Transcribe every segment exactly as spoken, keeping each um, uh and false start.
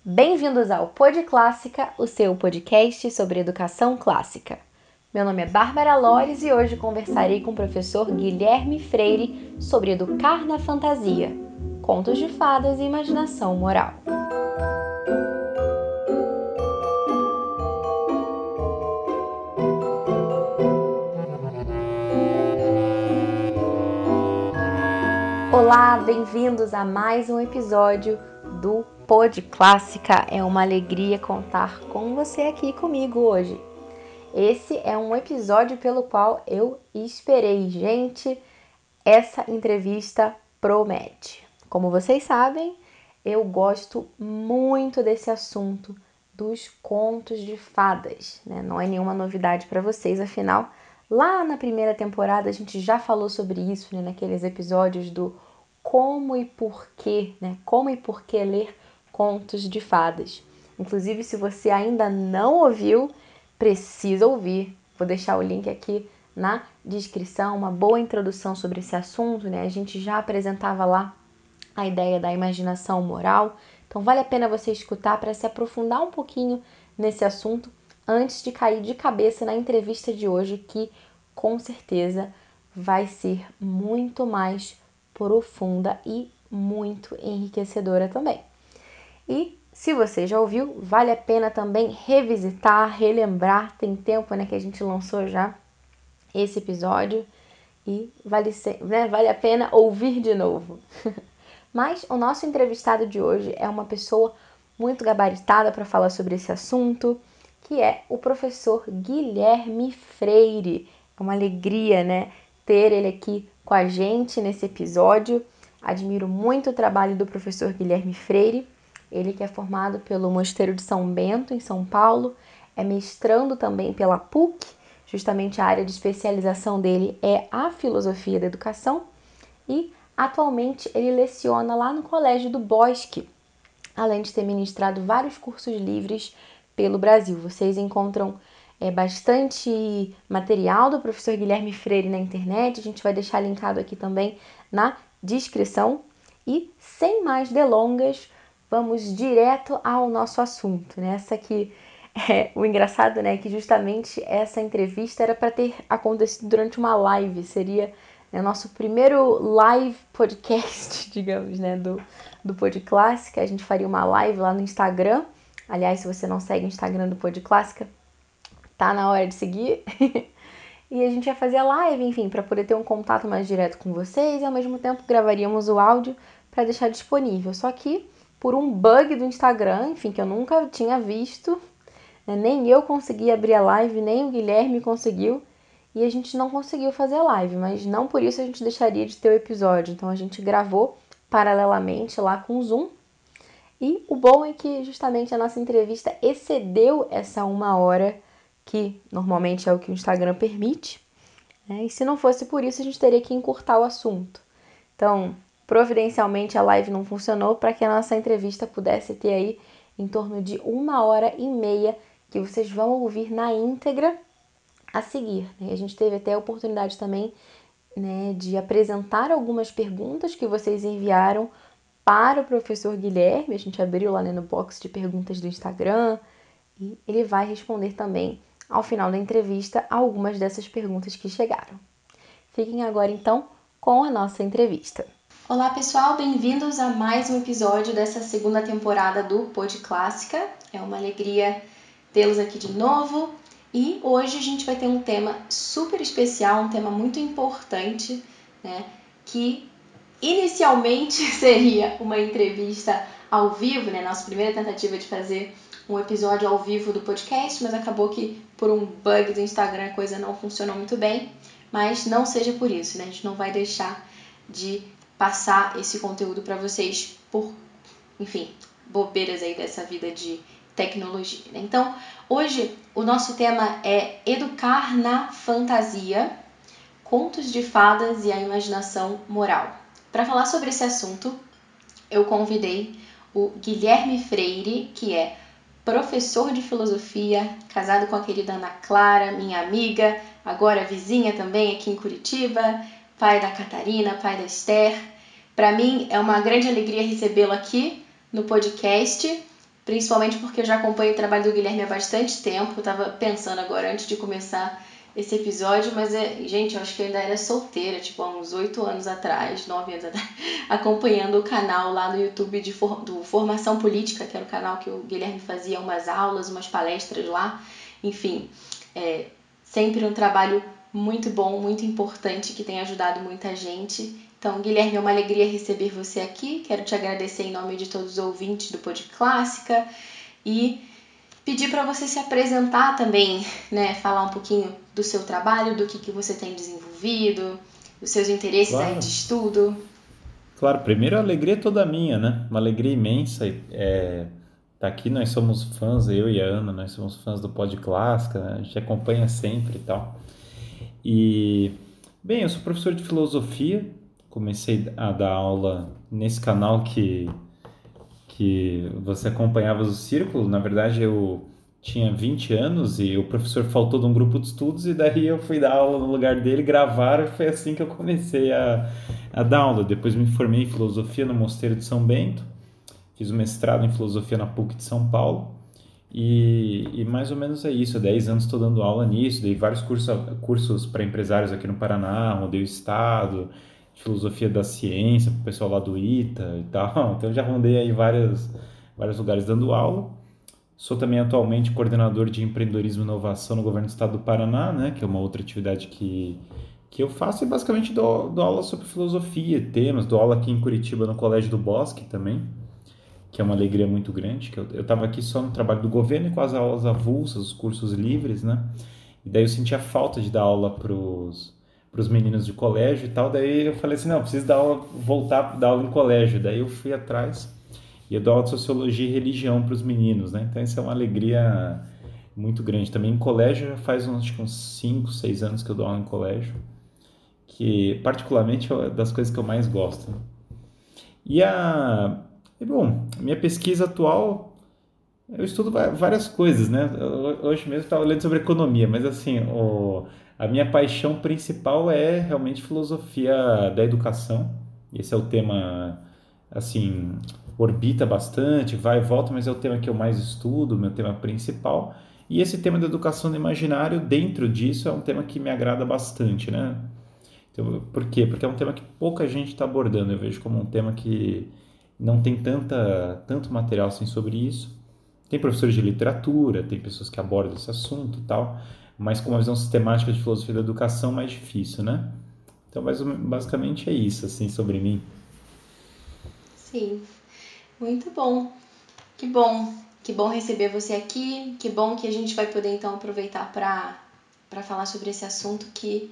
Bem-vindos ao Pod Clássica, o seu podcast sobre educação clássica. Meu nome é Bárbara Lores e hoje conversarei com o professor Guilherme Freire sobre educar na fantasia, contos de fadas e imaginação moral. Olá, bem-vindos a mais um episódio do Pod Clássica. É uma alegria contar com você aqui comigo hoje. Esse é um episódio pelo qual eu esperei, gente. Essa entrevista promete. Como vocês sabem, eu gosto muito desse assunto dos contos de fadas, né? Não é nenhuma novidade para vocês, afinal, lá na primeira temporada a gente já falou sobre isso, né? Naqueles episódios do como e porquê, né? Como e porquê ler contos de fadas. Inclusive, se você ainda não ouviu, precisa ouvir. Vou deixar o link aqui na descrição, uma boa introdução sobre esse assunto, né? A gente já apresentava lá a ideia da imaginação moral, então vale a pena você escutar para se aprofundar um pouquinho nesse assunto antes de cair de cabeça na entrevista de hoje, que com certeza vai ser muito mais profunda e muito enriquecedora também. E se você já ouviu, vale a pena também revisitar, relembrar. Tem tempo, né, que a gente lançou já esse episódio e vale, ser, né, vale a pena ouvir de novo. Mas o nosso entrevistado de hoje é uma pessoa muito gabaritada para falar sobre esse assunto, que é o professor Guilherme Freire. É uma alegria, né, ter ele aqui com a gente nesse episódio. Admiro muito o trabalho do professor Guilherme Freire. Ele que é formado pelo Mosteiro de São Bento, em São Paulo, é mestrando também pela P U C, justamente a área de especialização dele é a filosofia da educação, e atualmente ele leciona lá no Colégio do Bosque, além de ter ministrado vários cursos livres pelo Brasil. Vocês encontram é, bastante material do professor Guilherme Freire na internet, a gente vai deixar linkado aqui também na descrição. E sem mais delongas, vamos direto ao nosso assunto, né? Essa aqui é o engraçado, né? Que justamente essa entrevista era para ter acontecido durante uma live, seria né, nosso primeiro live podcast, digamos, né? Do, do Pod Clássica. A gente faria uma live lá no Instagram. Aliás, se você não segue o Instagram do Pod Clássica, tá na hora de seguir. E a gente ia fazer a live, enfim, para poder ter um contato mais direto com vocês e ao mesmo tempo gravaríamos o áudio para deixar disponível. Só que por um bug do Instagram, enfim, que eu nunca tinha visto, né, nem eu consegui abrir a live, nem o Guilherme conseguiu, e a gente não conseguiu fazer a live, mas não por isso a gente deixaria de ter o episódio. Então a gente gravou paralelamente lá com o Zoom. E o bom é que justamente a nossa entrevista excedeu essa uma hora, que normalmente é o que o Instagram permite, né? E se não fosse por isso, a gente teria que encurtar o assunto. Então, providencialmente, a live não funcionou para que a nossa entrevista pudesse ter aí em torno de uma hora e meia, que vocês vão ouvir na íntegra a seguir, né? A gente teve até a oportunidade também, né, de apresentar algumas perguntas que vocês enviaram para o professor Guilherme. A gente abriu lá, né, no box de perguntas do Instagram e ele vai responder também ao final da entrevista algumas dessas perguntas que chegaram. Fiquem agora então com a nossa entrevista. Olá pessoal, bem-vindos a mais um episódio dessa segunda temporada do Pod Clássica. É uma alegria tê-los aqui de novo e hoje a gente vai ter um tema super especial, um tema muito importante, né, que inicialmente seria uma entrevista ao vivo, né? Nossa primeira tentativa de fazer um episódio ao vivo do podcast, mas acabou que por um bug do Instagram a coisa não funcionou muito bem. Mas não seja por isso, né? A gente não vai deixar de passar esse conteúdo para vocês por, enfim, bobeiras aí dessa vida de tecnologia, né? Então, hoje o nosso tema é educar na fantasia, contos de fadas e a imaginação moral. Para falar sobre esse assunto, eu convidei o Guilherme Freire, que é professor de filosofia, casado com a querida Ana Clara, minha amiga, agora vizinha também aqui em Curitiba, pai da Catarina, pai da Esther. Para mim é uma grande alegria recebê-lo aqui no podcast principalmente porque eu já acompanho o trabalho do Guilherme há bastante tempo. Eu tava pensando agora, antes de começar esse episódio, mas, é, gente, eu acho que eu ainda era solteira, tipo, há uns oito anos atrás, nove anos atrás, acompanhando o canal lá no YouTube de for, do Formação Política, que era o canal que o Guilherme fazia umas aulas, umas palestras lá. Enfim, é sempre um trabalho muito bom, muito importante, que tem ajudado muita gente. Então, Guilherme, é uma alegria receber você aqui. Quero te agradecer em nome de todos os ouvintes do Pod Clássica e pedir para você se apresentar também, né? Falar um pouquinho do seu trabalho, do que, que você tem desenvolvido, dos seus interesses aí Claro, de estudo. claro. Primeiro, a alegria é toda minha, né? Uma alegria imensa. É, tá aqui, nós somos fãs, eu e a Ana, nós somos fãs do Pod Clássica, né? A gente acompanha sempre e tal. E, bem, eu sou professor de filosofia, comecei a dar aula nesse canal que, que você acompanhava o círculo. Na verdade, eu tinha vinte anos e o professor faltou de um grupo de estudos e daí eu fui dar aula no lugar dele, gravaram e foi assim que eu comecei a, a dar aula. Depois me formei em filosofia no Mosteiro de São Bento, fiz o mestrado em filosofia na PUC de São Paulo e, e mais ou menos é isso. Há dez anos estou dando aula nisso, dei vários cursos, cursos para empresários aqui no Paraná, rodei o estado, de filosofia da ciência, para o pessoal lá do ITA e tal. Então já rondei aí vários, vários lugares dando aula. Sou também atualmente coordenador de empreendedorismo e inovação no governo do estado do Paraná, né, que é uma outra atividade que, que eu faço e basicamente dou, dou aula sobre filosofia, temas, dou aula aqui em Curitiba no Colégio do Bosque também, que é uma alegria muito grande, que eu estava aqui só no trabalho do governo e com as aulas avulsas, os cursos livres, né, e daí eu sentia falta de dar aula pros para os meninos de colégio e tal, daí eu falei assim, não, eu preciso dar aula, voltar a dar aula em colégio, daí eu fui atrás e eu dou aula de sociologia e religião para os meninos, né? Então isso é uma alegria muito grande. Também em colégio já faz uns, acho que uns cinco, seis anos que eu dou aula em colégio, que particularmente é uma das coisas que eu mais gosto. E a... E bom, minha pesquisa atual, eu estudo várias coisas, né? Hoje mesmo estava lendo sobre economia, mas assim, o... a minha paixão principal é realmente filosofia da educação. Esse é o tema, assim, orbita bastante, vai e volta, mas é o tema que eu mais estudo, meu tema principal. E esse tema da educação do imaginário, dentro disso, é um tema que me agrada bastante, né? Então, por quê? Porque é um tema que pouca gente está abordando. Eu vejo como um tema que não tem tanta, tanto material assim sobre isso. Tem professores de literatura, tem pessoas que abordam esse assunto e tal, mas com uma visão sistemática de filosofia da educação mais difícil, né? Então, basicamente é isso, assim, sobre mim. Sim, muito bom. Que bom. Que bom receber você aqui. Que bom que a gente vai poder então aproveitar para para falar sobre esse assunto que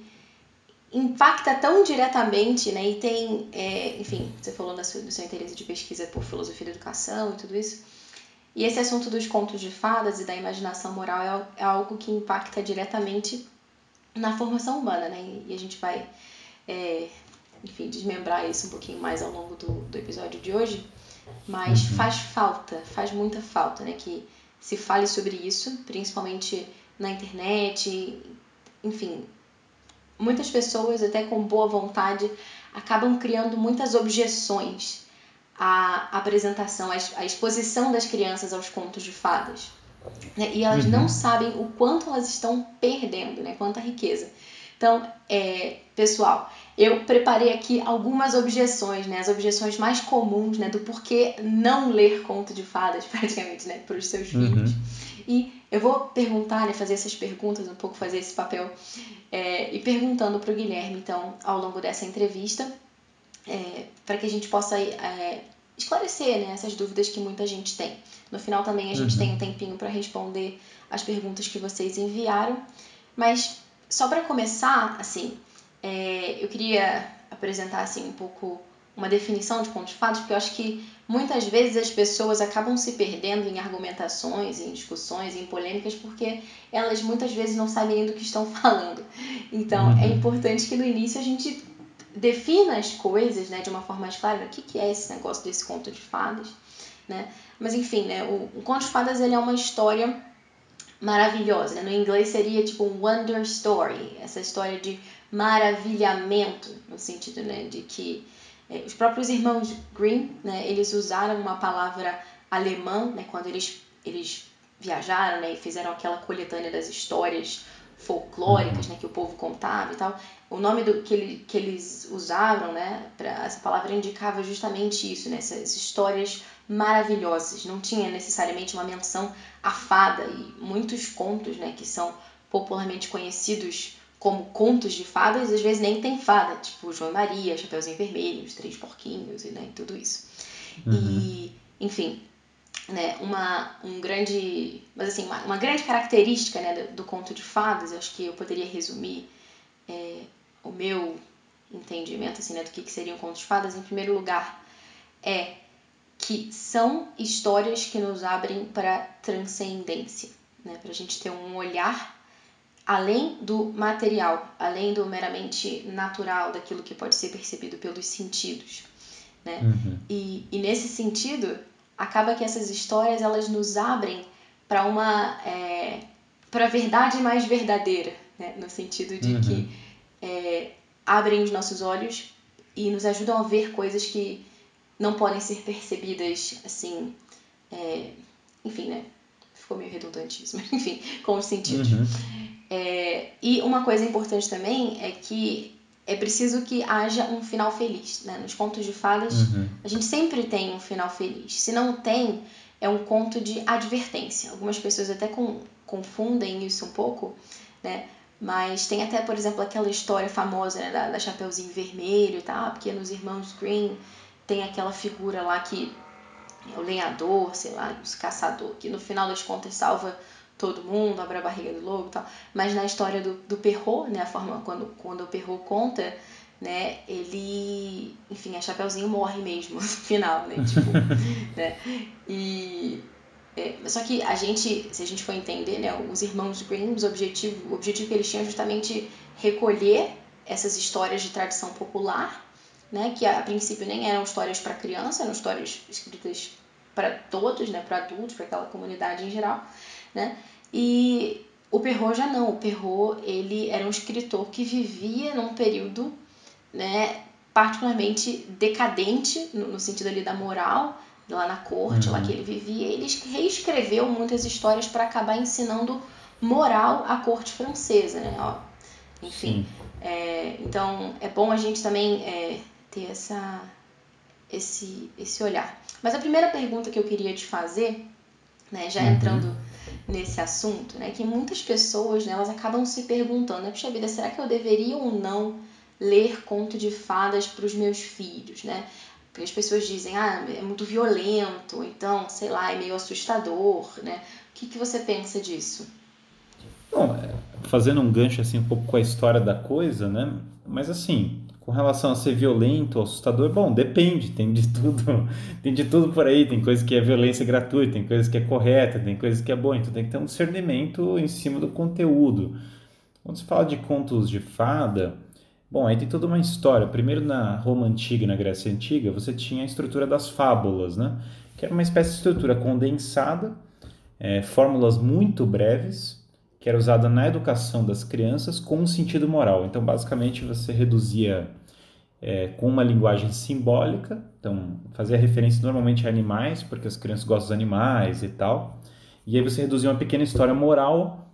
impacta tão diretamente, né? E tem, é, enfim, você falou da sua, do seu interesse de pesquisa por filosofia da educação e tudo isso. E esse assunto dos contos de fadas e da imaginação moral é, é algo que impacta diretamente na formação humana, né? E a gente vai, é, enfim, desmembrar isso um pouquinho mais ao longo do, do episódio de hoje. Mas Uhum. faz falta, faz muita falta, né? Que se fale sobre isso, principalmente na internet, enfim, muitas pessoas, até com boa vontade, acabam criando muitas objeções à apresentação, à exposição das crianças aos contos de fadas. Né? E elas não Uhum. sabem o quanto elas estão perdendo, né? Quanta riqueza. Então, é, pessoal, eu preparei aqui algumas objeções, né? As objeções mais comuns, né? Do porquê não ler conto de fadas, praticamente, né? Para os seus filhos. Uhum. E eu vou perguntar, né? Fazer essas perguntas, um pouco fazer esse papel é, e perguntando para o Guilherme, então, ao longo dessa entrevista, é, para que a gente possa é, esclarecer, né, essas dúvidas que muita gente tem. No final também a gente tem um Uhum. tempinho para responder as perguntas que vocês enviaram, mas só para começar, assim, é, eu queria apresentar assim um pouco uma definição de conto de fadas, porque eu acho que muitas vezes as pessoas acabam se perdendo em argumentações, em discussões, em polêmicas, porque elas muitas vezes não sabem nem do que estão falando. Então, é Uhum. importante que no início a gente defina as coisas, né, de uma forma mais clara. O que, que é esse negócio desse conto de fadas, né? Mas enfim, né, o, o conto de fadas ele é uma história maravilhosa, né? No inglês seria tipo um wonder story, essa história de maravilhamento, no sentido, né, de que é, os próprios irmãos Grimm, né, eles usaram uma palavra alemã, né, quando eles, eles viajaram, né, e fizeram aquela coletânea das histórias folclóricas, Uhum. né, que o povo contava e tal. O nome do, que, ele, que eles usavam, né, pra, essa palavra indicava justamente isso, né, essas histórias maravilhosas. Não tinha necessariamente uma menção à fada, e muitos contos, né, que são popularmente conhecidos como contos de fadas, às vezes nem tem fada, tipo João e Maria, Chapeuzinho Vermelho, Os Três Porquinhos e, né, tudo isso. Uhum. E, enfim, né, uma, um grande, mas assim, uma, uma grande característica, né, do, do conto de fadas, eu acho que eu poderia resumir é, o meu entendimento, assim, né, do que, que seria um conto de fadas, em primeiro lugar, é que são histórias que nos abrem para transcendência, né, para a gente ter um olhar além do material, além do meramente natural, daquilo que pode ser percebido pelos sentidos, né? Uhum. E, e nesse sentido, acaba que essas histórias elas nos abrem para uma é, para a verdade mais verdadeira, né? No sentido de que Uhum. é, abrem os nossos olhos e nos ajudam a ver coisas que não podem ser percebidas assim, é, enfim, né? Ficou meio redundante isso, mas enfim, com os sentidos. Uhum. É, e uma coisa importante também é que é preciso que haja um final feliz, né? Nos contos de fadas, Uhum. a gente sempre tem um final feliz. Se não tem, é um conto de advertência. Algumas pessoas até com, confundem isso um pouco, né? Mas tem até, por exemplo, aquela história famosa, né, da, da Chapeuzinho Vermelho e tal, porque nos Irmãos Grimm tem aquela figura lá que é o lenhador, sei lá, o caçador, que no final das contas salva todo mundo, abre a barriga do lobo e tal. Mas na história do, do Perrault, né, a forma quando, quando o Perrault conta, né, ele, enfim, a Chapeuzinho morre mesmo no final, né, tipo, né, e é, só que a gente, se a gente for entender, né, os irmãos Grimm, o objetivo, o objetivo que eles tinham é justamente recolher essas histórias de tradição popular, né, que a princípio nem eram histórias para criança, eram histórias escritas para todos, né, para adultos, para aquela comunidade em geral, né? E o Perrault já não, o Perrault ele era um escritor que vivia num período, né, particularmente decadente no, no sentido ali da moral, lá na corte, lá que Uhum. ele vivia, ele reescreveu muitas histórias para acabar ensinando moral à corte francesa, né? Ó, enfim, Sim. é, então é bom a gente também é, ter essa, esse, esse olhar. Mas a primeira pergunta que eu queria te fazer, né, já Uhum. entrando nesse assunto, né, que muitas pessoas, né, elas acabam se perguntando, né, puxa vida, será que eu deveria ou não ler conto de fadas para os meus filhos, né? Porque as pessoas dizem, ah, é muito violento, então, sei lá, é meio assustador, né? O que, que você pensa disso? Bom, é, fazendo um gancho assim um pouco com a história da coisa, né? Mas assim, com relação a ser violento, assustador, bom, depende, tem de tudo, tem de tudo por aí, tem coisa que é violência gratuita, tem coisa que é correta, tem coisa que é boa, então tem que ter um discernimento em cima do conteúdo. Quando se fala de contos de fada, bom, aí tem toda uma história. Primeiro na Roma Antiga e na Grécia Antiga, você tinha a estrutura das fábulas, né? Que era uma espécie de estrutura condensada, é, fórmulas muito breves, que era usada na educação das crianças com um sentido moral. Então, basicamente, você reduzia é, com uma linguagem simbólica, então fazia referência normalmente a animais, porque as crianças gostam dos animais e tal, e aí você reduzia uma pequena história moral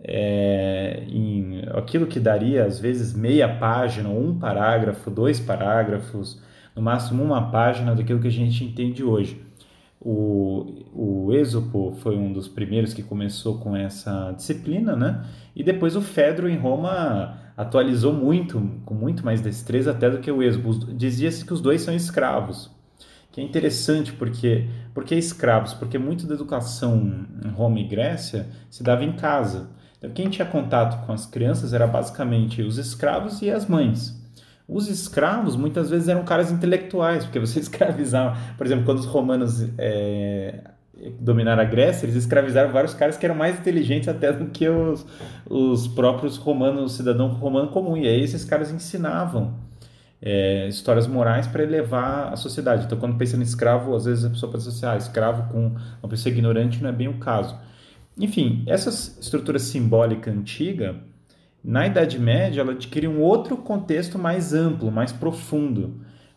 é, em aquilo que daria às vezes meia página, um parágrafo, dois parágrafos, no máximo uma página daquilo que a gente entende hoje. O, o Êxopo foi um dos primeiros que começou com essa disciplina, né? E depois o Fedro em Roma atualizou muito, com muito mais destreza até do que o Êxopo. Dizia-se que os dois são escravos, que é interessante porque porque escravos, porque muito da educação em Roma e Grécia se dava em casa. Então quem tinha contato com as crianças era basicamente os escravos e as mães. Os escravos muitas vezes eram caras intelectuais, porque você escravizava, por exemplo, quando os romanos é, dominaram a Grécia, eles escravizaram vários caras que eram mais inteligentes até do que os, os próprios romanos, o cidadão romano comum. E aí esses caras ensinavam é, histórias morais para elevar a sociedade. Então, quando pensa em escravo, às vezes a pessoa pensa assim, ah, escravo com uma pessoa ignorante não é bem o caso. Enfim, essa estrutura simbólica antiga, na Idade Média, ela adquire um outro contexto mais amplo, mais profundo.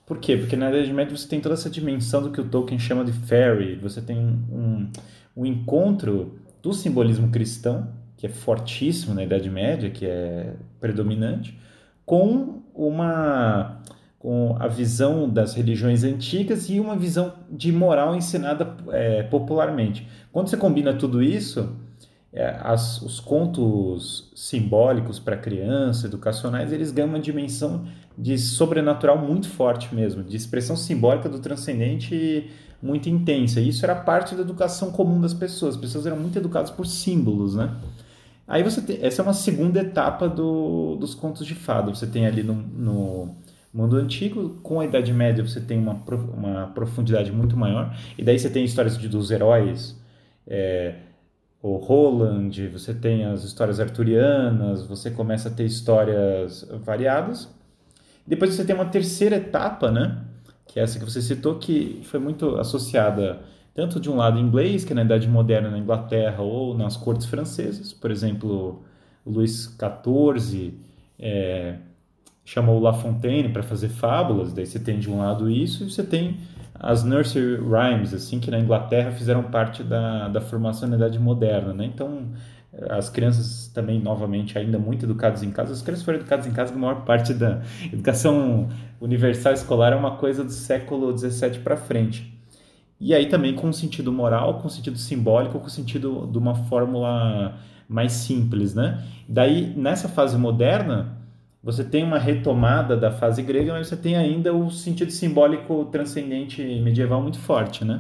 Por quê? Porque na Idade Média você tem toda essa dimensão do que o Tolkien chama de fairy, você tem um, um, um encontro do simbolismo cristão, que é fortíssimo na Idade Média, que é predominante, com uma com a visão das religiões antigas e uma visão de moral ensinada é, popularmente. Quando você combina tudo isso, é, as, os contos simbólicos para criança, educacionais, eles ganham uma dimensão de sobrenatural muito forte mesmo, de expressão simbólica do transcendente muito intensa. E isso era parte da educação comum das pessoas. As pessoas eram muito educadas por símbolos, né? Aí você tem, essa é uma segunda etapa do, dos contos de fada. Você tem ali no, no mundo antigo, com a Idade Média você tem uma, uma profundidade muito maior. E daí você tem histórias de, dos heróis, é, o Roland, você tem as histórias arturianas, você começa a ter histórias variadas. Depois você tem uma terceira etapa, né? Que é essa que você citou, que foi muito associada tanto de um lado inglês, que é na Idade Moderna na Inglaterra ou nas cortes francesas. Por exemplo, Luís quatorze é, chamou La Fontaine para fazer fábulas, daí você tem de um lado isso, e você tem as nursery rhymes, assim, que na Inglaterra fizeram parte da, da formação na Idade Moderna, né? Então, as crianças também, novamente, ainda muito educadas em casa. As crianças foram educadas em casa, a maior parte da educação universal escolar é uma coisa do século dezessete para frente. E aí também com sentido moral, com sentido simbólico, com sentido de uma fórmula mais simples, né? Daí, nessa fase moderna, você tem uma retomada da fase grega, mas você tem ainda o sentido simbólico transcendente medieval muito forte, né?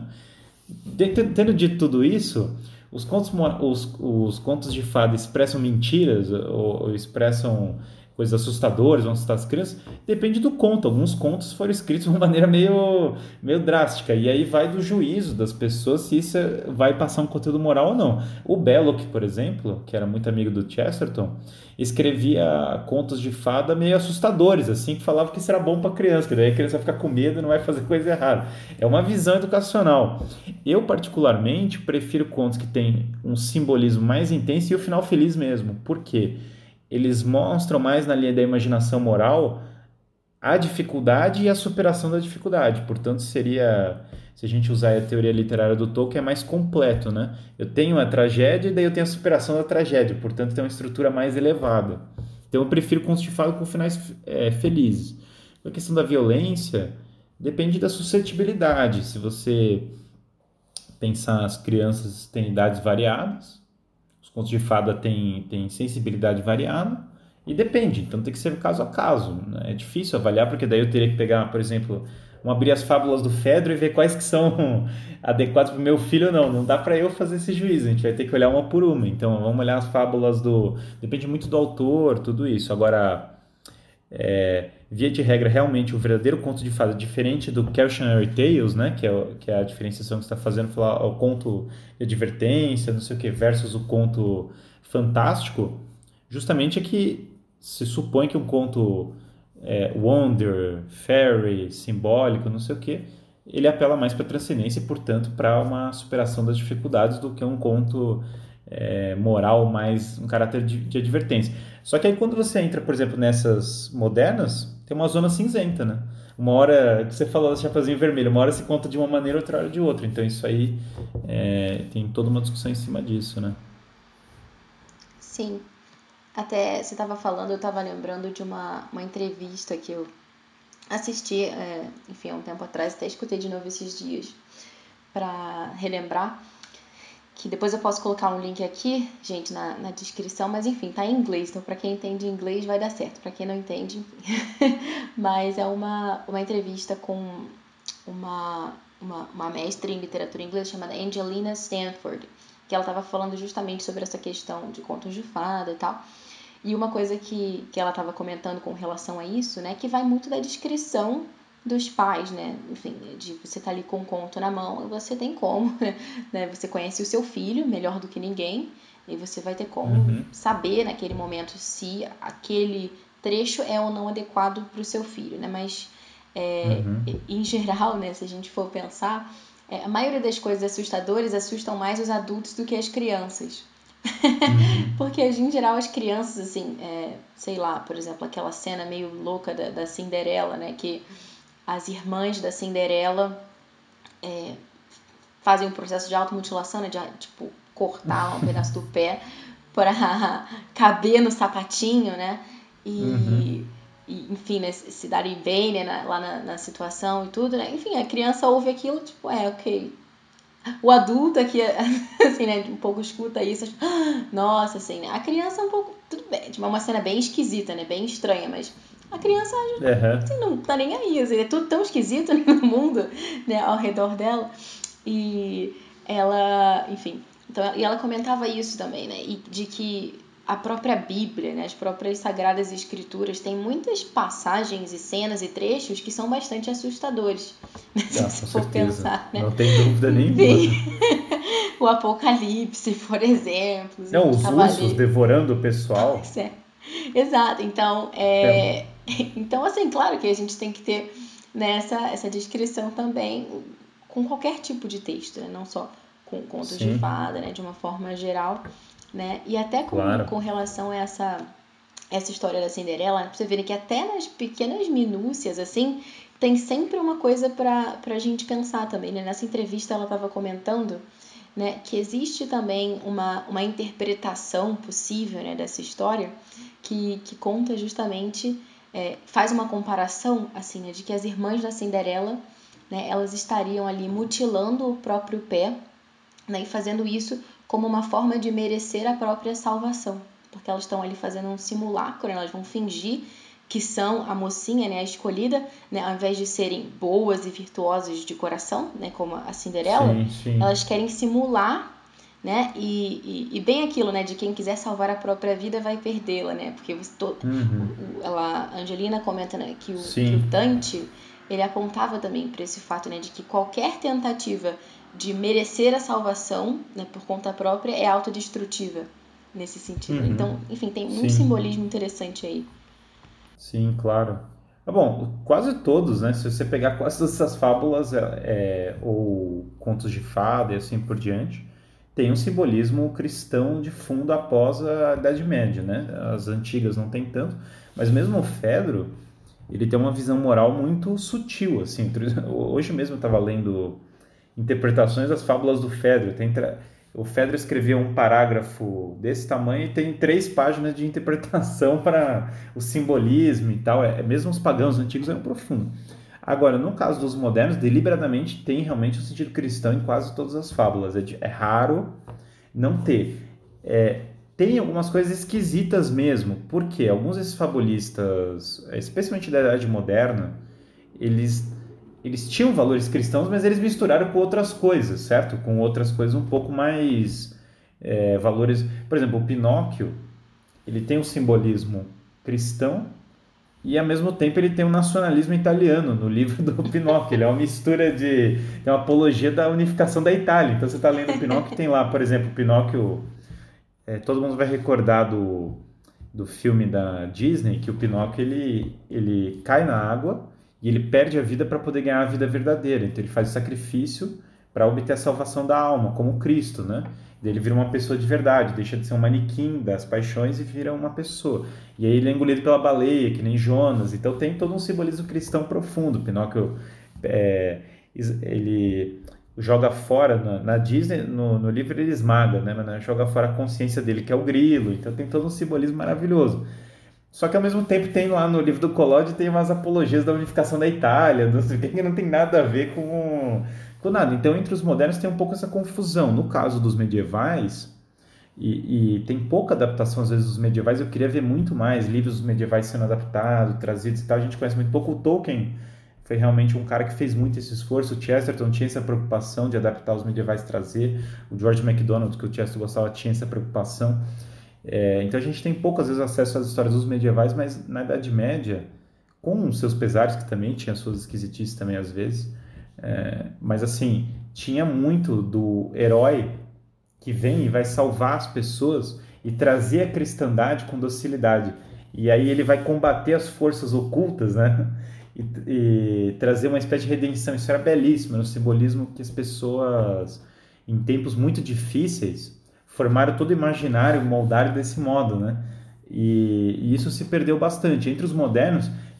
Tendo dito tudo isso, os contos, os, os contos de fada expressam mentiras ou, ou expressam coisas assustadoras, vão assustar as crianças, depende do conto. Alguns contos foram escritos de uma maneira meio, meio drástica, e aí vai do juízo das pessoas se isso vai passar um conteúdo moral ou não. O Belloc, por exemplo, que era muito amigo do Chesterton, escrevia contos de fada meio assustadores, assim, que falava que isso era bom para criança, que daí a criança vai ficar com medo e não vai fazer coisa errada. É uma visão educacional. Eu, particularmente, prefiro contos que têm um simbolismo mais intenso e o final feliz mesmo. Por quê? Eles mostram mais na linha da imaginação moral a dificuldade e a superação da dificuldade. Portanto, seria, se a gente usar a teoria literária do Tolkien, é mais completo, né? Eu tenho a tragédia e daí eu tenho a superação da tragédia. Portanto, tem uma estrutura mais elevada. Então, eu prefiro contos de fada com finais é, felizes. A questão da violência depende da suscetibilidade. Se você pensar, as crianças têm idades variadas, os contos de fada têm, têm sensibilidade variada e depende, então tem que ser caso a caso, né? É difícil avaliar, porque daí eu teria que pegar, por exemplo, vamos abrir as fábulas do Fedro e ver quais que são adequadas para o meu filho ou não. Não dá para eu fazer esse juízo, a gente vai ter que olhar uma por uma. Então vamos olhar as fábulas do... Depende muito do autor, tudo isso. Agora, é, via de regra, realmente o verdadeiro conto de fada, diferente do Cautionary Tales, né, que, é, o- que é a diferenciação que você está fazendo, falar o conto de advertência, não sei o que, versus o conto fantástico, justamente é que se supõe que um conto é, wonder, fairy, simbólico, não sei o que, ele apela mais para a transcendência e, portanto, para uma superação das dificuldades do que um conto é, moral mais um caráter de, de advertência. Só que aí quando você entra, por exemplo, nessas modernas, tem uma zona cinzenta, né? Uma hora que você falou do Chapeuzinho Vermelho, uma hora se conta de uma maneira, outra hora de outra. Então isso aí é, tem toda uma discussão em cima disso, né? Sim, até você estava falando, eu estava lembrando de uma, uma entrevista que eu assisti, é, enfim, há um tempo atrás, até escutei de novo esses dias para relembrar, que depois eu posso colocar um link aqui, gente, na, na descrição, mas enfim, tá em inglês, então para quem entende inglês vai dar certo, para quem não entende, enfim. Mas é uma, uma entrevista com uma, uma, uma mestre em literatura inglesa chamada Angelina Stanford, que ela estava falando justamente sobre essa questão de contos de fada e tal. E uma coisa que, que ela estava comentando com relação a isso, né, que vai muito da descrição dos pais, né, enfim, de você estar tá ali com um conto na mão, você tem como, né, você conhece o seu filho melhor do que ninguém, e você vai ter como Uhum, saber naquele momento se aquele trecho é ou não adequado para o seu filho, né, mas é, uhum, em geral, né, se a gente for pensar, é, a maioria das coisas assustadoras assustam mais os adultos do que as crianças. uhum. Porque, em geral, as crianças, assim, é, sei lá, por exemplo, aquela cena meio louca da, da Cinderela, né? Que as irmãs da Cinderela é, fazem um processo de automutilação, né, de tipo cortar um pedaço do pé para caber no sapatinho, né? E, Uhum. e enfim, né, se darem bem, né, na, lá na, na situação e tudo, né? Enfim, a criança ouve aquilo, tipo, é, ok. O adulto aqui, assim, né, um pouco escuta isso, acha, "Ah, nossa, assim, né? A criança é um pouco, tudo bem, tipo, é uma cena bem esquisita, né, bem estranha, mas a criança, Aham. assim, não tá nem aí, assim, é tudo tão esquisito, né, no mundo, né, ao redor dela, e ela, enfim, então, e ela comentava isso também, né, e de que a própria Bíblia, né, as próprias Sagradas Escrituras, tem muitas passagens e cenas e trechos que são bastante assustadores, né, se Ah, você com for certeza. pensar, né. Não tem dúvida nenhuma. Enfim, o Apocalipse, por exemplo, os Não, os ursos Cavaleiros. devorando o pessoal. Pois é. Exato. Então, Tem- é... então, assim, claro que a gente tem que ter nessa essa descrição também com qualquer tipo de texto, né? Não só com contos de Sim, fada, né? De uma forma geral, né? E até com, claro. com relação a essa essa história da Cinderela, pra você verem que até nas pequenas minúcias, assim, tem sempre uma coisa pra, pra gente pensar também, né? Nessa entrevista ela estava comentando, né, que existe também uma, uma interpretação possível, né, dessa história que, que conta justamente, é, faz uma comparação, assim, né, de que as irmãs da Cinderela, né, elas estariam ali mutilando o próprio pé, né, e fazendo isso como uma forma de merecer a própria salvação, porque elas estão ali fazendo um simulacro, né, elas vão fingir que são a mocinha, né, a escolhida, né, ao invés de serem boas e virtuosas de coração, né, como a Cinderela, Sim, sim. elas querem simular, né, e, e, e bem aquilo, né, de quem quiser salvar a própria vida vai perdê-la, né, porque você to, Uhum. o, ela, a Angelina comenta, né, que o, que o Sim. Dante, ele apontava também para esse fato, né, de que qualquer tentativa de merecer a salvação, né, por conta própria é autodestrutiva nesse sentido. Uhum. Então, enfim, tem muito Sim. simbolismo interessante aí. Sim, claro. Ah, bom, quase todos, né? Se você pegar quase todas essas fábulas é, é, ou contos de fada e assim por diante, tem um simbolismo cristão de fundo após a Idade Média, né? As antigas não tem tanto, mas mesmo o Fedro, ele tem uma visão moral muito sutil, assim. Hoje mesmo eu estava lendo interpretações das fábulas do Fedro. Tem tra... O Fedro escreveu um parágrafo desse tamanho e tem três páginas de interpretação para o simbolismo e tal. É, mesmo os pagãos antigos eram profundos. Agora, no caso dos modernos, deliberadamente tem realmente o um sentido cristão em quase todas as fábulas. É, de, é raro não ter. É, tem algumas coisas esquisitas mesmo, porque alguns desses fabulistas, especialmente da Idade Moderna, eles eles tinham valores cristãos, mas eles misturaram com outras coisas, certo? Com outras coisas um pouco mais é, valores. Por exemplo, o Pinóquio, ele tem um simbolismo cristão e ao mesmo tempo ele tem um nacionalismo italiano no livro do Pinóquio. Ele é uma mistura de, é uma apologia da unificação da Itália. Então você está lendo o Pinóquio, tem lá, por exemplo, o Pinóquio. É, todo mundo vai recordar do, do filme da Disney que o Pinóquio ele, ele cai na água e ele perde a vida para poder ganhar a vida verdadeira. Então ele faz o sacrifício para obter a salvação da alma, como Cristo, né? Daí ele vira uma pessoa de verdade, deixa de ser um manequim das paixões e vira uma pessoa. E aí ele é engolido pela baleia, que nem Jonas. Então tem todo um simbolismo cristão profundo. Pinóquio, é, ele joga fora na, na Disney, no, no livro ele esmaga, né? Mas não, joga fora a consciência dele, que é o grilo. Então tem todo um simbolismo maravilhoso. Só que ao mesmo tempo tem lá no livro do Collodi tem umas apologias da unificação da Itália, não sei o que não tem nada a ver com, com nada. Então entre os modernos tem um pouco essa confusão. No caso dos medievais, e, e tem pouca adaptação às vezes dos medievais, eu queria ver muito mais livros medievais sendo adaptados, trazidos e tal. A gente conhece muito pouco. O Tolkien foi realmente um cara que fez muito esse esforço. O Chesterton tinha essa preocupação de adaptar os medievais, trazer. O George MacDonald, que o Chesterton gostava, tinha essa preocupação. É, então a gente tem pouco, às vezes, acesso às histórias dos medievais, mas na Idade Média, com os seus pesares, que também tinha suas esquisitices também às vezes, é, mas assim, tinha muito do herói que vem e vai salvar as pessoas e trazer a cristandade com docilidade. E aí ele vai combater as forças ocultas, né? E, e trazer uma espécie de redenção. Isso era belíssimo, era um simbolismo que as pessoas, em tempos muito difíceis, formaram todo o imaginário, moldaram desse modo, né? E, e isso se perdeu bastante. Entre os modernos,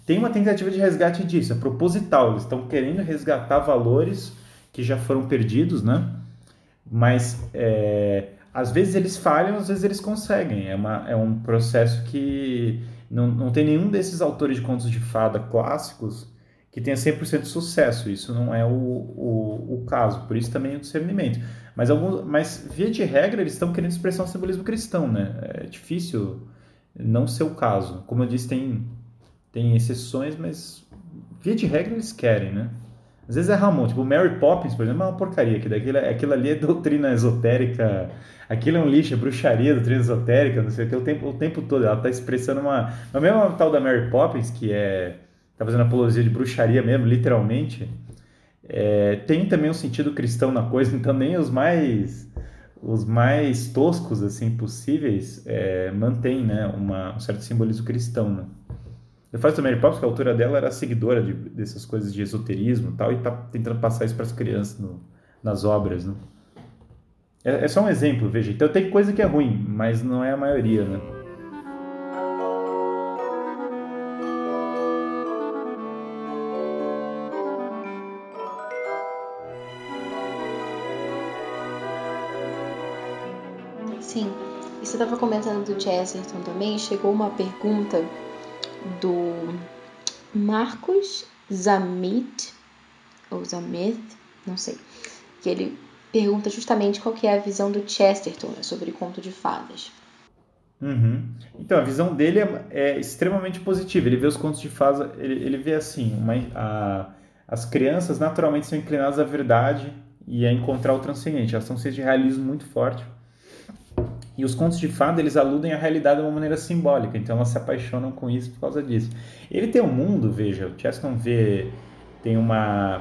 tem uma tentativa de resgate disso, é proposital, eles estão querendo resgatar valores que já foram perdidos, né? Mas é, às vezes eles falham, às vezes eles conseguem. É, uma, é um processo que não, não tem nenhum desses autores de contos de fada clássicos que tenha cem por cento de sucesso. Isso não é o, o, o caso, por isso também é o discernimento. Mas, alguns, mas, via de regra, eles estão querendo expressar um simbolismo cristão, né? É difícil não ser o caso. Como eu disse, tem, tem exceções, mas via de regra eles querem, né? Às vezes é Ramon, tipo Mary Poppins, por exemplo, é uma porcaria. Aquilo, aquilo, aquilo ali é doutrina esotérica, aquilo é um lixo, é bruxaria, doutrina esotérica, não sei o que, o tempo, o tempo todo. Ela está expressando uma... A mesma tal da Mary Poppins, que é... Está fazendo apologia de bruxaria mesmo, literalmente. É, tem também um sentido cristão na coisa, então nem os mais... Os mais toscos, assim, possíveis, é, mantém, né, uma, um certo simbolismo cristão, né? Eu faço a Mary Poppins, que a autora dela era seguidora de, dessas coisas de esoterismo e tal, e tá tentando passar isso para as crianças no, nas obras, né? É, é só um exemplo, veja. Então tem coisa que é ruim, mas não é a maioria, né? Sim, e você estava comentando do Chesterton também, chegou uma pergunta do Marcos Zamit, ou Zamith, não sei, que ele pergunta justamente qual que é a visão do Chesterton, né, sobre conto de fadas. Uhum. Então, a visão dele é, é extremamente positiva. Ele vê os contos de fadas, ele, ele vê assim, uma, a, as crianças naturalmente são inclinadas à verdade e a encontrar o transcendente. Elas são seres de realismo muito forte. E os contos de fada, eles aludem à realidade de uma maneira simbólica, então elas se apaixonam com isso por causa disso. Ele tem um mundo, veja, o Chesterton vê, tem uma...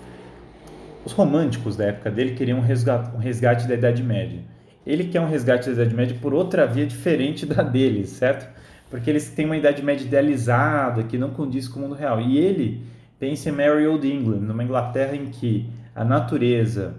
Os românticos da época dele queriam um resgate, um resgate da Idade Média. Ele quer um resgate da Idade Média por outra via diferente da deles, certo? Porque eles têm uma Idade Média idealizada, que não condiz com o mundo real. E ele pensa em Merry Old England, numa Inglaterra em que a natureza,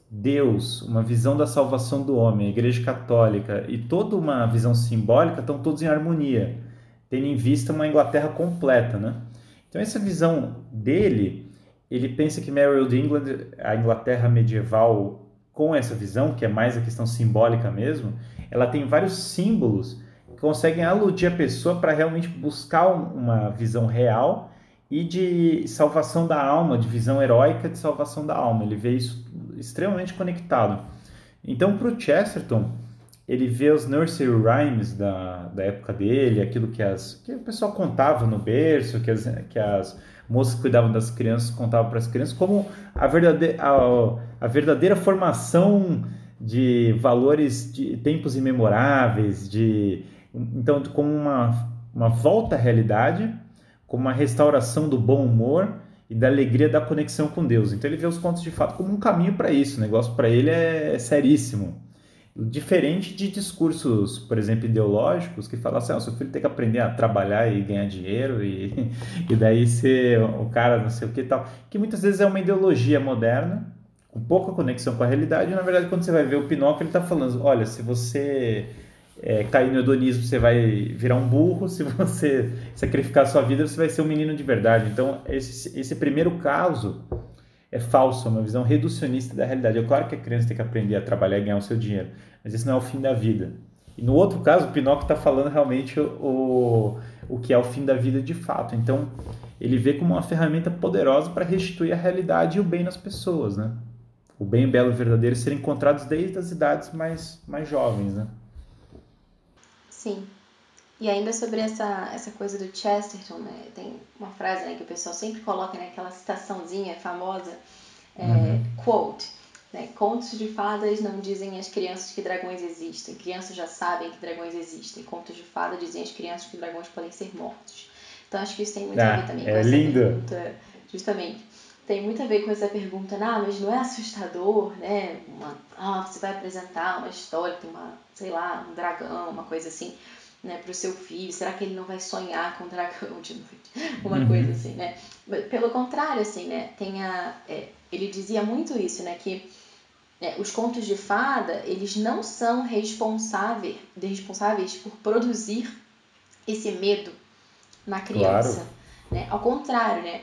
Deus, uma visão da salvação do homem, a Igreja Católica e toda uma visão simbólica estão todos em harmonia, tendo em vista uma Inglaterra completa, né? Então essa visão dele, ele pensa que Merry Old England, a Inglaterra medieval, com essa visão, que é mais a questão simbólica mesmo, ela tem vários símbolos que conseguem aludir a pessoa para realmente buscar uma visão real e de salvação da alma, de visão heróica de salvação da alma. Ele vê isso extremamente conectado. Então, para o Chesterton, ele vê os nursery rhymes da, da época dele, aquilo que, as, que o pessoal contava no berço, que as, que as moças que cuidavam das crianças contavam para as crianças, como a verdadeira, a, a verdadeira formação de valores de tempos imemoráveis, de, então, como uma, uma volta à realidade, como uma restauração do bom humor e da alegria da conexão com Deus. Então ele vê os contos de fato como um caminho para isso. O negócio para ele é seríssimo. Diferente de discursos, por exemplo, ideológicos, que falam assim, ah, o seu filho tem que aprender a trabalhar e ganhar dinheiro e, e daí ser o cara não sei o que e tal. Que muitas vezes é uma ideologia moderna, com pouca conexão com a realidade. E na verdade, quando você vai ver o Pinóquio, ele está falando, olha, se você... É, cair no hedonismo, você vai virar um burro. Se você sacrificar a sua vida, você vai ser um menino de verdade. Então, esse, esse primeiro caso é falso, é uma visão reducionista da realidade. É claro que a criança tem que aprender a trabalhar e ganhar o seu dinheiro, mas esse não é o fim da vida. E no outro caso, o Pinóquio está falando realmente o, o que é o fim da vida de fato. Então, ele vê como uma ferramenta poderosa para restituir a realidade e o bem nas pessoas, né? O bem, o belo e o verdadeiro serem encontrados desde as idades mais, mais jovens, né? Sim. E ainda sobre essa, essa coisa do Chesterton, né? Tem uma frase, né, que o pessoal sempre coloca, né, aquela citaçãozinha famosa, é, uhum. Quote, né? Contos de fadas não dizem às crianças que dragões existem. Crianças já sabem que dragões existem. Contos de fadas dizem às crianças que dragões podem ser mortos. Então acho que isso tem muito ah, a ver também é com essa lindo. pergunta. Justamente. Tem muito a ver com essa pergunta, ah, mas não é assustador, né? Uma, ah, você vai apresentar uma história, tem uma, sei lá, um dragão, uma coisa assim, né, para o seu filho. Será que ele não vai sonhar com o dragão de noite? Uma uhum. coisa assim, né? Pelo contrário, assim, né? Tem a, é, ele dizia muito isso, né? Que é, os contos de fada, eles não são responsáveis, responsáveis por produzir esse medo na criança. Claro. né? Ao contrário, né?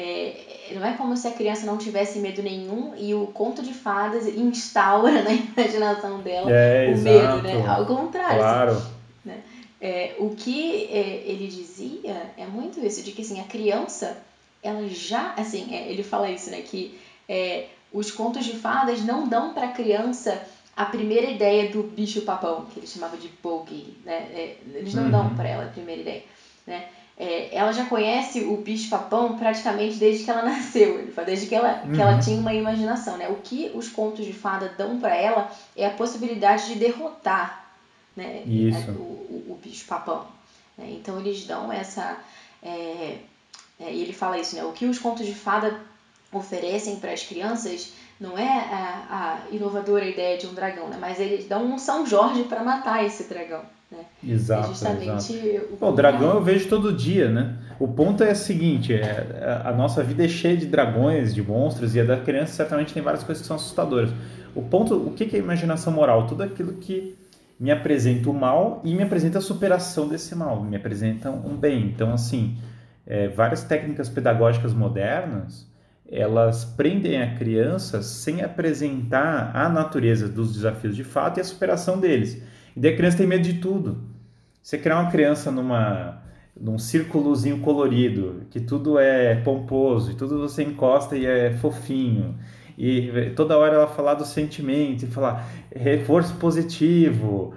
É, não é como se a criança não tivesse medo nenhum e o conto de fadas instaura na imaginação dela É, o medo, né? exato. Ao contrário, assim, Claro. né? É, o que é, ele dizia é muito isso, de que assim, a criança, ela já, assim, é, ele fala isso, né? Que é, os contos de fadas não dão para a criança a primeira ideia do bicho-papão, que ele chamava de bogey, né? É, eles não dão Uhum. para ela a primeira ideia, né? É, ela já conhece o bicho-papão praticamente desde que ela nasceu, ele fala, desde que ela, que ela Uhum. tinha uma imaginação, né? O que os contos de fada dão para ela é a possibilidade de derrotar, né, Isso. o, o, o bicho-papão. Né? Então eles dão essa... É, é, e ele fala isso, né? O que os contos de fada oferecem para as crianças não é a, a inovadora ideia de um dragão, né? Mas eles dão um São Jorge para matar esse dragão. Né? É Exato, justamente exato. o Bom, dragão eu contrário. vejo todo dia, né? O ponto é o seguinte, é, a nossa vida é cheia de dragões, de monstros, e a da criança certamente tem várias coisas que são assustadoras. O ponto, o que é imaginação moral? Tudo aquilo que me apresenta o mal e me apresenta a superação desse mal, me apresenta um bem. Então, assim, é, várias técnicas pedagógicas modernas, elas prendem a criança sem apresentar a natureza dos desafios de fato e a superação deles. E daí a criança tem medo de tudo. Você criar uma criança numa, num círculozinho colorido, que tudo é pomposo, e tudo você encosta e é fofinho, e toda hora ela falar do sentimento, e falar reforço positivo,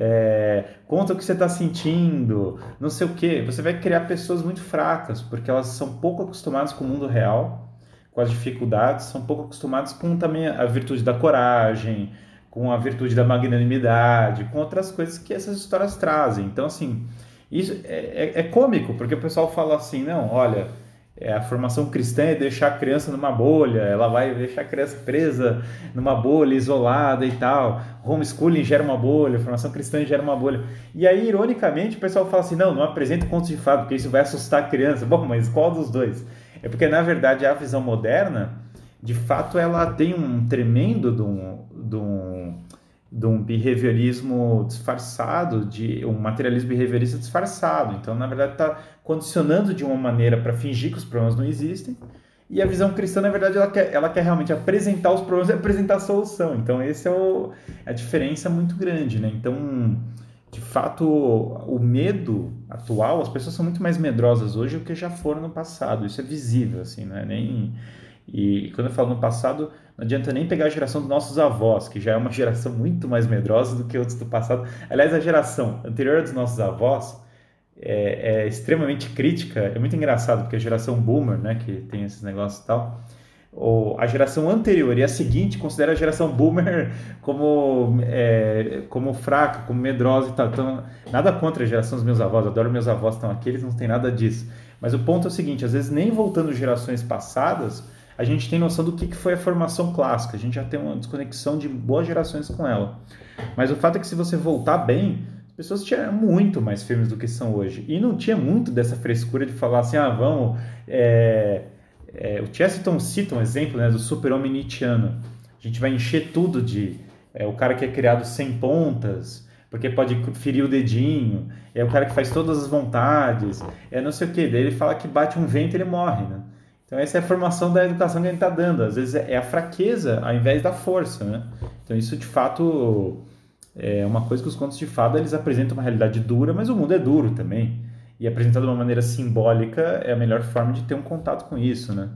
é, conta o que você está sentindo, não sei o que. Você vai criar pessoas muito fracas, porque elas são pouco acostumadas com o mundo real, com as dificuldades, são pouco acostumadas com também a virtude da coragem, com a virtude da magnanimidade, com outras coisas que essas histórias trazem. Então, assim, isso é, é, é cômico, porque o pessoal fala assim, não, olha, é, a formação cristã é deixar a criança numa bolha, ela vai deixar a criança presa numa bolha, isolada e tal. Homeschooling gera uma bolha, formação cristã gera uma bolha. E aí, ironicamente, o pessoal fala assim, não, não apresenta contos de fadas, porque isso vai assustar a criança. Bom, mas qual dos dois? É porque, na verdade, a visão moderna, de fato, ela tem um tremendo de um, de um, de um behaviorismo disfarçado, de um materialismo behaviorista disfarçado. Então, na verdade, está condicionando de uma maneira para fingir que os problemas não existem. E a visão cristã, na verdade, ela quer, ela quer realmente apresentar os problemas e apresentar a solução. Então, essa é o, a diferença muito grande, né? Então, de fato, o medo atual, as pessoas são muito mais medrosas hoje do que já foram no passado. Isso é visível, assim, não é nem... E quando eu falo no passado, não adianta nem pegar a geração dos nossos avós, que já é uma geração muito mais medrosa do que outros do passado. Aliás, a geração anterior dos nossos avós é, é extremamente crítica. É muito engraçado, porque a geração boomer, né, que tem esses negócios e tal, ou a geração anterior e a seguinte considera a geração boomer como, é, como fraca, como medrosa e tal. Então, nada contra a geração dos meus avós, adoro meus avós, estão aqui, eles não têm nada disso. Mas o ponto é o seguinte, às vezes nem voltando gerações passadas, a gente tem noção do que foi a formação clássica, a gente já tem uma desconexão de boas gerações com ela. Mas o fato é que se você voltar bem, as pessoas tinham muito mais firmes do que são hoje. E não tinha muito dessa frescura de falar assim, ah, vamos... É, é, o Chesterton cita um exemplo, né, do super-homem nietzschiano. A gente vai encher tudo de... É, o cara que é criado sem pontas, porque pode ferir o dedinho, é o cara que faz todas as vontades, é não sei o que. Daí ele fala que bate um vento e ele morre, né? Então essa é a formação da educação que a gente está dando. Às vezes é a fraqueza ao invés da força, né? Então isso de fato é uma coisa que os contos de fada eles apresentam uma realidade dura, mas o mundo é duro também. E apresentado de uma maneira simbólica é a melhor forma de ter um contato com isso, né?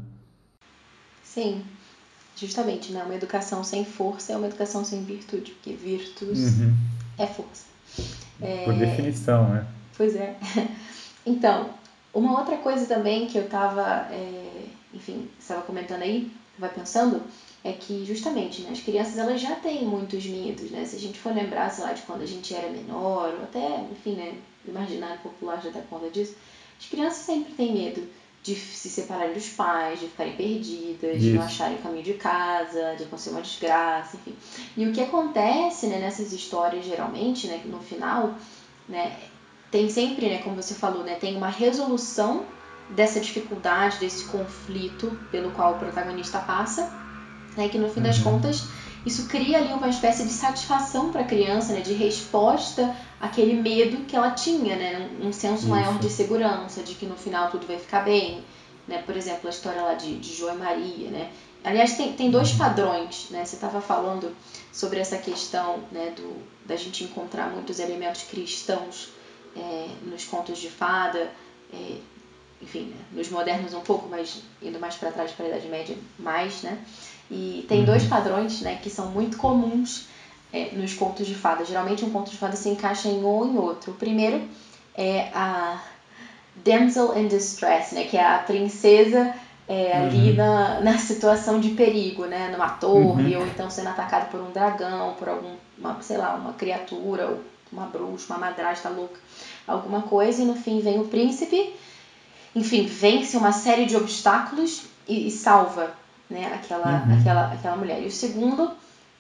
Sim, justamente, né? Uma educação sem força é uma educação sem virtude, porque virtus Uhum. é força. Por É... definição, né? Pois é. Então, uma outra coisa também que eu estava, é... enfim, estava comentando aí, vai pensando, é que justamente, né, as crianças elas já têm muitos medos, né? Se a gente for lembrar, sei lá, de quando a gente era menor, ou até, enfim, né, o imaginário popular já dá conta disso, as crianças sempre têm medo de se separarem dos pais, de ficarem perdidas, de não Isso. acharem o caminho de casa, de acontecer uma desgraça, enfim. E o que acontece, né, nessas histórias, geralmente, né, no final, né, tem sempre, né, como você falou, né, tem uma resolução dessa dificuldade, desse conflito pelo qual o protagonista passa, né, que no fim das Uhum. contas isso cria ali uma espécie de satisfação para a criança, né, de resposta àquele medo que ela tinha, né, um senso Isso. maior de segurança, de que no final tudo vai ficar bem, né, por exemplo, a história lá de, de João e Maria, né. Aliás, tem, tem dois padrões, né, você estava falando sobre essa questão, né, do, da gente encontrar muitos elementos cristãos é, nos contos de fada, é, enfim, né, nos modernos um pouco, mas indo mais para trás para a Idade Média mais, né? E tem dois padrões, né, que são muito comuns é, nos contos de fada. Geralmente um conto de fada se encaixa em um ou em outro. O primeiro é a damsel in distress, né, que é a princesa é, ali Uhum. na, na situação de perigo, né, numa torre, Uhum. ou então sendo atacada por um dragão, por algum, uma, sei lá, uma criatura, ou uma bruxa, uma madrasta louca, alguma coisa, e no fim vem o príncipe, enfim, vence uma série de obstáculos e, e salva, né, aquela, Uhum. aquela, aquela mulher. E o segundo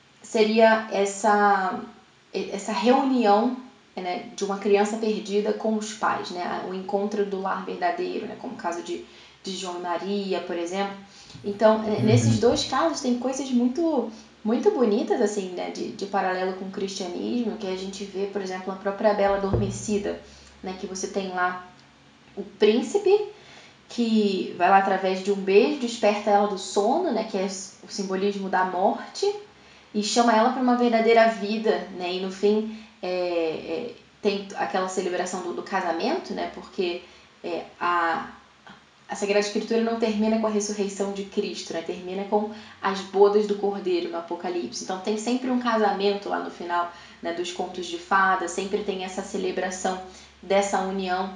seria essa, essa reunião, né, de uma criança perdida com os pais, né, o encontro do lar verdadeiro, né, como o caso de, de João e Maria, por exemplo. Então, Uhum. nesses dois casos tem coisas muito, muito bonitas, assim, né, de, de paralelo com o cristianismo, que a gente vê, por exemplo, a própria Bela Adormecida, né, que você tem lá o príncipe que vai lá através de um beijo, desperta ela do sono, né, que é o simbolismo da morte, e chama ela para uma verdadeira vida, né, e no fim é, é, tem aquela celebração do, do casamento, né, porque é, a, a Sagrada Escritura não termina com a ressurreição de Cristo, né, termina com as bodas do Cordeiro no Apocalipse. Então tem sempre um casamento lá no final, né, dos contos de fada, sempre tem essa celebração dessa união.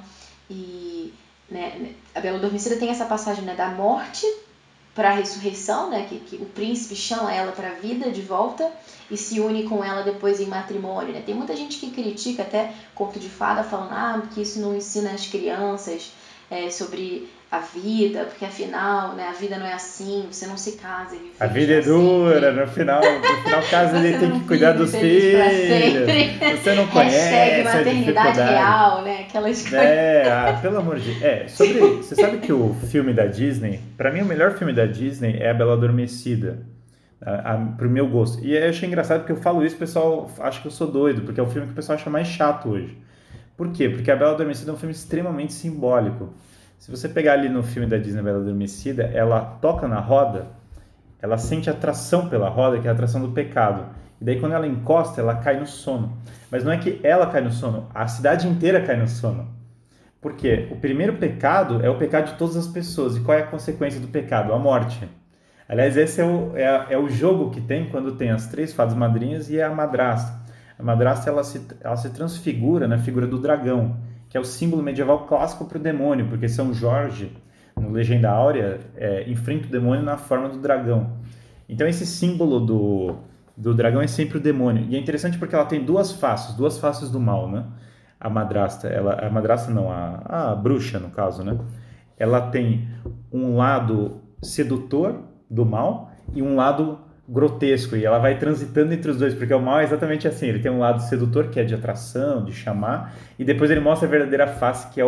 E né, a Bela Adormecida tem essa passagem, né, da morte para a ressurreição, né, que, que o príncipe chama ela para a vida de volta e se une com ela depois em matrimônio. Né? Tem muita gente que critica até conto de fada, falando ah, que isso não ensina as crianças é, sobre a vida, porque afinal, né, a vida não é assim, você não se casa e vive A feliz vida é pra dura, sempre. no final, no final casa ele Você tem não que cuidar vive dos feliz pra filhos. sempre. Você não Hashtag conhece a maternidade dificuldade. real, né? Aquelas coisas. É, ah, pelo amor de Deus. É, sobre. Você sabe que o filme da Disney, pra mim o melhor filme da Disney é A Bela Adormecida. A, a, pro meu gosto. E eu achei engraçado porque eu falo isso, o pessoal acha que eu sou doido, porque é o filme que o pessoal acha mais chato hoje. Por quê? Porque A Bela Adormecida é um filme extremamente simbólico. Se você pegar ali no filme da Disney A Bela Adormecida, ela toca na roda, ela sente atração pela roda, que é a atração do pecado. E daí quando ela encosta, ela cai no sono. Mas não é que ela cai no sono, a cidade inteira cai no sono. Por quê? O primeiro pecado é o pecado de todas as pessoas. E qual é a consequência do pecado? A morte. Aliás, esse é o, é, é o jogo que tem quando tem as três fadas madrinhas e a madrasta. A madrasta ela se, ela se transfigura na figura do dragão, que é o símbolo medieval clássico para o demônio, porque São Jorge, no Legenda Áurea, é, enfrenta o demônio na forma do dragão. Então esse símbolo do, do dragão é sempre o demônio. E é interessante porque ela tem duas faces, duas faces do mal, né? A madrasta, ela, a madrasta não, a, a bruxa no caso, né? Ela tem um lado sedutor do mal e um lado grotesco, e ela vai transitando entre os dois, porque o mal é exatamente assim, ele tem um lado sedutor, que é de atração, de chamar, e depois ele mostra a verdadeira face, que é o,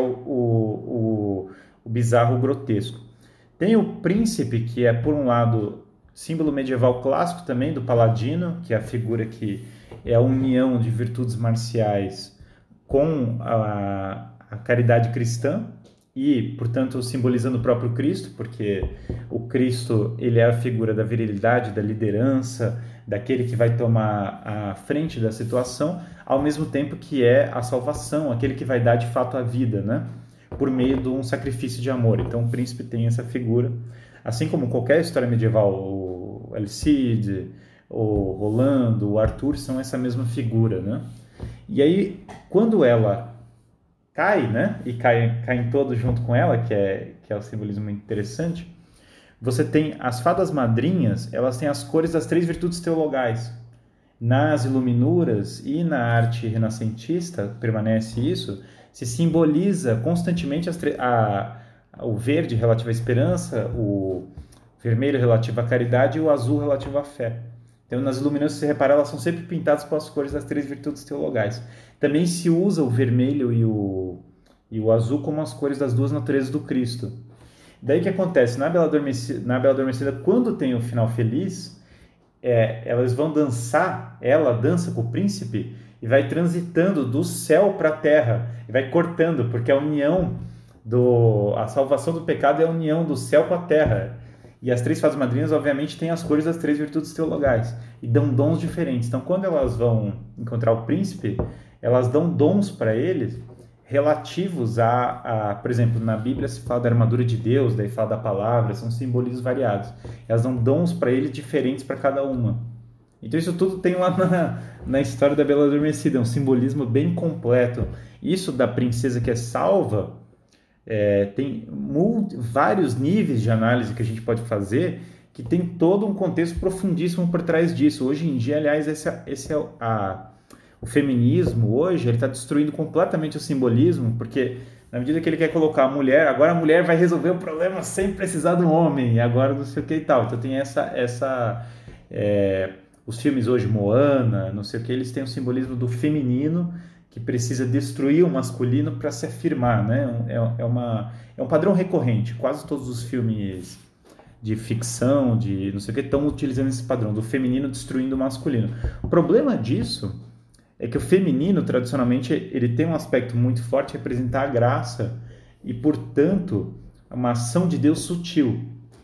o, o, o bizarro, o grotesco. Tem o príncipe, que é, por um lado, símbolo medieval clássico também, do paladino, que é a figura que é a união de virtudes marciais com a, a caridade cristã, e, portanto, simbolizando o próprio Cristo, porque o Cristo ele é a figura da virilidade, da liderança, daquele que vai tomar a frente da situação, ao mesmo tempo que é a salvação, aquele que vai dar de fato a vida, né? Por meio de um sacrifício de amor. Então, o príncipe tem essa figura, assim como qualquer história medieval, o El Cid, o Rolando, o Arthur são essa mesma figura, né? E aí, quando ela cai, né? E cai, caem todos junto com ela, que é, que é o simbolismo interessante. Você tem as fadas madrinhas, elas têm as cores das três virtudes teologais. Nas iluminuras e na arte renascentista, permanece isso, se simboliza constantemente as a, a, o verde relativo à esperança, o vermelho relativo à caridade e o azul relativo à fé. Então, nas iluminuras, se você reparar, elas são sempre pintadas com as cores das três virtudes teologais. Também se usa o vermelho e o, e o azul como as cores das duas naturezas do Cristo. Daí o que acontece? Na Bela Adormecida, na Bela Adormecida, quando tem o final feliz, é, elas vão dançar, ela dança com o príncipe e vai transitando do céu para a terra, e vai cortando, porque a união, do, a salvação do pecado é a união do céu com a terra. E as três fadas madrinhas, obviamente, têm as cores das três virtudes teologais e dão dons diferentes. Então, quando elas vão encontrar o príncipe, elas dão dons para eles relativos a, a, por exemplo, na Bíblia se fala da armadura de Deus, daí fala da palavra, são simbolismos variados. Elas dão dons para ele diferentes para cada uma. Então isso tudo tem lá na, na história da Bela Adormecida, é um simbolismo bem completo. Isso da princesa que é salva, é, tem multi, vários níveis de análise que a gente pode fazer, que tem todo um contexto profundíssimo por trás disso. Hoje em dia, aliás, esse, esse é a... O feminismo hoje, ele está destruindo completamente o simbolismo, porque na medida que ele quer colocar a mulher, agora a mulher vai resolver o problema sem precisar do homem, e agora não sei o que e tal. Então tem essa... essa é, os filmes hoje, Moana, não sei o que, eles têm o simbolismo do feminino que precisa destruir o masculino para se afirmar, né? É, é, uma, é um padrão recorrente. Quase todos os filmes de ficção, de não sei o que, estão utilizando esse padrão do feminino destruindo o masculino. O problema disso é que o feminino, tradicionalmente, ele tem um aspecto muito forte de representar a graça e, portanto, uma ação de Deus sutil.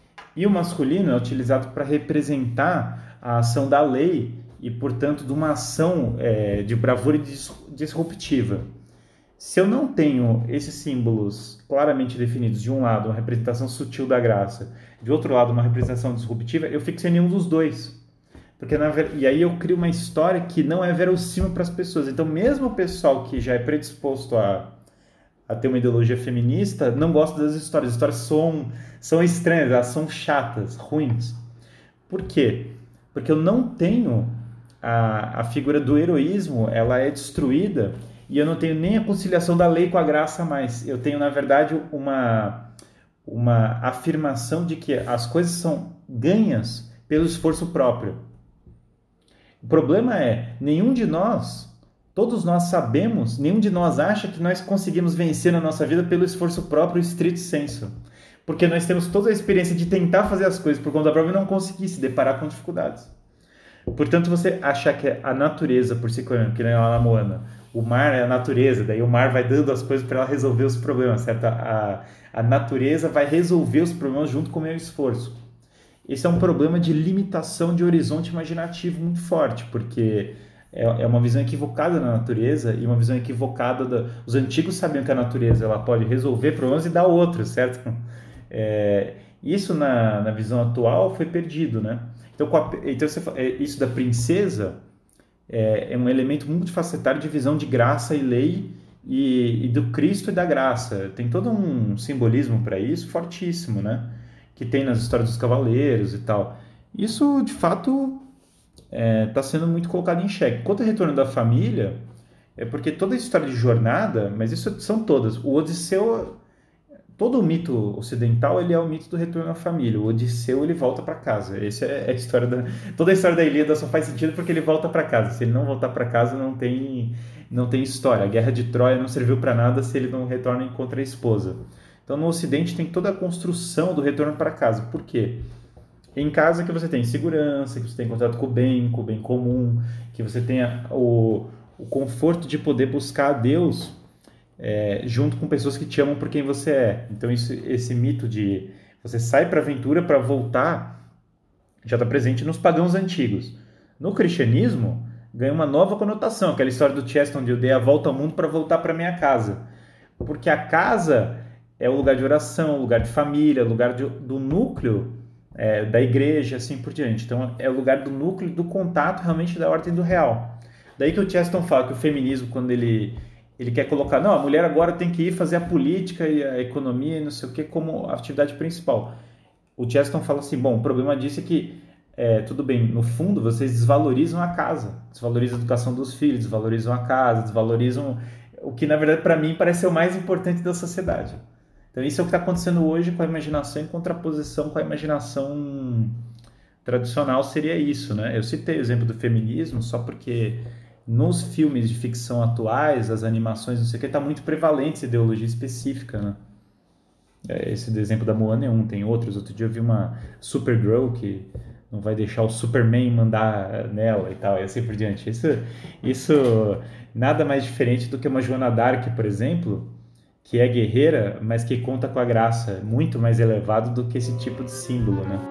E o masculino é utilizado para representar a ação da lei e, portanto, de uma ação é, de bravura disruptiva. Se eu não tenho esses símbolos claramente definidos, de um lado, uma representação sutil da graça, de outro lado, uma representação disruptiva, eu fico sem nenhum dos dois. Porque na ver... E aí eu crio uma história que não é verossímil para as pessoas. Então, mesmo o pessoal que já é predisposto a, a ter uma ideologia feminista, não gosta das histórias. As histórias são, são estranhas, elas são chatas, ruins. Por quê? Porque eu não tenho a, a figura do heroísmo, ela é destruída, e eu não tenho nem a conciliação da lei com a graça mais. Eu tenho, na verdade, uma, uma afirmação de que as coisas são ganhas pelo esforço próprio. O problema é, nenhum de nós, todos nós sabemos, nenhum de nós acha que nós conseguimos vencer na nossa vida pelo esforço próprio e estrito senso. Porque nós temos toda a experiência de tentar fazer as coisas por conta própria e não conseguir se deparar com dificuldades. Portanto, você achar que a natureza por si, que nem lá na Moana, o mar é a natureza, daí o mar vai dando as coisas para ela resolver os problemas, certo? A, a natureza vai resolver os problemas junto com o meu esforço. Esse é um problema de limitação de horizonte imaginativo muito forte, porque é uma visão equivocada da natureza e uma visão equivocada da... Os antigos sabiam que a natureza ela pode resolver problemas e dar outros, certo? É... Isso na, na visão atual foi perdido, né? Então, a... então você... isso da princesa é... é um elemento multifacetário de visão de graça e lei e... e do Cristo e da graça. Tem todo um simbolismo para isso fortíssimo, né? Que tem nas histórias dos cavaleiros e tal. Isso, de fato, está é, sendo muito colocado em xeque. Quanto ao retorno da família, é porque toda a história de jornada, mas isso são todas. O Odisseu, todo o mito ocidental, ele é o mito do retorno à família. O Odisseu, ele volta para casa. Essa é a história da... Toda a história da Ilíada só faz sentido porque ele volta para casa. Se ele não voltar para casa, não tem, não tem história. A Guerra de Troia não serviu para nada se ele não retorna e encontra a esposa. Então, no Ocidente, tem toda a construção do retorno para casa. Por quê? Em casa que você tem segurança, que você tem contato com o bem, com o bem comum, que você tenha o, o conforto de poder buscar a Deus é, junto com pessoas que te amam por quem você é. Então, isso, esse mito de você sai para a aventura para voltar já está presente nos pagãos antigos. No cristianismo, ganha uma nova conotação, aquela história do Chesterton de eu dei a volta ao mundo para voltar para minha casa. Porque a casa é o lugar de oração, o lugar de família, o lugar de, do núcleo é, da igreja, assim por diante. Então, é o lugar do núcleo, do contato realmente da ordem do real. Daí que o Chesterton fala que o feminismo, quando ele, ele quer colocar, não, a mulher agora tem que ir fazer a política e a economia e não sei o que como atividade principal. O Chesterton fala assim, bom, o problema disso é que, é, tudo bem, no fundo vocês desvalorizam a casa, desvalorizam a educação dos filhos, desvalorizam a casa, desvalorizam o que, na verdade, para mim, parece ser o mais importante da sociedade. Então, isso é o que está acontecendo hoje com a imaginação em contraposição com a imaginação tradicional, seria isso, né? Eu citei o exemplo do feminismo só porque nos filmes de ficção atuais, as animações, não sei o que, está muito prevalente essa ideologia específica, né? Esse exemplo da Moana é um, tem outros. Outro dia eu vi uma Supergirl que não vai deixar o Superman mandar nela e tal, e assim por diante. Isso, isso nada mais diferente do que uma Joana d'Arc, por exemplo, que é guerreira, mas que conta com a graça, muito mais elevado do que esse tipo de símbolo, né?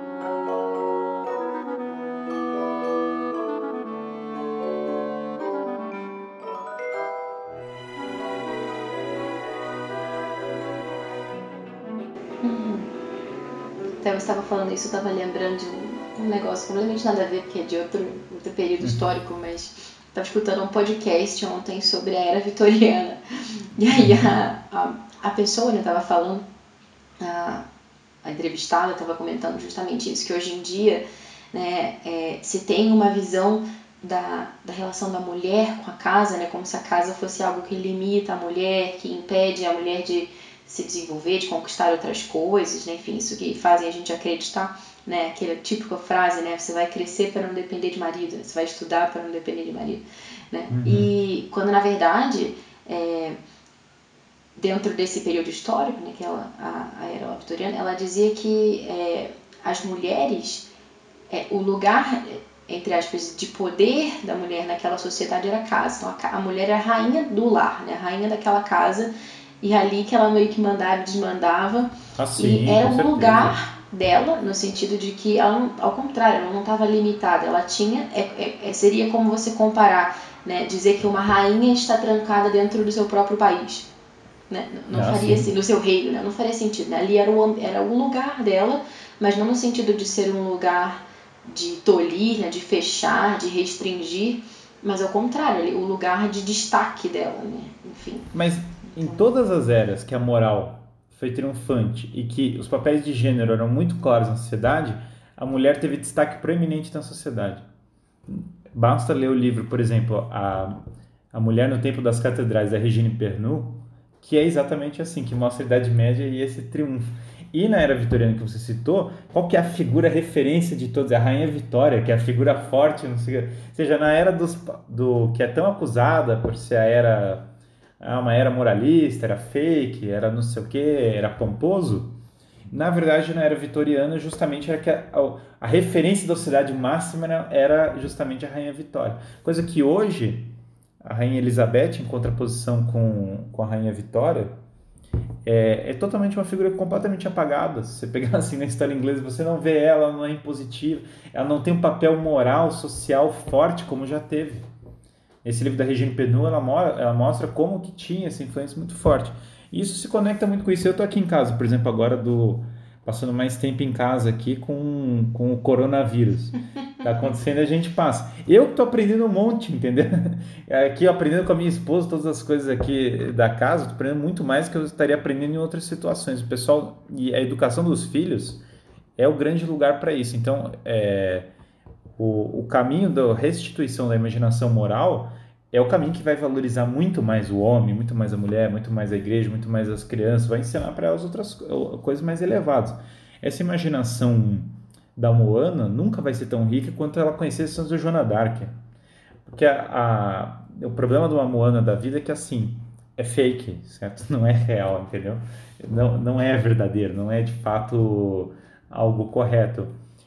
Então, eu estava falando isso, eu estava lembrando de um, um negócio completamente nada a ver, porque é de outro, outro período histórico, mas estava escutando um podcast ontem sobre a Era Vitoriana. E aí a, a, a pessoa estava falando, a, a entrevistada estava comentando justamente isso, que hoje em dia, né, é, se tem uma visão da, da relação da mulher com a casa, né, como se a casa fosse algo que limita a mulher, que impede a mulher de se desenvolver, de conquistar outras coisas, né? Enfim, isso que fazem a gente acreditar, né? Aquela típica frase, né? Você vai crescer para não depender de marido, você vai estudar para não depender de marido, né? Uhum. E quando na verdade, é, dentro desse período histórico, né? Que ela, a, a era vitoriana, ela dizia que é, as mulheres, é, o lugar, entre aspas, de poder da mulher naquela sociedade era a casa. Então a, a mulher era a rainha do lar, né? A rainha daquela casa. E ali que ela meio que mandava e desmandava. Ah, sim, e era um certeza. lugar dela, no sentido de que ela não, ao contrário, ela não estava limitada. Ela tinha, é, é, seria como você comparar, né, dizer que uma rainha está trancada dentro do seu próprio país. Né? Não ah, faria assim, no seu reino, né? Não faria sentido. Né? Ali era o, era o lugar dela, mas não no sentido de ser um lugar de tolir, né, de fechar, de restringir, mas ao contrário, ali, o lugar de destaque dela, né? Enfim. Mas em todas as eras que a moral foi triunfante e que os papéis de gênero eram muito claros na sociedade, a mulher teve destaque proeminente na sociedade. Basta ler o livro, por exemplo, a, a Mulher no Tempo das Catedrais, da Regine Pernoud, que é exatamente assim, que mostra a Idade Média e esse triunfo. E na Era Vitoriana que você citou, qual que é a figura referência de todos? É a Rainha Vitória, que é a figura forte, não sei, ou seja, na era dos, do, que é tão acusada por ser a era... uma era moralista, era fake, era não sei o que, era pomposo. Na verdade, na era vitoriana, justamente era que a, a, a referência da sociedade máxima era, era justamente a Rainha Vitória. Coisa que hoje, a Rainha Elizabeth, em contraposição com, com a Rainha Vitória, é, é totalmente uma figura completamente apagada. Se você pegar assim na história inglesa, você não vê ela, ela não é impositiva, ela não tem um papel moral, social forte como já teve. Esse livro da Regine Pernoud, ela, ela mostra como que tinha essa influência muito forte. E isso se conecta muito com isso. Eu estou aqui em casa, por exemplo, agora do, passando mais tempo em casa aqui com, com o coronavírus. Está acontecendo e a gente passa. Eu estou aprendendo um monte, entendeu? Aqui eu aprendendo com a minha esposa todas as coisas aqui da casa, estou aprendendo muito mais que eu estaria aprendendo em outras situações. O pessoal, e a educação dos filhos é o grande lugar para isso. Então, é... O, o caminho da restituição da imaginação moral é o caminho que vai valorizar muito mais o homem, muito mais a mulher, muito mais a igreja, muito mais as crianças, vai ensinar para elas outras coisas mais elevadas. Essa imaginação da Moana nunca vai ser tão rica quanto ela conhecer as de Joana d'Arc. Porque a, a, o problema de uma Moana da vida é que, assim, é fake, certo? Não é real, entendeu? Não, não é verdadeiro, não é de fato algo correto.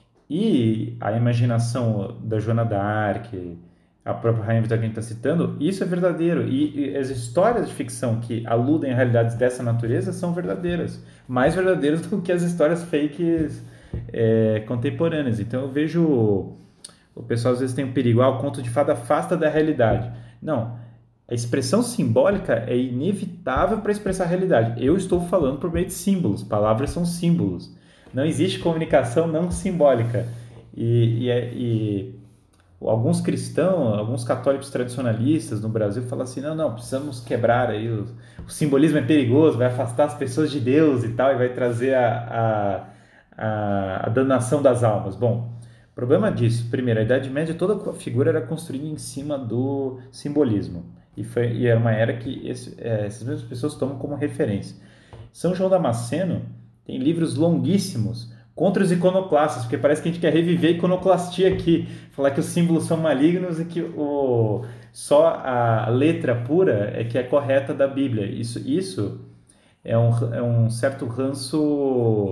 E a imaginação da Joana d'Arc, a própria Rainha Vitória que a gente está citando, isso é verdadeiro. E, e as histórias de ficção que aludem a realidades dessa natureza são verdadeiras. Mais verdadeiras do que as histórias fakes é, contemporâneas. Então eu vejo... O pessoal às vezes tem um perigo. Ah, o conto de fada afasta da realidade. Não. A expressão simbólica é inevitável para expressar a realidade. Eu estou falando por meio de símbolos. Palavras são símbolos. Não existe comunicação não simbólica. E, e, e alguns cristãos, alguns católicos tradicionalistas no Brasil falam assim, não, não, precisamos quebrar aí, o, o simbolismo é perigoso, vai afastar as pessoas de Deus e tal, e vai trazer a, a, a, a danação das almas. Bom, o problema disso, primeiro, a Idade Média, toda a figura era construída em cima do simbolismo. E, foi, e era uma era que esse, é, essas mesmas pessoas tomam como referência. São João Damasceno tem livros longuíssimos contra os iconoclastas, porque parece que a gente quer reviver a iconoclastia aqui, falar que os símbolos são malignos e que o, só a letra pura é que é correta da Bíblia. Isso, isso é, um, é um certo ranço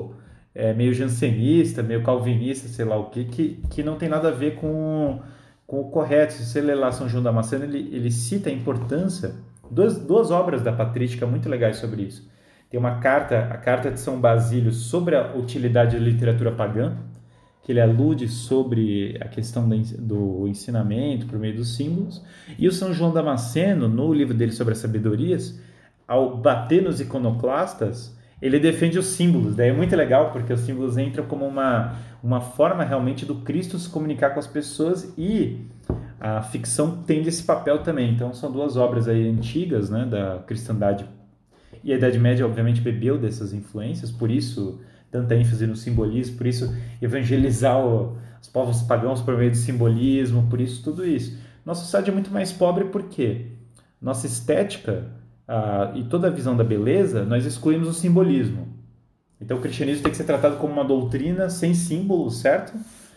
é, meio jansenista, meio calvinista, sei lá o que, que, que não tem nada a ver com, com o correto. Se você ler lá São João Damasceno, ele, ele cita a importância, duas, duas obras da patrística muito legais sobre isso. Tem uma carta, a Carta de São Basílio, sobre a utilidade da literatura pagã, que ele alude sobre a questão do ensinamento por meio dos símbolos. E o São João Damasceno, no livro dele sobre as sabedorias, ao bater nos iconoclastas, ele defende os símbolos. Daí é muito legal, porque os símbolos entram como uma, uma forma realmente do Cristo se comunicar com as pessoas, e a ficção tem esse papel também. Então são duas obras aí antigas, né, da cristandade. E a Idade Média, obviamente, bebeu dessas influências, por isso tanta ênfase no simbolismo, por isso evangelizar o, os povos pagãos por meio do simbolismo, por isso tudo isso. Nossa sociedade é muito mais pobre porque nossa estética ah, e toda a visão da beleza, nós excluímos o simbolismo. Então o cristianismo tem que ser tratado como uma doutrina sem símbolos, certo?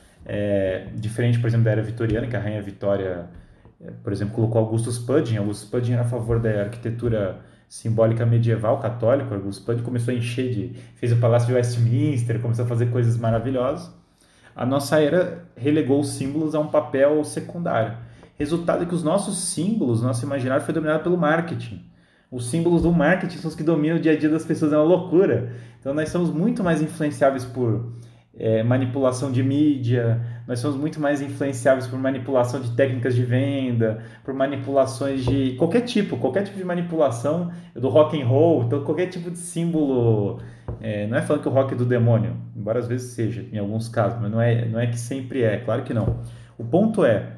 É, diferente, por exemplo, da era vitoriana, que a rainha Vitória, por exemplo, colocou Augustus Pudgeon. Augustus Pudgeon era a favor da arquitetura simbólica medieval católica. Augustus Pudgeon começou a encher de... fez o Palácio de Westminster, começou a fazer coisas maravilhosas. A nossa era relegou os símbolos a um papel secundário. Resultado é que os nossos símbolos, nosso imaginário foi dominado pelo marketing. Os símbolos do marketing são os que dominam o dia a dia das pessoas, é uma loucura. Então nós somos muito mais influenciáveis por é, manipulação de mídia, nós somos muito mais influenciáveis por manipulação de técnicas de venda, por manipulações de qualquer tipo, qualquer tipo de manipulação do rock and roll, então qualquer tipo de símbolo. É, não é falando que o rock é do demônio, embora às vezes seja, em alguns casos, mas não é, não é que sempre é, claro que não. O ponto é,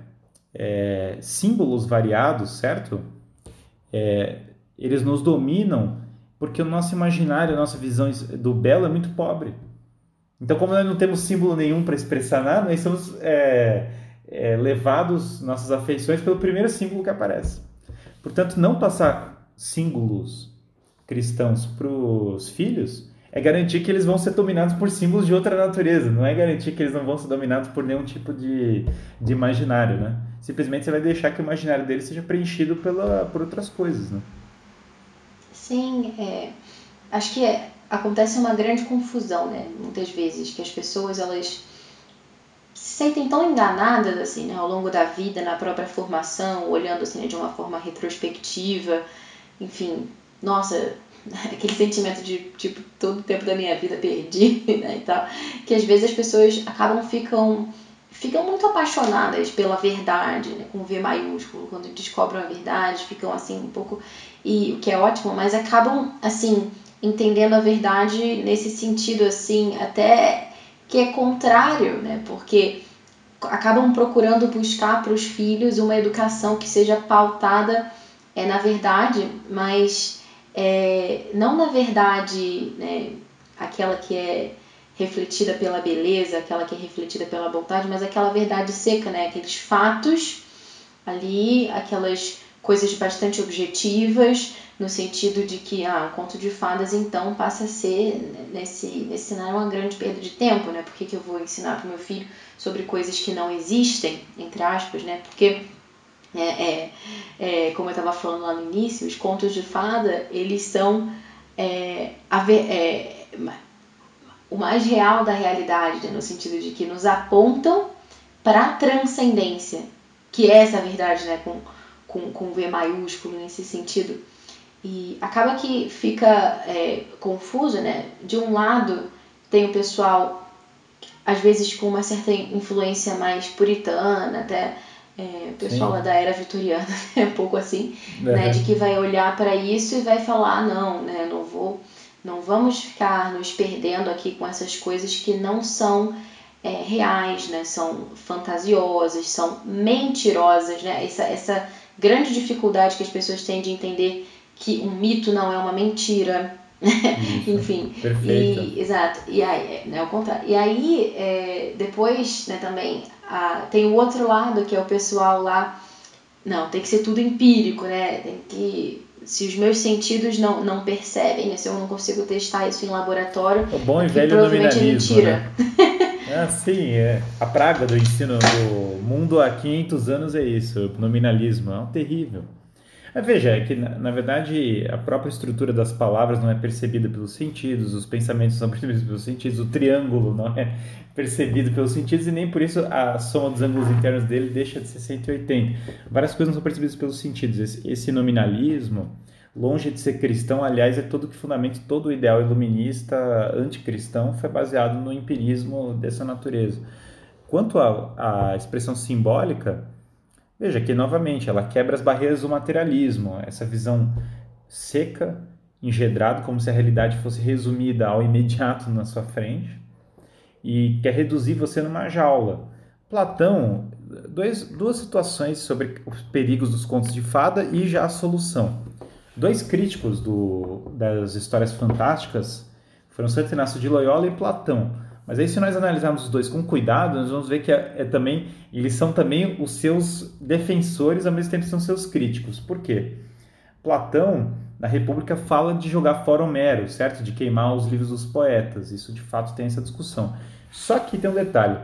é símbolos variados, certo? É, eles nos dominam porque o nosso imaginário, a nossa visão do belo é muito pobre. Então, como nós não temos símbolo nenhum para expressar nada, nós somos é, é, levados, nossas afeições, pelo primeiro símbolo que aparece. Portanto, não passar símbolos cristãos para os filhos é garantir que eles vão ser dominados por símbolos de outra natureza, não é garantir que eles não vão ser dominados por nenhum tipo de, de imaginário, né? Simplesmente você vai deixar que o imaginário deles seja preenchido pela, por outras coisas, né? Sim, é, acho que é, acontece uma grande confusão, né? Muitas vezes, que as pessoas, elas se sentem tão enganadas, assim, né? Ao longo da vida, na própria formação, olhando, assim, né? De uma forma retrospectiva, enfim, nossa, aquele sentimento de, tipo, todo o tempo da minha vida perdi, né? E tal, que às vezes as pessoas acabam, ficam... ficam muito apaixonadas pela verdade, né, com V maiúsculo, quando descobrem a verdade, ficam assim um pouco, e o que é ótimo, mas acabam assim entendendo a verdade nesse sentido assim, até que é contrário, né, porque acabam procurando buscar para os filhos uma educação que seja pautada é, na verdade, mas é, não na verdade, né, aquela que é refletida pela beleza, aquela que é refletida pela bondade, mas aquela verdade seca, né? Aqueles fatos ali, aquelas coisas bastante objetivas, no sentido de que ah, um conto de fadas então passa a ser, nesse, nesse cenário, uma grande perda de tempo, né? Por que, que eu vou ensinar para o meu filho sobre coisas que não existem, entre aspas, né? Porque, é, é, é, como eu estava falando lá no início, os contos de fada, eles são é, a ver, é, o mais real da realidade, né? No sentido de que nos apontam para a transcendência, que é essa verdade, né? com, com, com V maiúsculo nesse sentido. E acaba que fica é, confuso, né? De um lado tem o pessoal, às vezes com uma certa influência mais puritana, até é, o pessoal lá da era vitoriana, é um pouco assim, uhum. né? De que vai olhar para isso e vai falar, ah, não, né? Não vou... Não vamos ficar nos perdendo aqui com essas coisas que não são é, reais, né? São fantasiosas, são mentirosas, né? Essa, essa grande dificuldade que as pessoas têm de entender que um mito não é uma mentira, Isso, enfim. perfeito. E, exato. E aí, né, ao contrário. E aí, é, depois, né, também, a, tem o outro lado, que é o pessoal lá, não, tem que ser tudo empírico, né? Tem que... Se os meus sentidos não, não percebem, né? Se eu não consigo testar isso em laboratório, o bom e é velho provavelmente é mentira. Né? É, sim, é. A praga do ensino do mundo há quinhentos anos é isso, o nominalismo, é um terrível. Mas veja, é que na, na verdade a própria estrutura das palavras não é percebida pelos sentidos, os pensamentos são percebidos pelos sentidos, o triângulo não é percebido pelos sentidos e nem por isso a soma dos ângulos internos dele deixa de ser cento e oitenta. Várias coisas não são percebidas pelos sentidos. Esse, esse nominalismo, longe de ser cristão, aliás, é todo que fundamenta todo o ideal iluminista anticristão foi baseado no empirismo dessa natureza. Quanto à à expressão simbólica, veja que, novamente, ela quebra as barreiras do materialismo, essa visão seca, engedrada, como se a realidade fosse resumida ao imediato na sua frente, e quer reduzir você numa jaula. Platão, dois, duas situações sobre os perigos dos contos de fada e já a solução. Dois críticos do, das histórias fantásticas foram Santo Inácio de Loyola e Platão. Mas aí, se nós analisarmos os dois com cuidado, nós vamos ver que é, é também, eles são também os seus defensores, ao mesmo tempo são seus críticos. Por quê? Platão, na República, fala de jogar fora Homero, certo? De queimar os livros dos poetas. Isso, de fato, tem essa discussão. Só que tem um detalhe.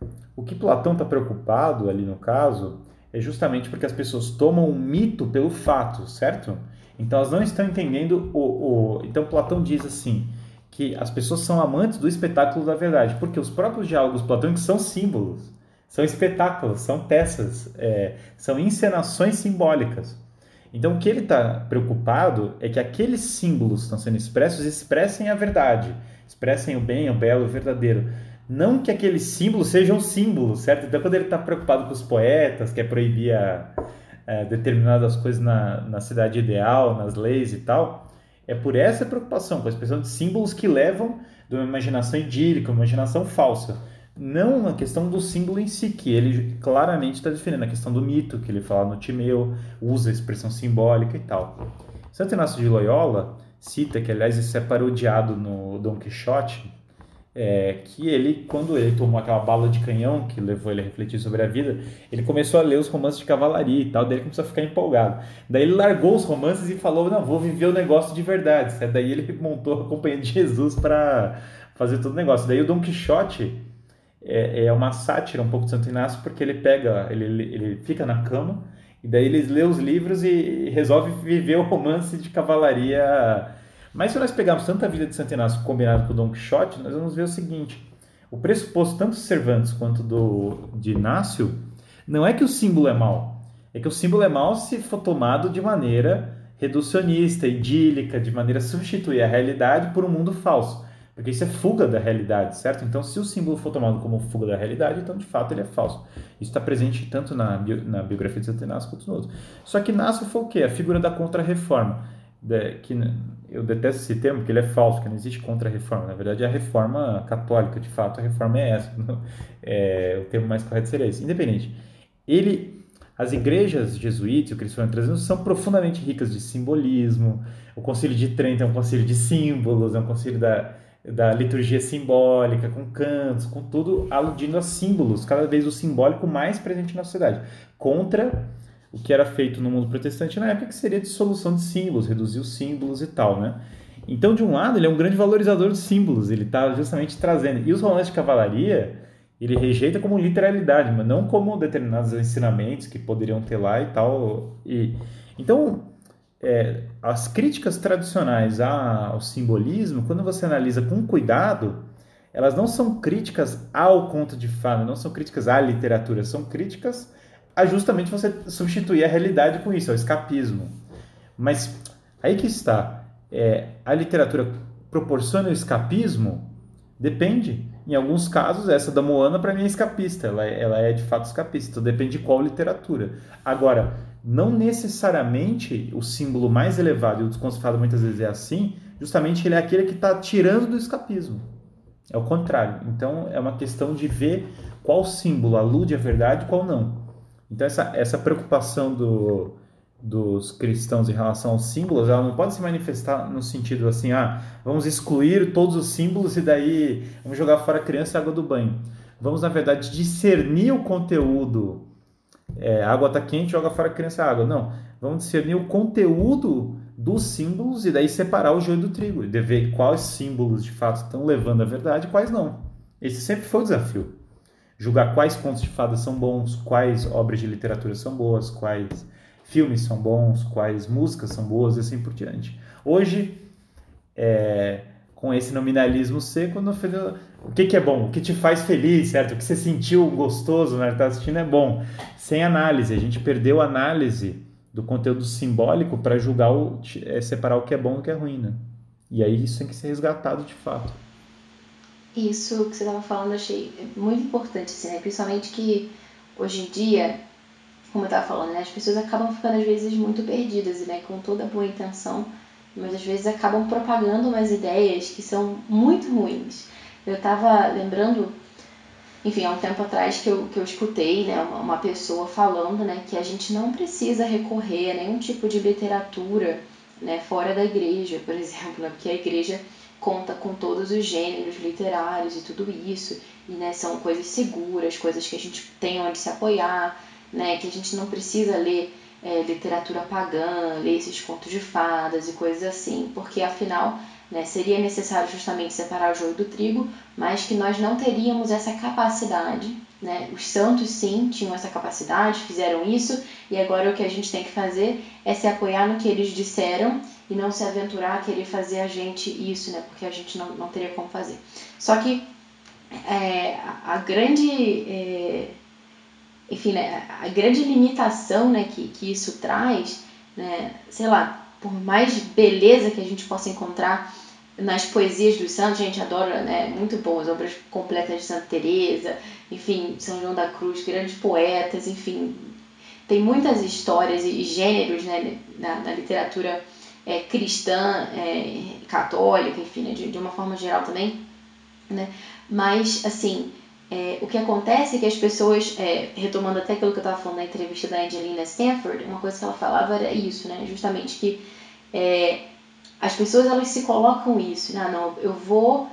O que Platão está preocupado ali no caso é justamente porque as pessoas tomam o mito pelo fato, certo? Então, elas não estão entendendo o... o... Então, Platão diz assim, que as pessoas são amantes do espetáculo da verdade, porque os próprios diálogos platônicos são símbolos, são espetáculos, são peças, é, são encenações simbólicas. Então, o que ele está preocupado é que aqueles símbolos que estão sendo expressos expressem a verdade, expressem o bem, o belo, o verdadeiro. Não que aqueles símbolos sejam símbolos, certo? Então, quando ele está preocupado com os poetas, quer proibir a, a determinadas coisas na, na cidade ideal, nas leis e tal, é por essa preocupação, com a expressão de símbolos que levam de uma imaginação idílica, uma imaginação falsa. Não a questão do símbolo em si, que ele claramente está defendendo, a questão do mito, que ele fala no Timeu, usa a expressão simbólica e tal. Santo Inácio de Loyola cita, que aliás isso é parodiado no Dom Quixote, é, que ele, quando ele tomou aquela bala de canhão que levou ele a refletir sobre a vida, ele começou a ler os romances de cavalaria e tal, daí ele começou a ficar empolgado. Daí ele largou os romances e falou, não, vou viver o negócio de verdade. Certo? Daí ele montou a Companhia de Jesus para fazer todo o negócio. Daí o Dom Quixote é, é uma sátira um pouco de Santo Inácio, porque ele pega, ele, ele fica na cama, e daí ele lê os livros e resolve viver o romance de cavalaria. Mas se nós pegarmos tanto a vida de Santo Inácio combinado com o Dom Quixote, nós vamos ver o seguinte, o pressuposto tanto de Cervantes quanto do, de Inácio não é que o símbolo é mau, é que o símbolo é mau se for tomado de maneira reducionista, idílica, de maneira a substituir a realidade por um mundo falso, porque isso é fuga da realidade, certo? Então, se o símbolo for tomado como fuga da realidade, então, de fato, ele é falso. Isso está presente tanto na, bio, na biografia de Santo Inácio quanto no outro. Só que Inácio foi o quê? A figura da contra-reforma, que eu detesto esse termo porque ele é falso, que não existe contra-reforma. Na verdade, é a reforma católica, de fato, a reforma é essa. É, o termo mais correto seria esse. Independente. Ele, as igrejas jesuítas, o que eles foram trazendo, são profundamente ricas de simbolismo. O Concílio de Trento é um concílio de símbolos, é um concílio da, da liturgia simbólica, com cantos, com tudo aludindo a símbolos, cada vez o simbólico mais presente na sociedade. Contra o que era feito no mundo protestante na época, que seria dissolução de símbolos, reduzir os símbolos e tal, né? Então, de um lado, ele é um grande valorizador de símbolos, ele está justamente trazendo. E os romances de cavalaria, ele rejeita como literalidade, mas não como determinados ensinamentos que poderiam ter lá e tal. E, então, é, as críticas tradicionais ao simbolismo, quando você analisa com cuidado, elas não são críticas ao conto de fada, não são críticas à literatura, são críticas a justamente você substituir a realidade com isso, é o escapismo. Mas aí que está, é, a literatura proporciona o escapismo? Depende. Em alguns casos, essa da Moana para mim é escapista, ela, ela é de fato escapista, então depende de qual literatura. Agora, não necessariamente o símbolo mais elevado, e o Desconto de Fada muitas vezes é assim, justamente ele é aquele que está tirando do escapismo. É o contrário. Então, é uma questão de ver qual símbolo alude à verdade e qual não. Então, essa, essa preocupação do, dos cristãos em relação aos símbolos, ela não pode se manifestar no sentido assim, ah, vamos excluir todos os símbolos e daí vamos jogar fora a criança e a água do banho. Vamos, na verdade, discernir o conteúdo. É, a água está quente, joga fora a criança e a água. Não, vamos discernir o conteúdo dos símbolos e daí separar o joio do trigo. E ver quais símbolos, de fato, estão levando à verdade e quais não. Esse sempre foi o desafio. Julgar quais contos de fadas são bons, quais obras de literatura são boas, quais filmes são bons, quais músicas são boas e assim por diante. Hoje, é, com esse nominalismo seco, no final, o que, que é bom? O que te faz feliz, certo? O que você sentiu gostoso na hora que tá assistindo é bom. Sem análise, a gente perdeu a análise do conteúdo simbólico para julgar, o, é, separar o que é bom e o que é ruim, né? E aí isso tem que ser resgatado de fato. Isso que você estava falando eu achei muito importante, assim, né? Principalmente que hoje em dia, como eu estava falando, né? As pessoas acabam ficando às vezes muito perdidas, né? Com toda boa intenção, mas às vezes acabam propagando umas ideias que são muito ruins. Eu estava lembrando, enfim, há um tempo atrás que eu, que eu escutei, né, uma, uma pessoa falando, né, que a gente não precisa recorrer a nenhum tipo de literatura, né, fora da igreja, por exemplo, né, porque a igreja conta com todos os gêneros literários e tudo isso, e, né, são coisas seguras, coisas que a gente tem onde se apoiar, né, que a gente não precisa ler é, literatura pagã, ler esses contos de fadas e coisas assim, porque afinal, né, seria necessário justamente separar o joio do trigo, mas que nós não teríamos essa capacidade, né? Os santos sim tinham essa capacidade, fizeram isso, e agora o que a gente tem que fazer é se apoiar no que eles disseram e não se aventurar a querer fazer a gente isso, né? Porque a gente não, não teria como fazer. Só que é, a, a grande... É, enfim, né, a grande limitação, né, que, que isso traz, né, sei lá, por mais beleza que a gente possa encontrar nas poesias dos santos, a gente adora, né, muito bom, as obras completas de Santa Teresa, enfim, São João da Cruz, grandes poetas, enfim, tem muitas histórias e gêneros, né, na, na literatura é, cristã, é, católica, enfim, né, de, de uma forma geral também, né, mas, assim, é, o que acontece é que as pessoas, é, retomando até aquilo que eu estava falando na entrevista da Angelina Stanford, uma coisa que ela falava era isso, né, justamente que é, as pessoas elas se colocam isso, né? Não, eu vou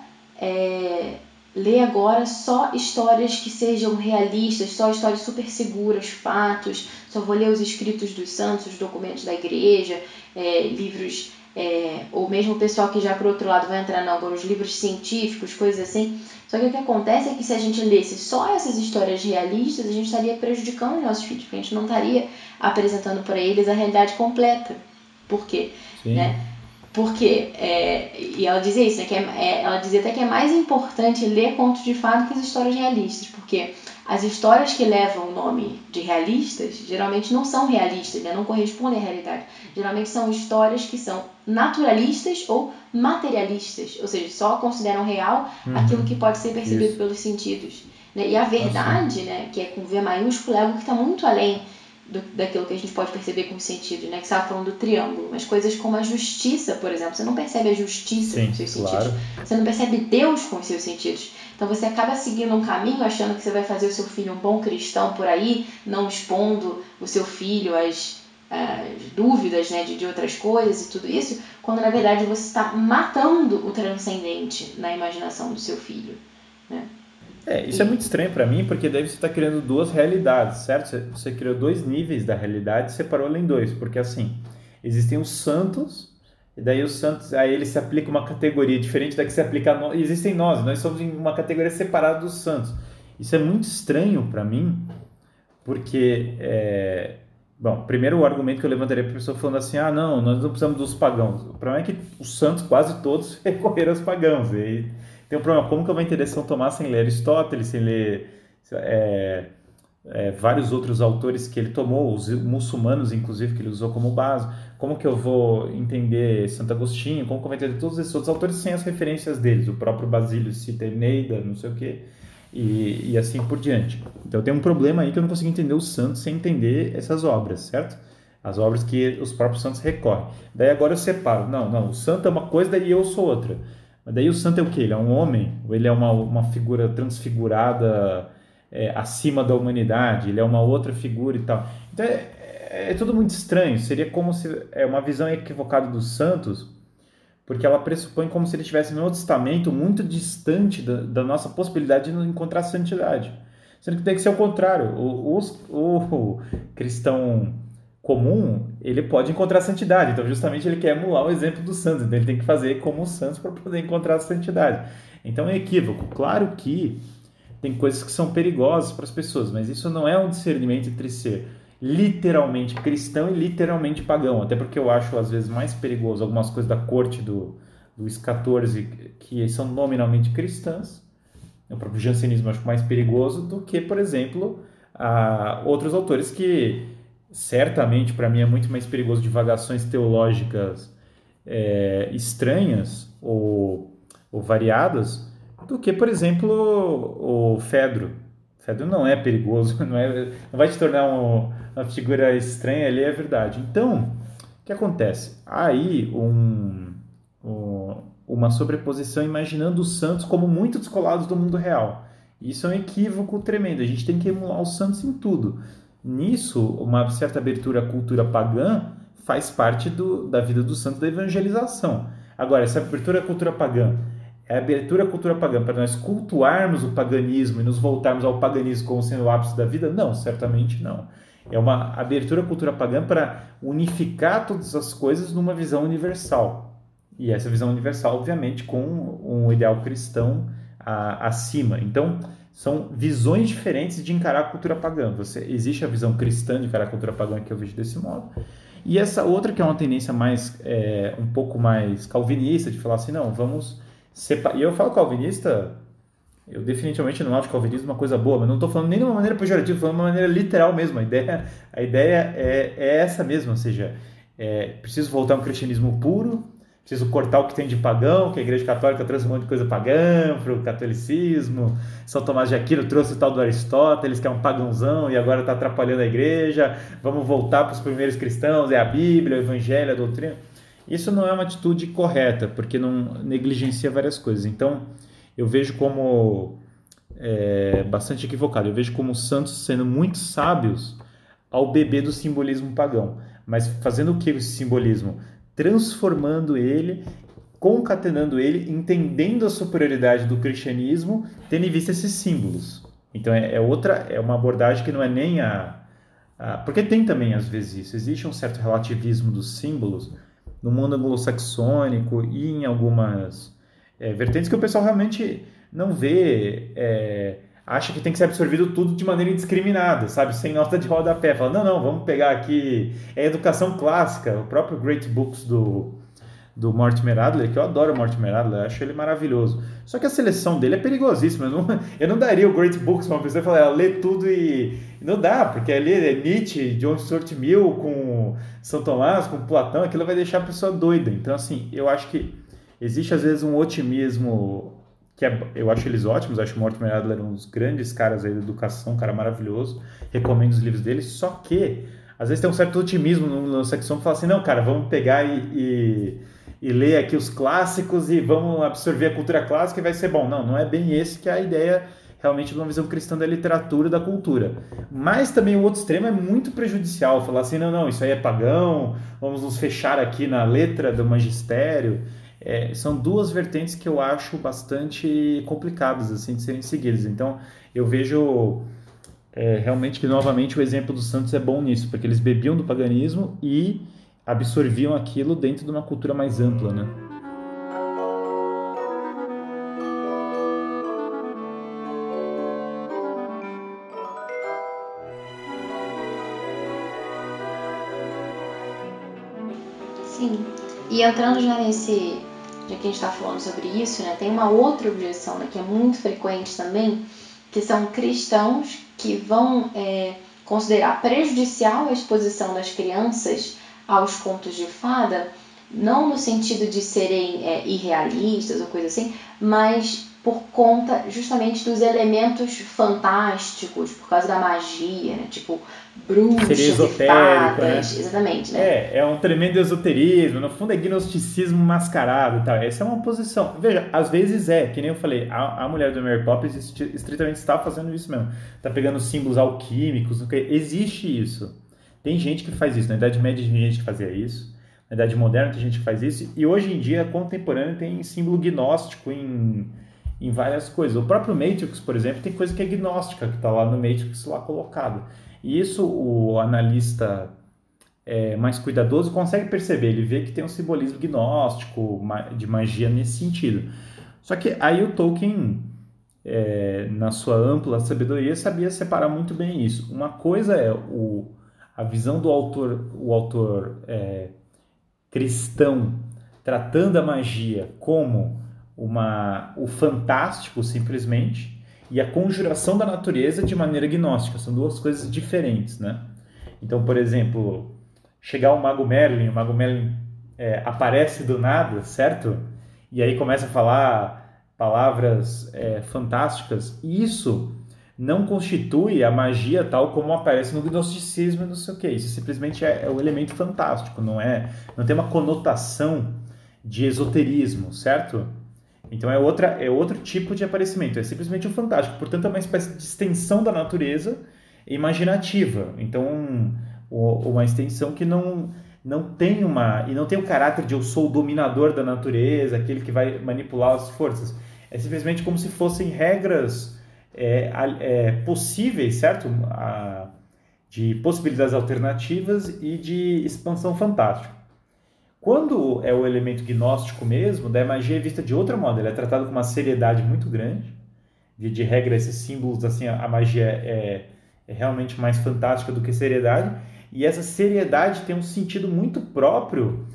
é, ler agora só histórias que sejam realistas, só histórias super seguras, fatos, só vou ler os escritos dos santos, os documentos da igreja, é, livros, é, ou mesmo o pessoal que já por outro lado vai entrar não, agora os livros científicos, coisas assim. Só que o que acontece é que se a gente lesse só essas histórias realistas, a gente estaria prejudicando os nossos filhos, porque a gente não estaria apresentando para eles a realidade completa. Por quê? Sim. Né? Porque, é, e ela dizia isso, né, que é, é, ela dizia até que é mais importante ler contos de fada que as histórias realistas, porque as histórias que levam o nome de realistas geralmente não são realistas, né, não correspondem à realidade. Geralmente são histórias que são naturalistas ou materialistas, ou seja, só consideram real Uhum. aquilo que pode ser percebido Isso. pelos sentidos. Né? E a verdade, Assim. né, que é com V maiúsculo, é algo que está muito além Do, daquilo que a gente pode perceber com os sentidos, né? Que você estava falando do triângulo, mas coisas como a justiça, por exemplo, você não percebe a justiça Sim, com os seus claro. sentidos, você não percebe Deus com os seus sentidos, então você acaba seguindo um caminho achando que você vai fazer o seu filho um bom cristão por aí, não expondo o seu filho às, às dúvidas, né, de, de outras coisas e tudo isso, quando na verdade você está matando o transcendente na imaginação do seu filho, né? É, isso é E muito estranho para mim, porque daí você está criando duas realidades, certo? Você, você criou dois níveis da realidade e separou ela em dois, porque assim, existem os santos, e daí os santos, aí ele se aplica uma categoria diferente da que se aplica a nós. Existem nós, nós somos em uma categoria separada dos santos. Isso é muito estranho para mim, porque, é, bom, primeiro o argumento que eu levantaria para a pessoa falando assim, ah, não, nós não precisamos dos pagãos. O problema é que os santos, quase todos, recorreram aos pagãos. E aí tem um problema, como que eu vou entender São Tomás sem ler Aristóteles, sem ler é, é, vários outros autores que ele tomou, os muçulmanos, inclusive, que ele usou como base? Como que eu vou entender Santo Agostinho? Como que eu vou entender todos esses outros autores sem as referências deles? O próprio Basílio cita Eneida, não sei o quê. E, e assim por diante. Então tem um problema aí que eu não consigo entender os santos sem entender essas obras, certo? As obras que os próprios santos recorrem. Daí agora eu separo. Não, não, o santo é uma coisa, daí eu sou outra. Mas daí o santo é o quê? Ele é um homem? Ou ele é uma, uma figura transfigurada é, acima da humanidade? Ele é uma outra figura e tal. Então é, é, é tudo muito estranho. Seria como se... É uma visão equivocada dos santos, porque ela pressupõe como se ele estivesse em outro estamento muito distante da, da nossa possibilidade de encontrar santidade. Sendo que tem que ser o contrário. O, o, o cristão comum, ele pode encontrar santidade. Então, justamente, ele quer emular o exemplo dos santos. Então, ele tem que fazer como os santos para poder encontrar a santidade. Então, é equívoco. Claro que tem coisas que são perigosas para as pessoas, mas isso não é um discernimento entre ser literalmente cristão e literalmente pagão, até porque eu acho às vezes mais perigoso algumas coisas da corte do Luís quatorze que são nominalmente cristãs, o próprio jansenismo eu acho mais perigoso do que, por exemplo, a outros autores que certamente para mim é muito mais perigoso divagações teológicas é, estranhas ou, ou variadas do que, por exemplo, o Fedro. Fedro não é perigoso, não, é, não vai te tornar um, uma figura estranha ali, é verdade. Então, o que acontece? Há aí um, um, uma sobreposição imaginando os santos como muito descolados do mundo real. Isso é um equívoco tremendo. A gente tem que emular os santos em tudo. Nisso, uma certa abertura à cultura pagã faz parte do, da vida dos santos da evangelização. Agora, essa abertura à cultura pagã é a abertura à cultura pagã para nós cultuarmos o paganismo e nos voltarmos ao paganismo como sendo o ápice da vida? Não, certamente não. É uma abertura à cultura pagã para unificar todas as coisas numa visão universal. E essa visão universal, obviamente, com um ideal cristão a, acima. Então, são visões diferentes de encarar a cultura pagã. Você, existe a visão cristã de encarar a cultura pagã, que eu vejo desse modo. E essa outra, que é uma tendência mais, é, um pouco mais calvinista, de falar assim, não, vamos separar. E eu falo calvinista, eu definitivamente não acho o calvinismo uma coisa boa, mas não estou falando nem de uma maneira pejorativa, estou falando de uma maneira literal mesmo. A ideia, a ideia é, é essa mesmo, ou seja, é, preciso voltar a um cristianismo puro, preciso cortar o que tem de pagão, que a Igreja Católica trouxe um monte de coisa pagã para o catolicismo. São Tomás de Aquino trouxe o tal do Aristóteles, que é um pagãozão e agora está atrapalhando a Igreja. Vamos voltar para os primeiros cristãos, é a Bíblia, o Evangelho, a doutrina. Isso não é uma atitude correta, porque não negligencia várias coisas. Então, eu vejo como é, bastante equivocado. Eu vejo como os santos sendo muito sábios ao beber do simbolismo pagão. Mas fazendo o que esse simbolismo? Transformando ele, concatenando ele, entendendo a superioridade do cristianismo, tendo em vista esses símbolos. Então é, é outra, é uma abordagem que não é nem a, a... Porque tem também, às vezes, isso. Existe um certo relativismo dos símbolos no mundo anglo-saxônico e em algumas é, vertentes que o pessoal realmente não vê... É, acha que tem que ser absorvido tudo de maneira indiscriminada, sabe? Sem nota de rodapé. Fala, não, não, vamos pegar aqui... É educação clássica, o próprio Great Books do, do Mortimer Adler, que eu adoro o Mortimer Adler, eu acho ele maravilhoso. Só que a seleção dele é perigosíssima. Eu não, eu não daria o Great Books para uma pessoa e falar, lê tudo e... Não dá, porque ali é Nietzsche, John Stuart Mill com São Tomás, com Platão, aquilo vai deixar a pessoa doida. Então, assim, eu acho que existe às vezes um otimismo... que é, eu acho eles ótimos, acho o Mortimer Adler um dos grandes caras aí da educação, um cara maravilhoso, recomendo os livros dele, só que às vezes tem um certo otimismo no, no secção que fala assim, não, cara, vamos pegar e, e, e ler aqui os clássicos e vamos absorver a cultura clássica e vai ser bom. Não, não é bem esse que é a ideia realmente de uma visão cristã da literatura e da cultura. Mas também o outro extremo é muito prejudicial, falar assim, não, não, isso aí é pagão, vamos nos fechar aqui na letra do magistério. É, são duas vertentes que eu acho bastante complicadas assim, de serem seguidas. Então, eu vejo é, realmente que, novamente, o exemplo dos santos é bom nisso, porque eles bebiam do paganismo e absorviam aquilo dentro de uma cultura mais ampla, né? Sim, e entrando já nesse... já que a gente está falando sobre isso, né, tem uma outra objeção, né, que é muito frequente também, que são cristãos que vão é, considerar prejudicial a exposição das crianças aos contos de fada, não no sentido de serem é, irrealistas ou coisa assim, mas por conta justamente dos elementos fantásticos, por causa da magia, né? Tipo bruxas e fadas, né? Exatamente, né? É, é um tremendo esoterismo, no fundo é gnosticismo mascarado e tal. Essa é uma posição. Veja, às vezes é, que nem eu falei, a, a mulher do Mary Poppins estritamente está fazendo isso mesmo. Está pegando símbolos alquímicos, okay? Existe isso. Tem gente que faz isso, na Idade Média tem gente que fazia isso, na Idade Moderna tem gente que faz isso, e hoje em dia, contemporâneo, tem símbolo gnóstico em... em várias coisas. O próprio Matrix, por exemplo, tem coisa que é gnóstica, que está lá no Matrix lá colocado. E isso o analista é, mais cuidadoso consegue perceber, ele vê que tem um simbolismo gnóstico, de magia nesse sentido. Só que aí o Tolkien, é, na sua ampla sabedoria, sabia separar muito bem isso. Uma coisa é o, a visão do autor, o autor é, cristão, tratando a magia como uma, o fantástico simplesmente, e a conjuração da natureza de maneira gnóstica. São duas coisas diferentes, né? Então, por exemplo, chegar o Mago Merlin, o Mago Merlin é, aparece do nada, certo? E aí começa a falar palavras é, fantásticas. E isso não constitui a magia tal como aparece no gnosticismo e não sei o que. Isso simplesmente é, é um elemento fantástico, não é? Não tem uma conotação de esoterismo, certo? Então é, outra, é outro tipo de aparecimento, é simplesmente o fantástico. Portanto, é uma espécie de extensão da natureza imaginativa. Então, uma extensão que não, não tem uma... E não tem o caráter de eu sou o dominador da natureza, aquele que vai manipular as forças. É simplesmente como se fossem regras é, é, possíveis, certo? A, de possibilidades alternativas e de expansão fantástica. Quando é o elemento gnóstico mesmo, daí a magia é vista de outra modo. Ela é tratada com uma seriedade muito grande. De, de regra, esses símbolos, assim, a, a magia é, é realmente mais fantástica do que seriedade. E essa seriedade tem um sentido muito próprio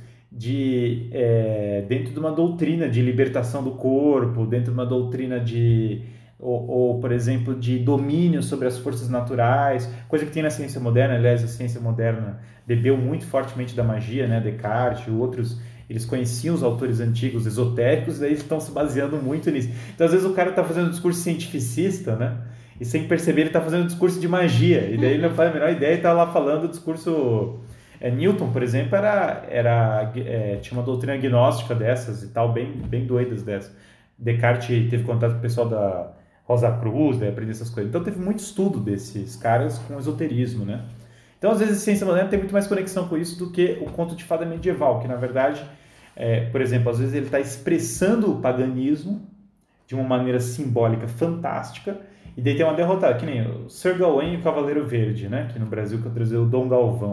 de, é, dentro de uma doutrina de libertação do corpo, dentro de uma doutrina de... Ou, ou, por exemplo, de domínio sobre as forças naturais, coisa que tem na ciência moderna. Aliás, a ciência moderna bebeu muito fortemente da magia, né? Descartes e outros, eles conheciam os autores antigos esotéricos, e daí eles estão se baseando muito nisso. Então, às vezes, o cara está fazendo um discurso cientificista, né? E sem perceber, ele está fazendo um discurso de magia, e daí ele não faz a menor ideia e está lá falando o discurso... É, Newton, por exemplo, era, era, é, tinha uma doutrina gnóstica dessas e tal, bem, bem doidas dessas. Descartes teve contato com o pessoal da Rosa Cruz, né, aprender essas coisas. Então teve muito estudo desses caras com esoterismo, né? Então, às vezes, a ciência moderna tem muito mais conexão com isso do que o conto de fada medieval, que, na verdade, é, por exemplo, às vezes ele está expressando o paganismo de uma maneira simbólica fantástica, e daí tem uma derrotada, que nem o Sir Gawain e o Cavaleiro Verde, né? Que no Brasil que eu traduzi o Dom Galvão.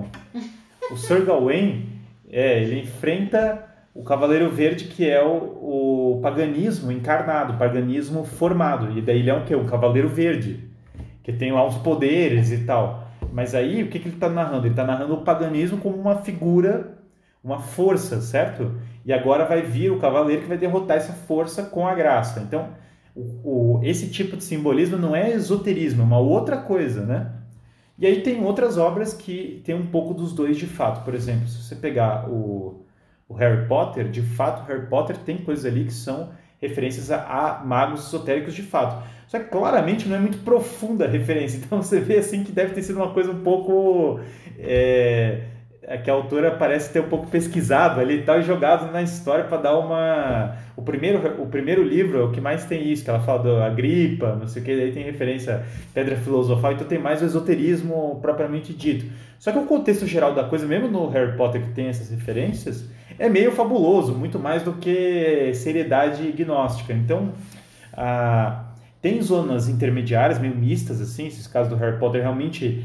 O Sir Gawain, é, ele enfrenta o Cavaleiro Verde, que é o, o paganismo encarnado, o paganismo formado. E daí ele é um quê? Um Cavaleiro Verde, que tem lá uns poderes e tal. Mas aí, o que, que ele está narrando? Ele está narrando o paganismo como uma figura, uma força, certo? E agora vai vir o Cavaleiro que vai derrotar essa força com a graça. Então, o, o, esse tipo de simbolismo não é esoterismo, é uma outra coisa, né? E aí tem outras obras que tem um pouco dos dois de fato. Por exemplo, se você pegar o... o Harry Potter, de fato, o Harry Potter tem coisas ali que são referências a, a magos esotéricos de fato. Só que claramente não é muito profunda a referência. Então você vê assim que deve ter sido uma coisa um pouco... É, que a autora parece ter um pouco pesquisado ali e tal, e jogado na história para dar uma... O primeiro, o primeiro livro é o que mais tem isso, que ela fala da Agripa, não sei o que, daí tem referência a Pedra Filosofal, então tem mais o esoterismo propriamente dito. Só que o contexto geral da coisa, mesmo no Harry Potter que tem essas referências, é meio fabuloso, muito mais do que seriedade gnóstica. Então, ah, tem zonas intermediárias, meio mistas, assim, esses casos do Harry Potter realmente...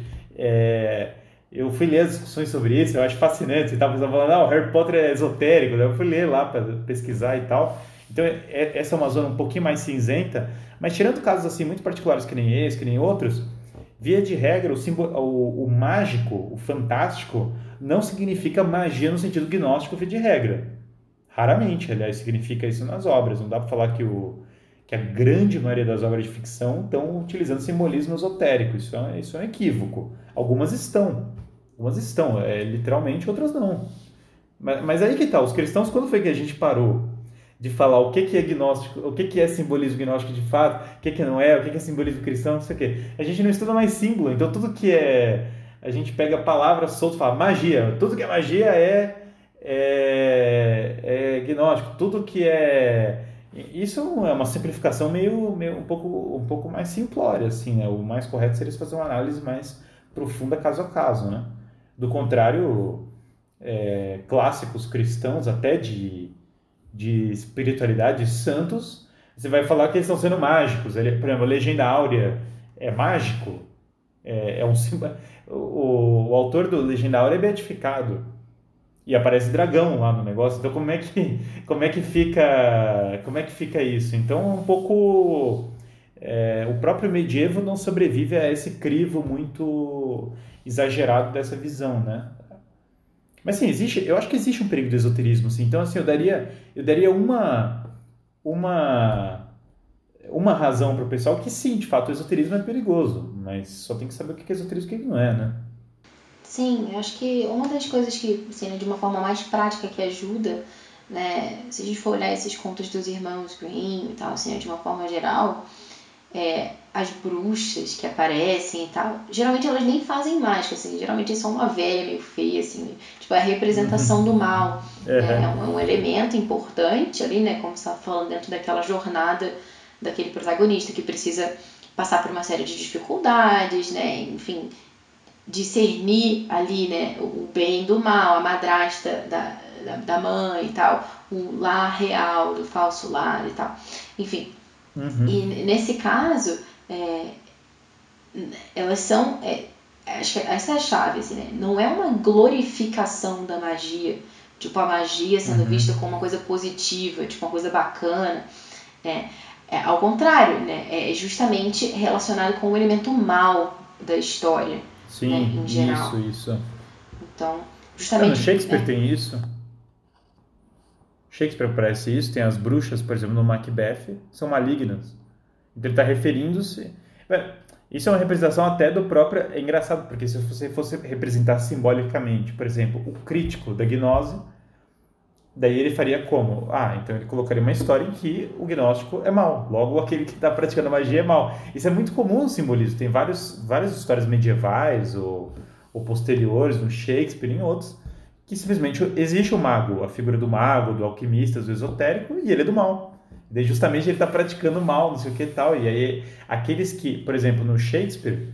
É, eu fui ler as discussões sobre isso, eu acho fascinante. Você estava falando, ah, o Harry Potter é esotérico, eu fui ler lá para pesquisar e tal. Então, é, essa é uma zona um pouquinho mais cinzenta, mas tirando casos assim muito particulares que nem esse, que nem outros, via de regra, o, simbol, o, o mágico, o fantástico, não significa magia no sentido gnóstico, via de regra. Raramente, aliás, significa isso nas obras. Não dá para falar que, o, que a grande maioria das obras de ficção estão utilizando simbolismo esotérico. Isso é, isso é um equívoco. Algumas estão. Algumas estão, é, literalmente, outras não. Mas, mas aí que tá, os cristãos, quando foi que a gente parou de falar o que, que é gnóstico, o que, que é simbolismo gnóstico de fato, o que, que não é, o que, que é simbolismo cristão, não sei o quê. A gente não estuda mais símbolo, então tudo que é... A gente pega palavras soltas e fala magia, tudo que é magia é, é, é gnóstico, tudo que é... Isso é uma simplificação meio, meio um, pouco, um pouco mais simplória, assim, né? O mais correto seria fazer uma análise mais profunda caso a caso, né? Do contrário, é, clássicos cristãos, até de, de espiritualidade, santos, você vai falar que eles estão sendo mágicos. Ele, por exemplo, a Legenda Áurea é mágico? É, é um, o, o autor do Legenda Áurea é beatificado. E aparece dragão lá no negócio. Então, como é que, como é que, fica, como é que fica isso? Então, um pouco... É, o próprio medievo não sobrevive a esse crivo muito exagerado dessa visão, né? Mas sim, existe, eu acho que existe um perigo do esoterismo, sim. Então, assim, eu daria, eu daria uma, uma, uma razão para o pessoal que sim, de fato, o esoterismo é perigoso, mas só tem que saber o que é esoterismo e o que não é, né? Sim, eu acho que uma das coisas que, assim, né, de uma forma mais prática que ajuda, né, se a gente for olhar esses contos dos irmãos Grimm e tal, assim, né, de uma forma geral, é, as bruxas que aparecem e tal, geralmente elas nem fazem mágica, assim, geralmente é só uma velha meio feia, assim, tipo, é a representação do mal, né, é Uhum. um, é um elemento importante ali, né, como você estava falando, dentro daquela jornada daquele protagonista que precisa passar por uma série de dificuldades, né, enfim, discernir ali, né, o bem do mal, a madrasta da, da, da mãe e tal, o lar real do falso lar e tal, enfim. Uhum. E nesse caso, é, elas são, é, acho que essa é a chave, assim, né? Não é uma glorificação da magia, tipo a magia sendo vista Uhum. como uma coisa positiva, tipo uma coisa bacana, né? É, ao contrário, né? É justamente relacionado com o elemento mal da história, né? Sim, Em isso, geral. isso. Então, É, no justamente, Shakespeare é, tem isso. Shakespeare aparece isso, tem as bruxas, por exemplo, no Macbeth, são malignas. Então ele está referindo-se. Isso é uma representação até do próprio. É engraçado, porque se você fosse representar simbolicamente, por exemplo, o crítico da gnose, daí ele faria como? Ah, então ele colocaria uma história em que o gnóstico é mal, logo aquele que está praticando magia é mal. Isso é muito comum no simbolismo. Tem vários, várias histórias medievais ou, ou posteriores, no Shakespeare e em outros, que simplesmente existe o mago, a figura do mago, do alquimista, do esotérico, e ele é do mal. Daí justamente ele está praticando mal, não sei o que e tal. E aí aqueles que, por exemplo, no Shakespeare,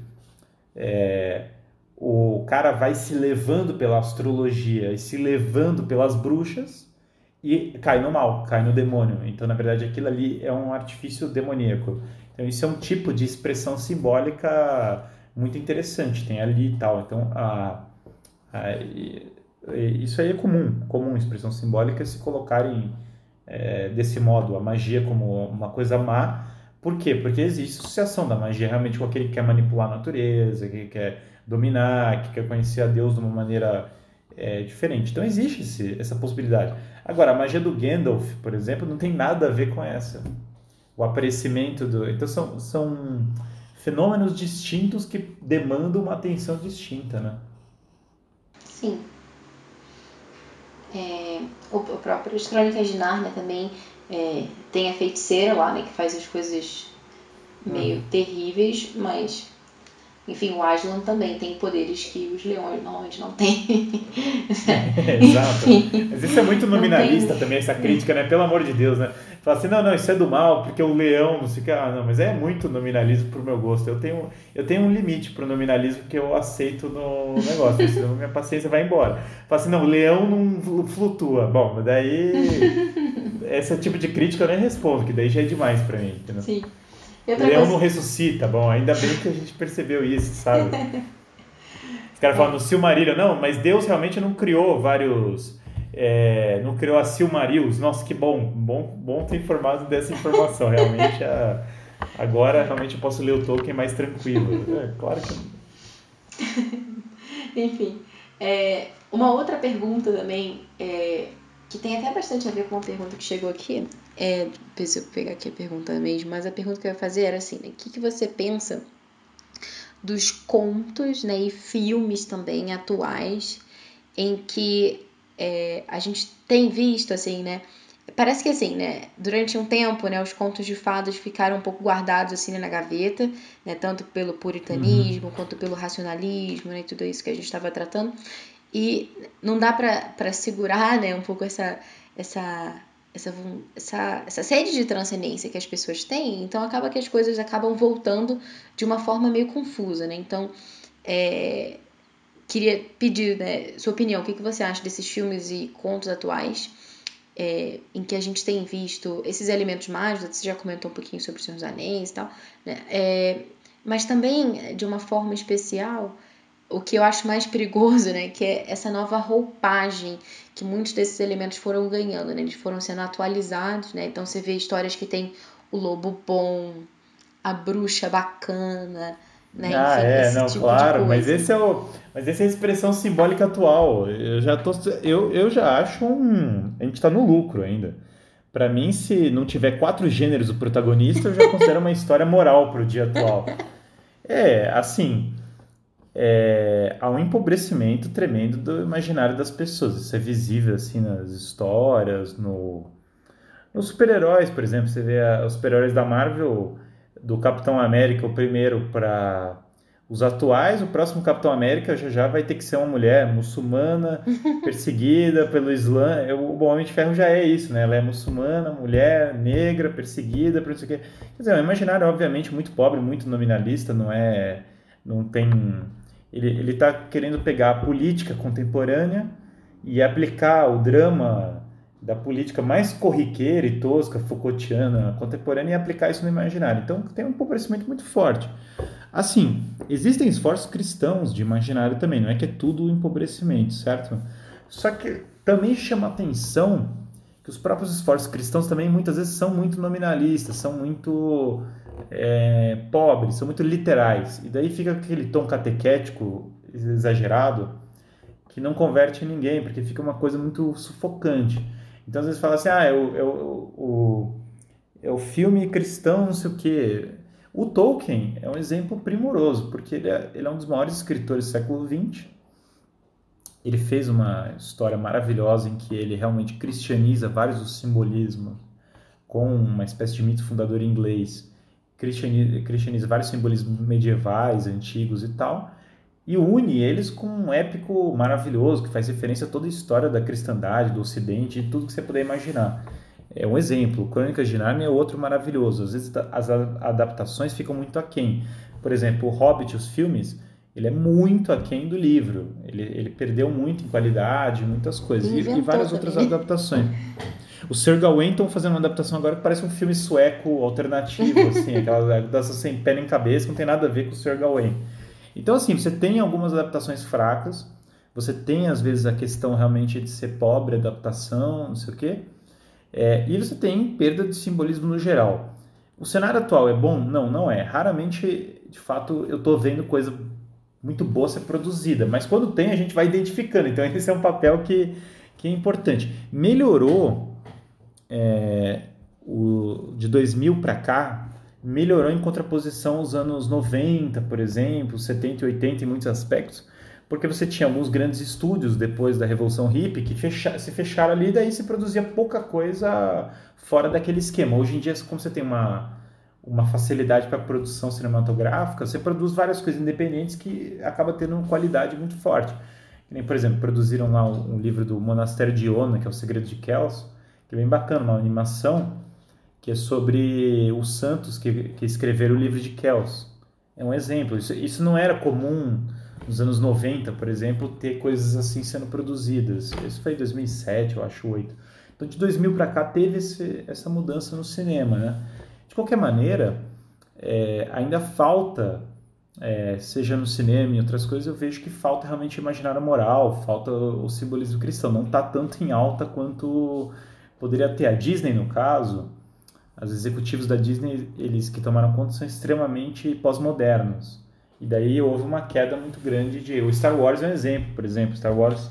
o cara vai se levando pela astrologia e se levando pelas bruxas e cai no mal, cai no demônio. Então, na verdade, aquilo ali é um artifício demoníaco. Então, isso é um tipo de expressão simbólica muito interessante, tem ali e tal. Então, a, a, isso aí é comum, comum expressão simbólica se colocarem é, desse modo, a magia como uma coisa má. Por quê? Porque existe associação da magia realmente com aquele que quer manipular a natureza, que quer dominar, que quer conhecer a Deus de uma maneira é, diferente. Então existe esse, essa possibilidade. Agora, a magia do Gandalf, por exemplo, não tem nada a ver com essa. O aparecimento do. Então são, são fenômenos distintos que demandam uma atenção distinta, né? sim. É, o, o próprio as Crônicas de Nárnia também é, tem a feiticeira lá, né, que faz as coisas meio Uhum. terríveis, mas enfim, o Aslan também tem poderes que os leões normalmente não têm. Exato. Enfim, Mas isso é muito não tem. nominalista também, essa crítica, né? Pelo amor de Deus, né? Fala assim, não, não, isso é do mal, porque o leão, não sei o que. Ah, não, mas é muito nominalismo pro meu gosto. Eu tenho, eu tenho um limite pro nominalismo que eu aceito no negócio, né? Senão minha paciência vai embora. Fala assim, não, o leão não flutua. Bom, mas daí esse tipo de crítica eu nem respondo, que daí já é demais pra mim, entendeu? Sim. E outra Leão não coisa. ressuscita, bom, ainda bem que a gente percebeu isso, sabe? Os caras falam É, no Silmarillion, não, mas Deus realmente não criou vários. É, não criou a Silmarils. Nossa, que bom, bom, bom ter informado dessa informação. Realmente, a, agora realmente eu posso ler o Tolkien mais tranquilo. É, claro que. enfim. É, uma outra pergunta também, é, que tem até bastante a ver com uma pergunta que chegou aqui. É, deixa eu pegar aqui a pergunta mesmo, mas a pergunta que eu ia fazer era assim, né? O que, que você pensa dos contos, né, e filmes também atuais em que é, a gente tem visto assim, né? Parece que assim, né? Durante um tempo, né, os contos de fadas ficaram um pouco guardados assim né, na gaveta, né? Tanto pelo Uhum. puritanismo quanto pelo racionalismo, né? Tudo isso que a gente estava tratando. E não dá para segurar, né? Um pouco essa essa essa, essa, essa sede de transcendência que as pessoas têm, então acaba que as coisas acabam voltando de uma forma meio confusa, né? Então, é, queria pedir né, sua opinião. O que, que você acha desses filmes e contos atuais é, em que a gente tem visto esses elementos mágicos? Você já comentou um pouquinho sobre o Senhor dos Anéis e tal, né? É, mas também, de uma forma especial, o que eu acho mais perigoso, né, que é essa nova roupagem que muitos desses elementos foram ganhando, né? Eles foram sendo atualizados, né? Então você vê histórias que tem o lobo bom, a bruxa bacana, né? Ah, Enfim, é, esse não, tipo de claro, mas coisa. esse é o, mas essa é a expressão simbólica atual. Eu já tô, eu, eu já acho um, a gente tá no lucro ainda. Pra mim, se não tiver quatro gêneros o protagonista, eu já considero uma história moral pro dia atual. É, assim, é, há um empobrecimento tremendo do imaginário das pessoas. Isso é visível assim nas histórias, no os super-heróis, por exemplo, você vê a- os super-heróis da Marvel, do Capitão América, o primeiro, para os atuais, o próximo Capitão América já já vai ter que ser uma mulher muçulmana, perseguida pelo Islã. É, O o Homem de Ferro já é isso, né? Ela é muçulmana, mulher, negra, perseguida, por não sei o quê. Quer dizer, é um imaginário, obviamente, muito pobre, muito nominalista, não é. Não tem. Ele, ele está querendo pegar a política contemporânea e aplicar o drama da política mais corriqueira e tosca, Foucaultiana, contemporânea, e aplicar isso no imaginário. Então tem um empobrecimento muito forte. Assim, existem esforços cristãos de imaginário também, não é que é tudo empobrecimento, certo? Só que também chama atenção que os próprios esforços cristãos também muitas vezes são muito nominalistas, são muito é, pobres, são muito literais. E daí fica aquele tom catequético exagerado que não converte ninguém, porque fica uma coisa muito sufocante. Então, às vezes fala assim, ah, é o, é o, o, é o filme cristão, não sei o quê. O Tolkien é um exemplo primoroso, porque ele é, ele é um dos maiores escritores do século vinte. Ele fez uma história maravilhosa em que ele realmente cristianiza vários dos simbolismos com uma espécie de mito fundador inglês. Cristianiza, cristianiza vários simbolismos medievais, antigos e tal, e une eles com um épico maravilhoso que faz referência a toda a história da cristandade, do Ocidente, e tudo que você puder imaginar. É um exemplo. Crônicas de Nárnia é outro maravilhoso. Às vezes as adaptações ficam muito aquém. Por exemplo, o Hobbit, os filmes, ele é muito aquém do livro. Ele, ele perdeu muito em qualidade, muitas coisas. E, e Inventou várias outras também, né? adaptações. O Sir Gawain estão fazendo uma adaptação agora que parece um filme sueco alternativo, assim, aquela adaptação sem pé nem cabeça, não tem nada a ver com o Sir Gawain. Então, assim, você tem algumas adaptações fracas, você tem, às vezes, a questão realmente de ser pobre, adaptação, não sei o quê, é, e você tem perda de simbolismo no geral. O cenário atual é bom? Não, não é. Raramente, de fato, eu estou vendo coisa muito boa ser produzida, mas quando tem, a gente vai identificando. Então, esse é um papel que, que é importante. Melhorou é, o, de dois mil para cá, melhorou em contraposição aos anos noventa, por exemplo, setenta e oitenta em muitos aspectos, porque você tinha alguns grandes estúdios depois da Revolução Hippie que fecha, se fecharam ali e daí se produzia pouca coisa fora daquele esquema. Hoje em dia, como você tem uma, uma facilidade para produção cinematográfica, você produz várias coisas independentes que acaba tendo uma qualidade muito forte. Que nem, por exemplo, produziram lá um, um livro do Monastério de Iona, que é O Segredo de Kelso, que é bem bacana, uma animação que é sobre os santos que, que escreveram o livro de Kelso. É um exemplo. Isso, isso não era comum nos anos noventa, por exemplo, ter coisas assim sendo produzidas. Isso foi em dois mil e sete, eu acho, oito. Então, de dois mil para cá, teve esse, essa mudança no cinema, né? De qualquer maneira, é, ainda falta, é, seja no cinema e outras coisas, eu vejo que falta realmente imaginário moral, falta o simbolismo cristão. Não está tanto em alta quanto poderia ter. A Disney, no caso, os executivos da Disney, eles que tomaram conta, são extremamente pós-modernos. E daí houve uma queda muito grande de... O Star Wars é um exemplo, por exemplo. Star Wars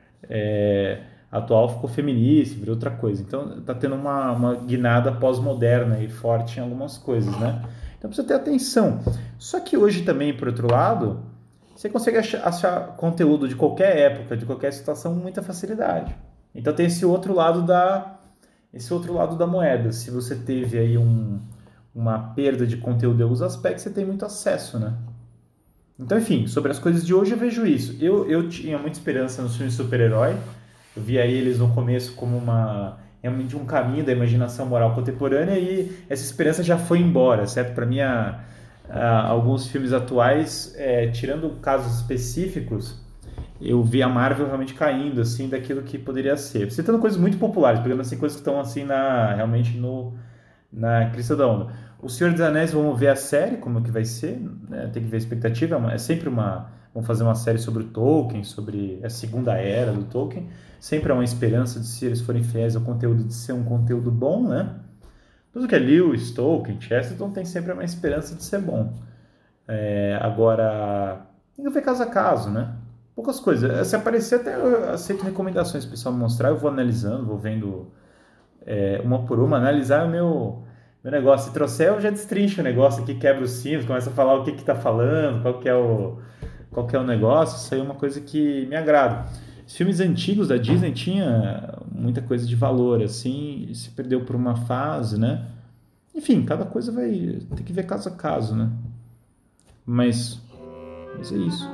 é, atual ficou feminista, virou outra coisa. Então está tendo uma, uma guinada pós-moderna e forte em algumas coisas, né? Então precisa ter atenção. Só que hoje também, por outro lado, você consegue achar, achar conteúdo de qualquer época, de qualquer situação, com muita facilidade. Então tem esse outro lado da, esse outro lado da moeda. Se você teve aí um, uma perda de conteúdo em alguns aspectos, você tem muito acesso, né? Então, enfim, sobre as coisas de hoje eu vejo isso. Eu, eu tinha muita esperança nos filmes de super-herói. Eu via eles no começo como uma realmente um caminho da imaginação moral contemporânea e essa esperança já foi embora, certo? Para mim, a, a, alguns filmes atuais, é, tirando casos específicos, eu vi a Marvel realmente caindo assim daquilo que poderia ser. Citando coisas muito populares, pegando assim coisas que estão assim na realmente no na crista da onda. O Senhor dos Anéis, vamos ver a série, como que vai ser, né? Tem que ver a expectativa, é, uma, é sempre uma... Vamos fazer uma série sobre o Tolkien, sobre a segunda era do Tolkien. Sempre há uma esperança de, se eles forem fiéis ao conteúdo, de ser um conteúdo bom, né? Tudo que é Lewis, Tolkien, Chesterton, tem sempre uma esperança de ser bom. É, agora, tem que ver caso a caso, né? Poucas coisas. Se aparecer, até eu aceito recomendações que o pessoal me mostrar, eu vou analisando, vou vendo é, uma por uma, analisar o meu, meu negócio. Se trouxer, eu já destrincho o negócio aqui, quebra os cimos, começa a falar o que que tá falando, qual que é o, qual que é o negócio. Isso aí é uma coisa que me agrada. Os filmes antigos da Disney tinha muita coisa de valor, assim, se perdeu por uma fase, né? Enfim, cada coisa vai ter que ver caso a caso, né? Mas, mas é isso.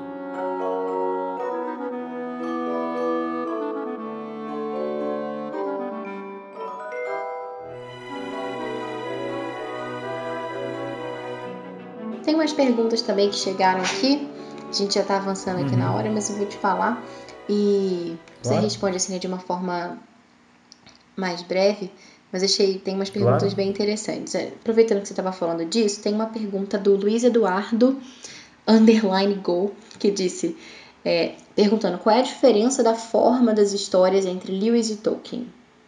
Tem umas perguntas também que chegaram aqui. A gente já tá avançando aqui uhum. na hora, mas eu vou te falar. E você claro. responde assim, né, de uma forma mais breve. Mas achei, tem umas perguntas claro. bem interessantes. Aproveitando que você estava falando disso, tem uma pergunta do Luiz Eduardo underline go, que disse, é, perguntando qual é a diferença da forma das histórias entre Lewis e Tolkien.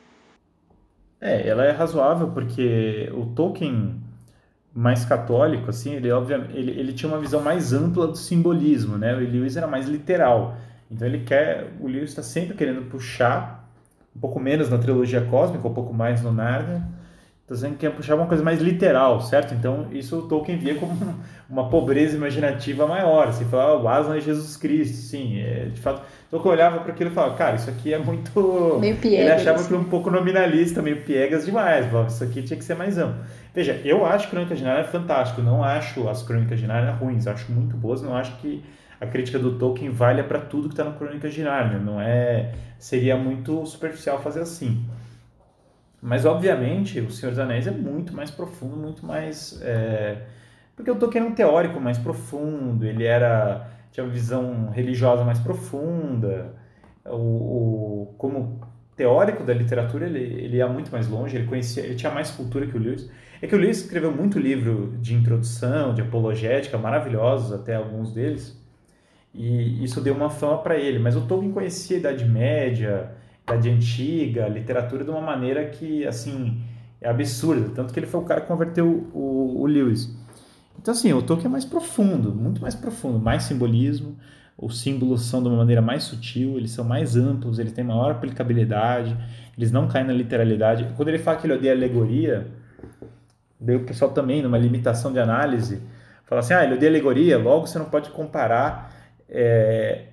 É, ela é razoável porque o Tolkien mais católico, assim, ele obviamente ele, ele tinha uma visão mais ampla do simbolismo, né? O Lewis era mais literal. Então ele quer, o Lewis está sempre querendo puxar um pouco menos na trilogia cósmica, um pouco mais no Nárnia. Então sempre quer puxar uma coisa mais literal, certo? Então isso o Tolkien via como uma pobreza imaginativa maior. Você falava, o Aslan é Jesus Cristo, sim, é, de fato. Tolkien olhava para aquilo e falava, cara, isso aqui é muito... Meio piegas. Ele achava aquilo um pouco nominalista, meio piegas demais. Falava, isso aqui tinha que ser mais amplo. Veja, eu acho que Crônicas de Nárnia é fantástico. Não acho as Crônicas de Nárnia ruins. Acho muito boas. Não acho que a crítica do Tolkien valha para tudo que está no Crônicas de Nárnia. Não é... Seria muito superficial fazer assim. Mas, obviamente, O Senhor dos Anéis é muito mais profundo, muito mais... É... Porque o Tolkien era um teórico mais profundo, ele era... tinha uma visão religiosa mais profunda. O, o... Como teórico da literatura, ele, ele ia muito mais longe, ele, conhecia... ele tinha mais cultura que o Lewis. É que o Lewis escreveu muito livro de introdução, de apologética, maravilhosos, até alguns deles, e isso deu uma fama para ele. Mas o Tolkien conhecia a Idade Média, Idade Antiga, a literatura de uma maneira que, assim, é absurda. Tanto que ele foi o cara que converteu o, o Lewis. Então, assim, o Tolkien é mais profundo, muito mais profundo, mais simbolismo. Os símbolos são de uma maneira mais sutil, eles são mais amplos, eles têm maior aplicabilidade, eles não caem na literalidade. Quando ele fala que ele odeia alegoria, daí o pessoal também, numa limitação de análise, fala assim, ah, ele odeia alegoria, logo você não pode comparar, é,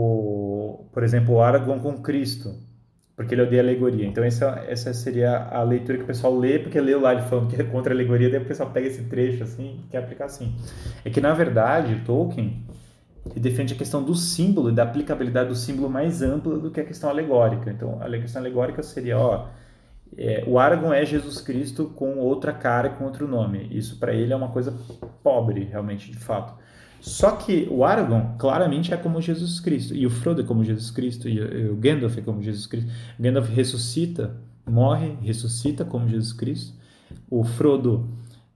o, por exemplo, o Aragorn com Cristo, porque ele odeia alegoria. Então essa, essa seria a leitura que o pessoal lê, porque leu lá ele falando que é contra a alegoria, daí o pessoal pega esse trecho assim e quer aplicar assim. É que, na verdade, o Tolkien ele defende a questão do símbolo e da aplicabilidade do símbolo mais ampla do que a questão alegórica. Então, a questão alegórica seria, ó, é, o Aragorn é Jesus Cristo com outra cara e com outro nome. Isso para ele é uma coisa pobre, realmente, de fato. Só que o Aragorn claramente é como Jesus Cristo, e o Frodo é como Jesus Cristo, e o Gandalf é como Jesus Cristo. O Gandalf ressuscita, morre, ressuscita como Jesus Cristo. O Frodo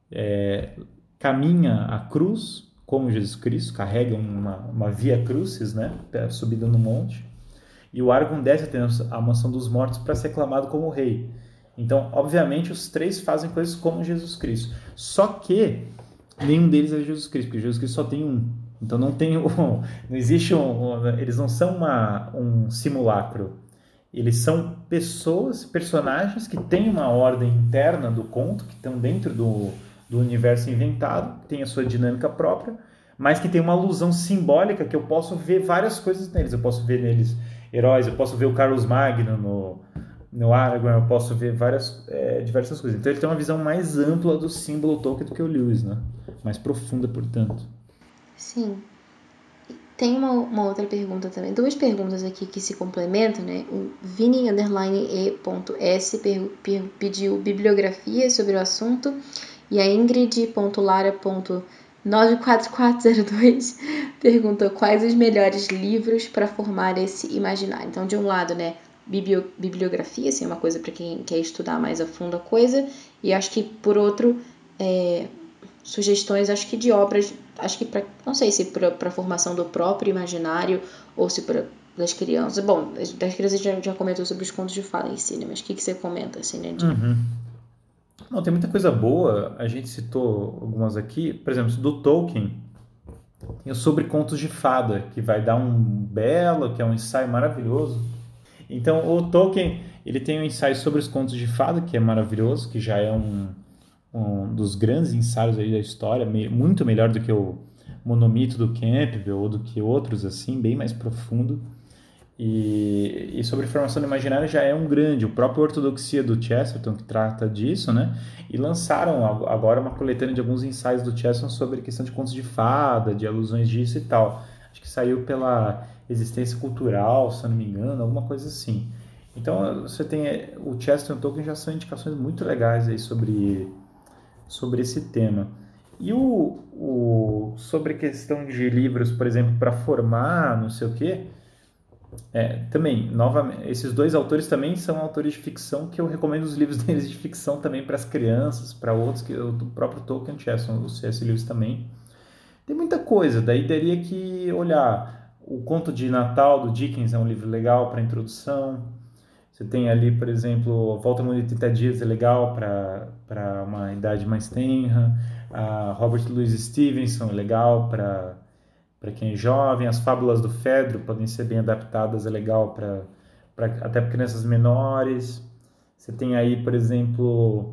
é, caminha a cruz como Jesus Cristo, carrega uma, uma via crucis, né, subida no monte. E o Aragorn desce até a mansão dos mortos para ser aclamado como rei. Então, obviamente, os três fazem coisas como Jesus Cristo. Só que nenhum deles é Jesus Cristo, porque Jesus Cristo só tem um. Então não tem um, não existe um, um, eles não são uma, um simulacro. Eles são pessoas, personagens que têm uma ordem interna do conto, que estão dentro do, do universo inventado, que tem a sua dinâmica própria, mas que tem uma alusão simbólica que eu posso ver várias coisas neles. Eu posso ver neles heróis, eu posso ver o Carlos Magno no, no Aragorn, eu posso ver várias, é, diversas coisas. Então ele tem uma visão mais ampla do símbolo Tolkien do que o Lewis, né? Mais profunda, portanto. Sim. Tem uma, uma outra pergunta também, duas perguntas aqui que se complementam, né? O Vini underline e.s pediu bibliografia sobre o assunto e a Ingrid.lara. nove quatro quatro zero dois perguntou quais os melhores livros para formar esse imaginário. Então, de um lado, né, bibliografia, assim, é uma coisa para quem quer estudar mais a fundo a coisa, e acho que, por outro, é, sugestões, acho que de obras, acho que para, não sei se para a formação do próprio imaginário ou se para das crianças. Bom, das crianças já, já comentou sobre os contos de fada em si, né? Mas o que, que você comenta, assim, né? De... Uhum. Não, tem muita coisa boa, a gente citou algumas aqui, por exemplo, do Tolkien, Tem o Sobre Contos de Fada, que vai dar um belo, que é um ensaio maravilhoso. Então, o Tolkien, ele tem um ensaio sobre os contos de fada, que é maravilhoso, que já é um, um dos grandes ensaios aí da história, muito melhor do que o Monomito do Campbell ou do que outros, assim, bem mais profundo. E, e sobre formação do imaginário já é um grande, o próprio Ortodoxia do Chesterton, que trata disso, né? E lançaram agora uma coletânea de alguns ensaios do Chesterton sobre questão de contos de fada, de alusões disso e tal. Acho que saiu pela Existência Cultural, se eu não me engano, alguma coisa assim. Então você tem o Chesterton e o Tolkien já são indicações muito legais aí sobre, sobre esse tema. E o, o sobre questão de livros, por exemplo, para formar, não sei o quê. É, também, novamente, esses dois autores também são autores de ficção que eu recomendo os livros deles de ficção também para as crianças, para outros, que o próprio Tolkien, Chesterton, o C S. Lewis também. Tem muita coisa, daí teria que olhar. O Conto de Natal do Dickens é um livro legal para introdução. Você tem ali, por exemplo, Volta ao Mundo em trinta Dias é legal para uma idade mais tenra. A Robert Louis Stevenson é legal para para quem é jovem. As Fábulas do Fedro podem ser bem adaptadas, é legal para até para crianças menores. Você tem aí, por exemplo,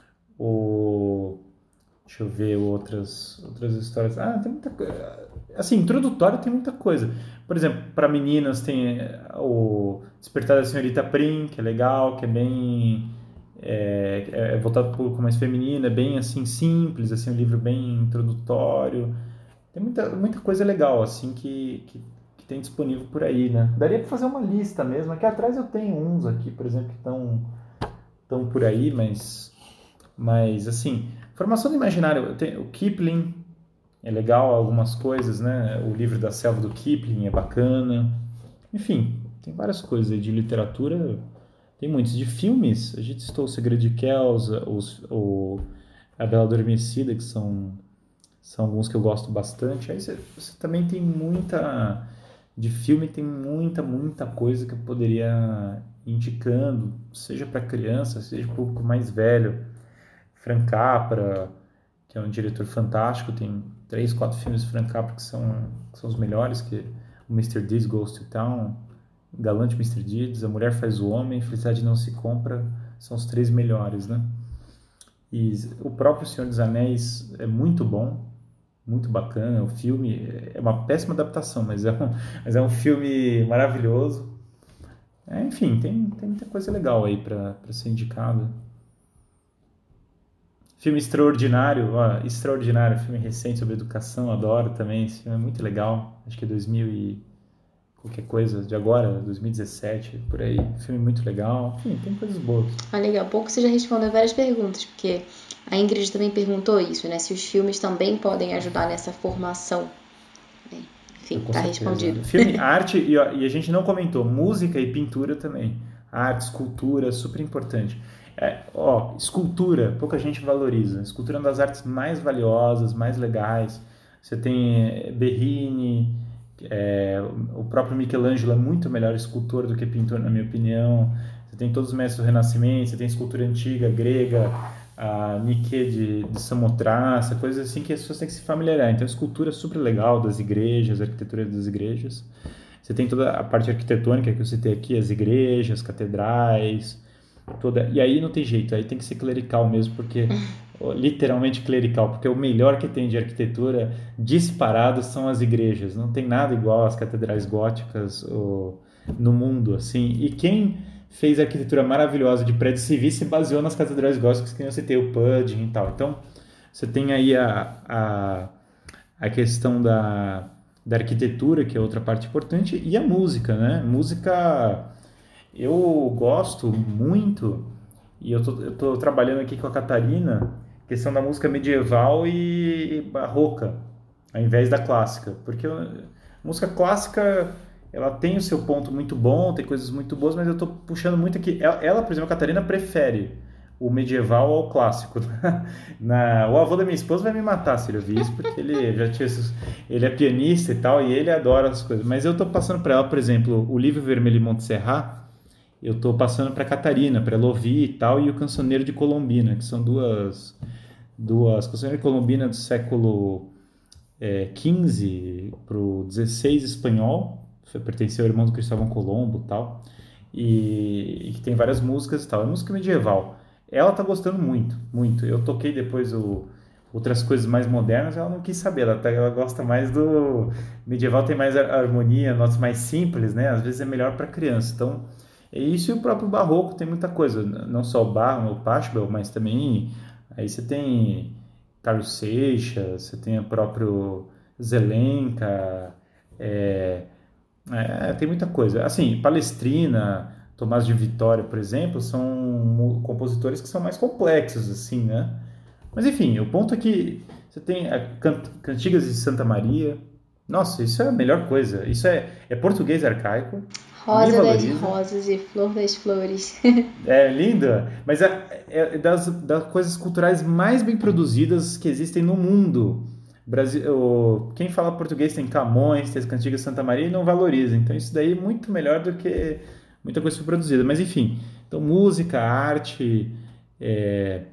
o deixa eu ver outras outras histórias. Ah, tem muita coisa. Assim, introdutório tem muita coisa. Por exemplo, para meninas tem o Despertar da Senhorita Prim, que é legal, que é bem é, é voltado para o público mais feminino, é bem assim simples, assim um livro bem introdutório. Tem muita, muita coisa legal, assim, que, que, que tem disponível por aí, né? Daria para fazer uma lista mesmo. Aqui atrás eu tenho uns aqui, por exemplo, que estão estão por aí, mas, mas assim, formação do imaginário, eu tenho, o Kipling é legal, algumas coisas, né? O livro da Selva do Kipling é bacana. Enfim, tem várias coisas aí de literatura, tem muitos. De filmes, a gente citou O Segredo de Kells, os, o, A Bela Adormecida, que são... São alguns que eu gosto bastante. Aí você, você também tem muita... De filme tem muita, muita coisa que eu poderia ir indicando, seja para criança, seja para o público mais velho. Frank Capra, que é um diretor fantástico, tem três, quatro filmes de Frank Capra que são, que são os melhores, que o mister Deeds Goes to Town, Galante mister Deeds, A Mulher Faz o Homem, Felicidade Não Se Compra, são os três melhores, né? E o próprio Senhor dos Anéis é muito bom, muito bacana. O filme é uma péssima adaptação, mas é um, mas é um filme maravilhoso. É, enfim, tem, tem muita coisa legal aí para ser indicado. Filme Extraordinário, ó, Extraordinário, filme recente sobre educação, adoro também. Esse filme é muito legal, acho que é dois mil e qualquer coisa de agora, dois mil e dezessete, por aí. Filme muito legal. Enfim, tem coisas boas. Ah, legal. Pouco você já respondeu várias perguntas, porque a Ingrid também perguntou isso, né? Se os filmes também podem ajudar nessa formação. Enfim, tá respondido. Filme, arte, e, ó, e a gente não comentou, música e pintura também. Arte, escultura, super importante. É, ó, escultura, pouca gente valoriza. Escultura é uma das artes mais valiosas, mais legais. Você tem Berrini, é, o próprio Michelangelo é muito melhor escultor do que pintor, na minha opinião. Você tem todos os mestres do Renascimento, você tem escultura antiga, grega, a Nike de, de Samotraça, coisas assim que as pessoas têm que se familiarizar. Então, a escultura é super legal das igrejas, a arquitetura das igrejas. Você tem toda a parte arquitetônica que eu citei aqui, as igrejas, catedrais, toda. E aí não tem jeito, aí tem que ser clerical mesmo, porque literalmente clerical, porque o melhor que tem de arquitetura disparado são as igrejas. Não tem nada igual às catedrais góticas ou, no mundo, assim. E quem fez a arquitetura maravilhosa de prédios civis se baseou nas catedrais góticas que eu citei, o Pudding e tal. Então, você tem aí a, a, a questão da, da arquitetura, que é outra parte importante, e a música, né? Música, eu gosto muito, e eu tô, eu tô trabalhando aqui com a Catarina, questão da música medieval e barroca, ao invés da clássica. Porque a música clássica, ela tem o seu ponto muito bom, tem coisas muito boas, mas eu estou puxando muito aqui. Ela, ela, por exemplo, a Catarina prefere o medieval ao clássico. Na, o avô da minha esposa vai me matar se ele ouvir isso, porque ele já tinha esses, ele é pianista e tal, e ele adora as coisas. Mas eu estou passando para ela, por exemplo, o Livro Vermelho de Montserrat, eu estou passando para a Catarina, para ela ouvir e tal, e o Cancioneiro de Colombina, que são duas... duas Cancioneiro de Colombina do século quinze para o dezesseis espanhol, pertenceu ao irmão do Cristóvão Colombo e tal, e, e que tem várias músicas e tal. É música medieval. Ela tá gostando muito, muito. Eu toquei depois o, outras coisas mais modernas, ela não quis saber, ela, tá, ela gosta mais do medieval, tem mais harmonia, notas mais simples, né? Às vezes é melhor para criança. Então, é isso, e o próprio barroco tem muita coisa, não só o Bach, o Pachelbel, mas também aí você tem Carlos Seixas, você tem o próprio Zelenka, é, é, tem muita coisa. Assim, Palestrina, Tomás de Vitória, por exemplo, são compositores que são mais complexos, assim, né? Mas enfim, o ponto é que você tem a Cant- Cantigas de Santa Maria. Nossa, isso é a melhor coisa. Isso é, é português arcaico, me Rosa das valoriza. rosas e flor das flores. É linda, mas é, é das, das coisas culturais mais bem produzidas que existem no mundo. Brasil, o- quem fala português tem Camões, tem as Cantigas de Santa Maria e não valoriza. Então isso daí é muito melhor do que muita coisa que foi produzida. Mas enfim, então música, arte, é,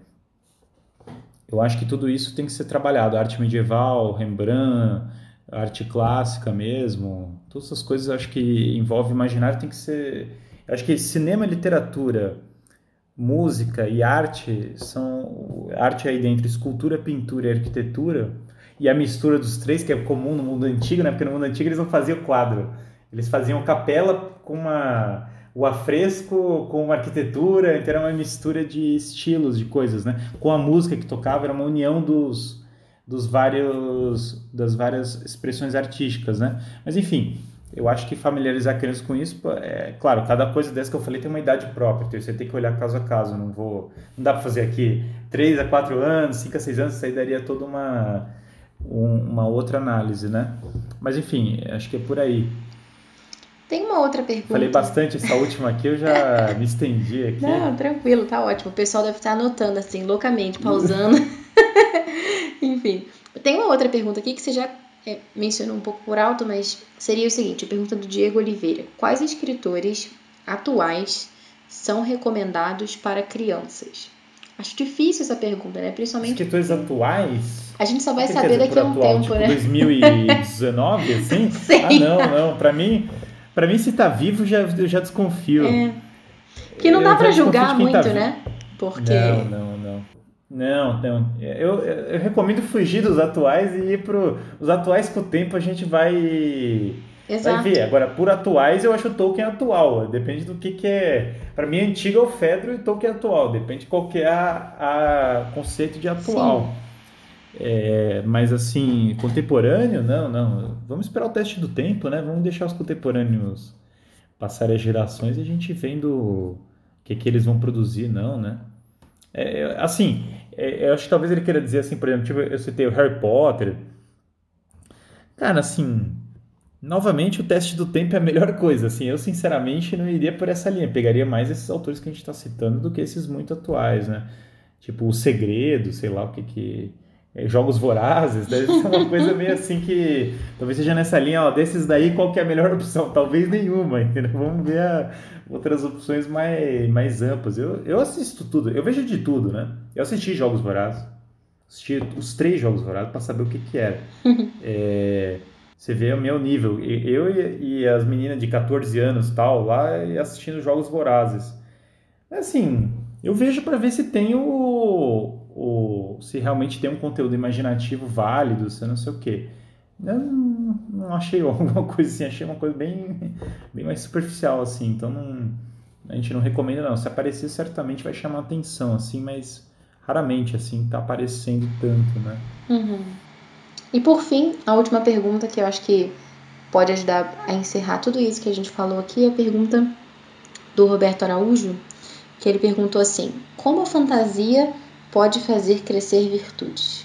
eu acho que tudo isso tem que ser trabalhado. Arte medieval, Rembrandt, arte clássica mesmo, todas essas coisas eu acho que envolve imaginário tem que ser. Eu acho que cinema, literatura, música e arte são arte aí dentro, escultura, pintura e arquitetura, e a mistura dos três, que é comum no mundo antigo, né? Porque no mundo antigo eles não faziam quadro, eles faziam capela com uma o afresco com uma arquitetura, então era uma mistura de estilos, de coisas, né? Com a música que tocava era uma união dos dos vários das várias expressões artísticas, né? Mas enfim, eu acho que familiarizar a criança com isso, é claro, cada coisa dessa que eu falei tem uma idade própria, então você tem que olhar caso a caso, não vou, não dá para fazer aqui três a quatro anos, cinco a seis anos, isso aí daria toda uma um- uma outra análise, né? Mas enfim, acho que é por aí. Tem uma outra Falei pergunta. bastante essa última aqui, eu já me estendi aqui. Não, tranquilo, tá ótimo. O pessoal deve estar anotando assim, loucamente, pausando. Enfim, tem uma outra pergunta aqui que você já é, mencionou um pouco por alto, mas seria o seguinte, a pergunta do Diego Oliveira. Quais escritores atuais são recomendados para crianças? Acho difícil essa pergunta, né? Principalmente Escritores porque atuais? a gente só O vai que ele quer saber dizer daqui por a um atual? tempo, Tipo né? dois mil e dezenove, assim? Ah, Sei. não, não. Pra mim, para mim se tá vivo, já, eu já desconfio. É, que não dá Eu já pra desconfio julgar de quem tá muito, vivo. né? Não, Porque... não, não. Não, não. Eu, eu, eu recomendo fugir dos atuais e ir pro. Os atuais com o tempo a gente vai. Vai Exato. ver. Agora, por atuais, eu acho o Tolkien atual. Depende do que, que é. Pra mim, antigo é o Fedro e Tolkien é atual. Depende de qual que é a, a conceito de Sim. atual. É, mas assim, contemporâneo, não, não. Vamos esperar o teste do tempo, né? Vamos deixar os contemporâneos passarem as gerações e a gente vendo o que, que eles vão produzir, não, né? É, é, assim, é, eu acho que talvez ele queira dizer assim, por exemplo, tipo, eu citei o Harry Potter. Cara, assim, novamente o teste do tempo é a melhor coisa. Assim, eu sinceramente não iria por essa linha. Pegaria mais esses autores que a gente está citando do que esses muito atuais, né? Tipo, O Segredo, sei lá o que que... é, Jogos Vorazes, deve ser uma coisa meio assim que... Talvez seja nessa linha, ó, desses daí, qual que é a melhor opção? Talvez nenhuma, entendeu? Vamos ver a- outras opções mais, mais amplas. Eu, eu assisto tudo, eu vejo de tudo, né? Eu assisti Jogos Vorazes, assisti os três Jogos Vorazes para saber o que que era. É, você vê o meu nível. E- Eu e, e as meninas de catorze anos tal, lá e assistindo Jogos Vorazes. Assim, eu vejo para ver se tem o, o. Se realmente tem um conteúdo imaginativo válido, se não sei o quê. Eu não, não achei alguma coisa assim, achei uma coisa bem, bem mais superficial, assim. Então não, a gente não recomenda, não. Se aparecer, certamente vai chamar atenção, assim, mas raramente, assim, tá aparecendo tanto, né? Uhum. E por fim, a última pergunta que eu acho que pode ajudar a encerrar tudo isso que a gente falou aqui é a pergunta do Roberto Araújo, que ele perguntou assim: como a fantasia pode fazer crescer virtudes?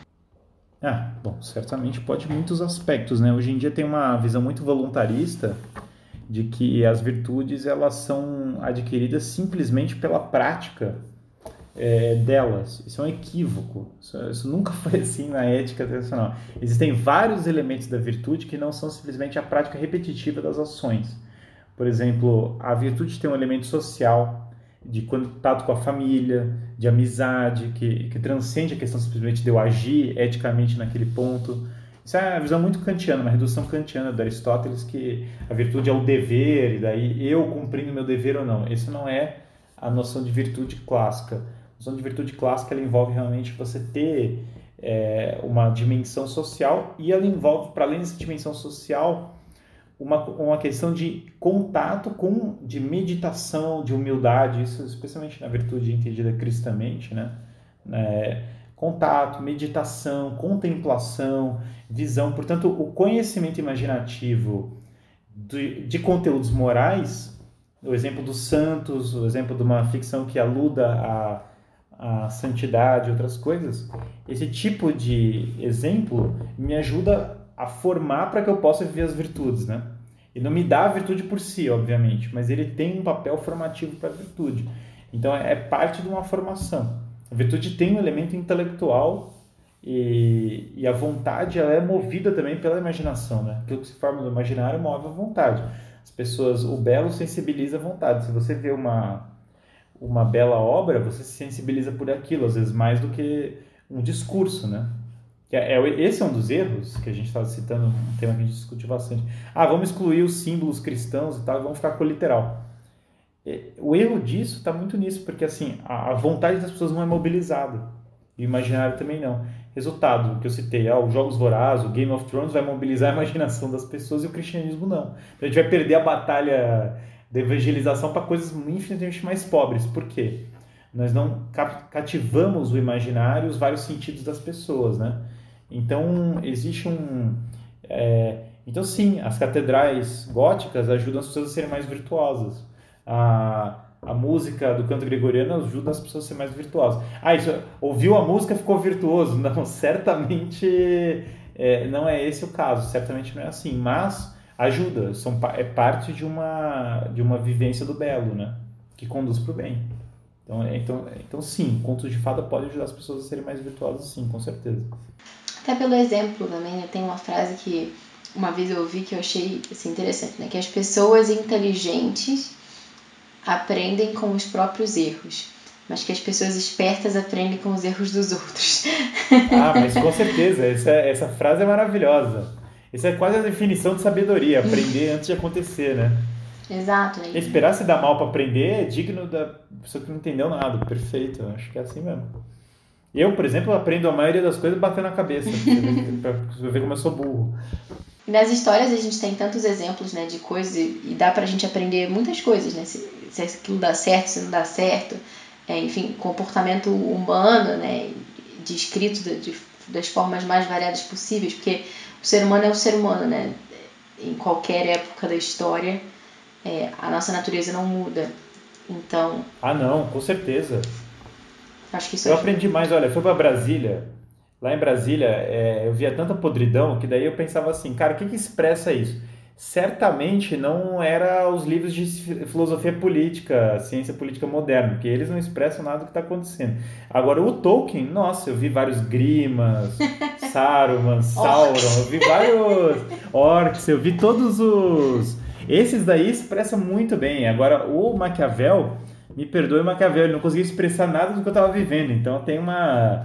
Ah, bom, certamente pode em muitos aspectos, né? Hoje em dia tem uma visão muito voluntarista de que as virtudes elas são adquiridas simplesmente pela prática é, delas. Isso é um equívoco. Isso, isso nunca foi assim na ética tradicional. Existem vários elementos da virtude que não são simplesmente a prática repetitiva das ações. Por exemplo, a virtude tem um elemento social, de contato com a família, de amizade, que, que transcende a questão simplesmente de eu agir eticamente naquele ponto. Isso é uma visão muito kantiana, uma redução kantiana de Aristóteles, que a virtude é o dever, e daí eu cumprindo meu dever ou não. Isso não é a noção de virtude clássica. A noção de virtude clássica ela envolve realmente você ter é, uma dimensão social, e ela envolve, para além dessa dimensão social, uma, uma questão de contato com, de meditação, de humildade, isso especialmente na virtude entendida cristamente, né? É, contato, meditação, contemplação, visão. Portanto, o conhecimento imaginativo de, de conteúdos morais, o exemplo dos santos, o exemplo de uma ficção que aluda a, a santidade e outras coisas, esse tipo de exemplo me ajuda a formar para que eu possa viver as virtudes, né? E não me dá a virtude por si, obviamente, mas ele tem um papel formativo para a virtude. Então, é parte de uma formação. A virtude tem um elemento intelectual e, e a vontade ela é movida também pela imaginação, né? Aquilo que se forma no imaginário move a vontade. As pessoas, o belo sensibiliza a vontade. Se você vê uma, uma bela obra, você se sensibiliza por aquilo, às vezes mais do que um discurso, né? É, é, esse é um dos erros que a gente estava citando, um tema que a gente discute bastante. Ah, vamos excluir os símbolos cristãos e tal, e vamos ficar com o literal. O erro disso está muito nisso, porque assim, a vontade das pessoas não é mobilizada. E o imaginário também não. Resultado que eu citei, ah, os Jogos Vorazes, o Game of Thrones vai mobilizar a imaginação das pessoas e o cristianismo não. Então a gente vai perder a batalha da evangelização para coisas infinitamente mais pobres. Por quê? Nós não cativamos o imaginário e os vários sentidos das pessoas, né? Então, existe um... É, então, sim, as catedrais góticas ajudam as pessoas a serem mais virtuosas. A, a música do canto gregoriano ajuda as pessoas a serem mais virtuosas. Ah, isso, ouviu a música, ficou virtuoso. Não, certamente é, não é esse o caso. Certamente não é assim. Mas ajuda, são, é parte de uma, de uma vivência do belo, né? Que conduz para o bem. Então, então, então, sim, contos de fada podem ajudar as pessoas a serem mais virtuosas, sim, com certeza. Até pelo exemplo também, né? Tem uma frase que uma vez eu ouvi que eu achei assim, interessante, né? Que as pessoas inteligentes aprendem com os próprios erros, mas que as pessoas espertas aprendem com os erros dos outros. Ah, mas com certeza, essa, essa frase é maravilhosa. Isso é quase a definição de sabedoria, aprender antes de acontecer, né? Exato. Né? Esperar se dar mal para aprender é digno da pessoa que não entendeu nada. Perfeito, acho que é assim mesmo. Eu, por exemplo, aprendo a maioria das coisas batendo na cabeça, pra você ver como eu sou burro. Nas histórias a gente tem tantos exemplos, né, de coisas e dá pra gente aprender muitas coisas, né? Se, se aquilo dá certo, se não dá certo. É, enfim, comportamento humano, né, descrito de, de, das formas mais variadas possíveis, porque o ser humano é o ser humano, né? Em qualquer época da história, é, a nossa natureza não muda. Então... Ah, não, com certeza. Acho que isso eu ajuda. aprendi mais, olha, fui para Brasília, lá em Brasília é, eu via tanta podridão que daí eu pensava assim, cara, o que que expressa isso? Certamente não era os livros de filosofia política, ciência política moderna, porque eles não expressam nada do que está acontecendo. Agora, o Tolkien, nossa, eu vi vários Grimas, Saruman, Sauron, eu vi vários orcs, eu vi todos os... Esses daí expressam muito bem. Agora, o Maquiavel, me perdoe, Maquiavel, ele não conseguia expressar nada do que eu estava vivendo, então tem uma,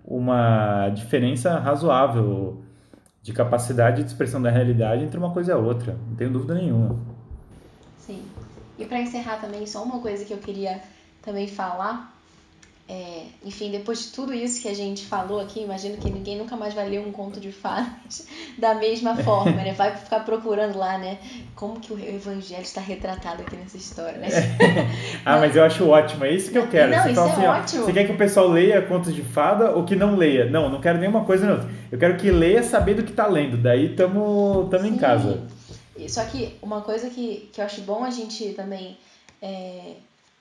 uma diferença razoável de capacidade de expressão da realidade entre uma coisa e a outra, não tenho dúvida nenhuma. Sim. E para encerrar também, só uma coisa que eu queria também falar, é, enfim, depois de tudo isso que a gente falou aqui, imagino que ninguém nunca mais vai ler um conto de fadas da mesma forma, né? Vai ficar procurando lá, né? Como que o evangelho está retratado aqui nessa história, né? ah, mas eu acho ótimo, é isso que eu quero. Não, você isso fala é assim, ótimo. Ó, você quer que o pessoal leia contos de fada ou que não leia? Não, não quero nenhuma coisa nem outra. Eu quero que leia saber do que está lendo, daí estamos em casa. Só que uma coisa que, que eu acho bom a gente também é,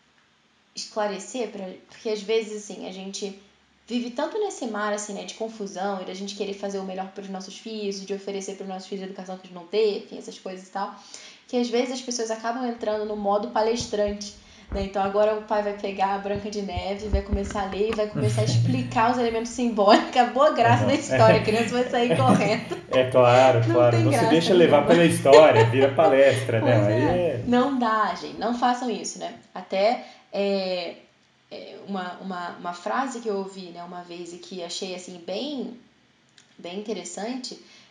esclarecer, pra, porque às vezes assim, a gente vive tanto nesse mar assim, né, de confusão e da gente querer fazer o melhor para os nossos filhos, de oferecer para os nossos filhos a educação que eles não têm, enfim, essas coisas e tal, que às vezes as pessoas acabam entrando no modo palestrante, né? Então agora o pai vai pegar a Branca de Neve, vai começar a ler e vai começar a explicar os elementos simbólicos, a boa graça da história, a criança vai sair correndo. É claro, não claro, não se deixa levar pela história, vira palestra, né? Aí é... Não dá, gente, não façam isso, né? Até é, é uma, uma, uma frase que eu ouvi, né, uma vez e que achei assim bem, bem interessante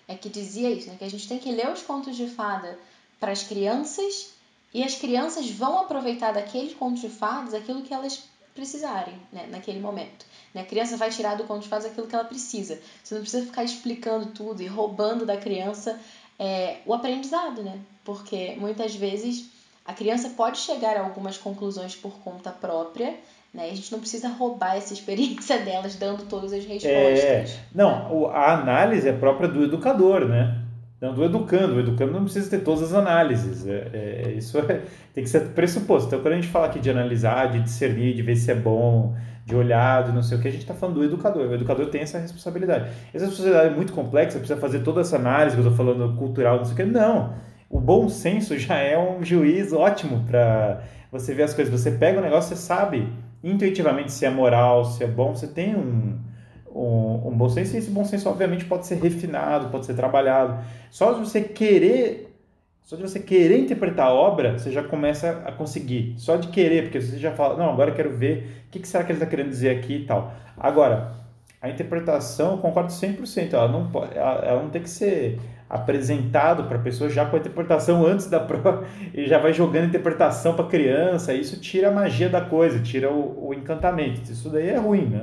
é que dizia isso, né? Que a gente tem que ler os contos de fada para as crianças e as crianças vão aproveitar daqueles contos de fadas aquilo que elas precisarem, né? Naquele momento. Né? A criança vai tirar do conto de fadas aquilo que ela precisa. Você não precisa ficar explicando tudo e roubando da criança é, o aprendizado, né? Porque muitas vezes a criança pode chegar a algumas conclusões por conta própria, né? A gente não precisa roubar essa experiência delas dando todas as respostas. É, não, a análise é própria do educador, né? Não, do educando. O educando não precisa ter todas as análises. É, é, isso é, tem que ser pressuposto. Então, quando a gente fala aqui de analisar, de discernir, de ver se é bom, de olhar, de não sei o que, a gente está falando do educador. O educador tem essa responsabilidade. Essa responsabilidade é muito complexa, precisa fazer toda essa análise que eu estou falando, cultural, não sei o que. Não. O bom senso já é um juiz ótimo para você ver as coisas. Você pega o negócio, você sabe intuitivamente se é moral, se é bom, você tem um, um, um bom senso, e esse bom senso obviamente pode ser refinado, pode ser trabalhado. Só de você querer, só de você querer interpretar a obra, você já começa a conseguir. Só de querer, porque você já fala, não, agora eu quero ver o que, que será que ele está querendo dizer aqui e tal. Agora, a interpretação, eu concordo cem por cento, ela não, pode, ela, ela não tem que ser apresentado para a pessoa já com a interpretação antes da prova e já vai jogando interpretação para a criança. Isso tira a magia da coisa, tira o, o encantamento. Isso daí é ruim, né?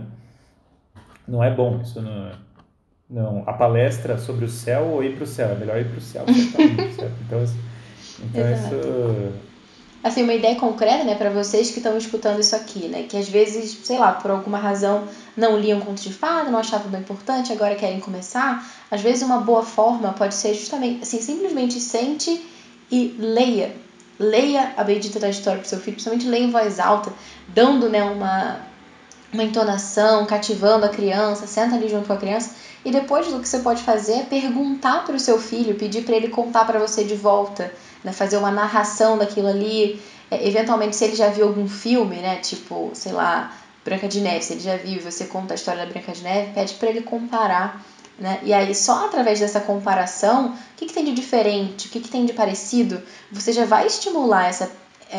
Não é bom. Isso não, não. A palestra sobre o céu ou ir para o céu, é melhor ir para o céu, certamente, certo? Então, então isso... Assim, uma ideia concreta, né, para vocês que estão escutando isso aqui, né, que às vezes, sei lá, por alguma razão não liam contos de fada, não achavam bem importante, agora querem começar. Às vezes uma boa forma pode ser justamente, assim, simplesmente sente e leia. Leia a bendita da história para o seu filho, principalmente leia em voz alta, dando, né, uma, uma entonação, cativando a criança, senta ali junto com a criança. E depois o que você pode fazer é perguntar para o seu filho, pedir para ele contar para você de volta, né, fazer uma narração daquilo ali, é, eventualmente se ele já viu algum filme, né, tipo, sei lá, Branca de Neve, se ele já viu e você conta a história da Branca de Neve, pede para ele comparar, né, e aí só através dessa comparação, o que, que tem de diferente, o que, que tem de parecido, você já vai estimular essa,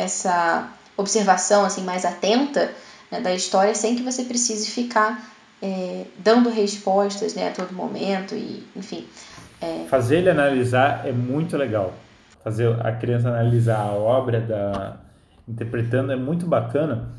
essa observação assim, mais atenta, né, da história sem que você precise ficar é, dando respostas, né, a todo momento, e enfim. É... Fazer ele analisar é muito legal. Fazer a criança analisar a obra, da, interpretando, é muito bacana.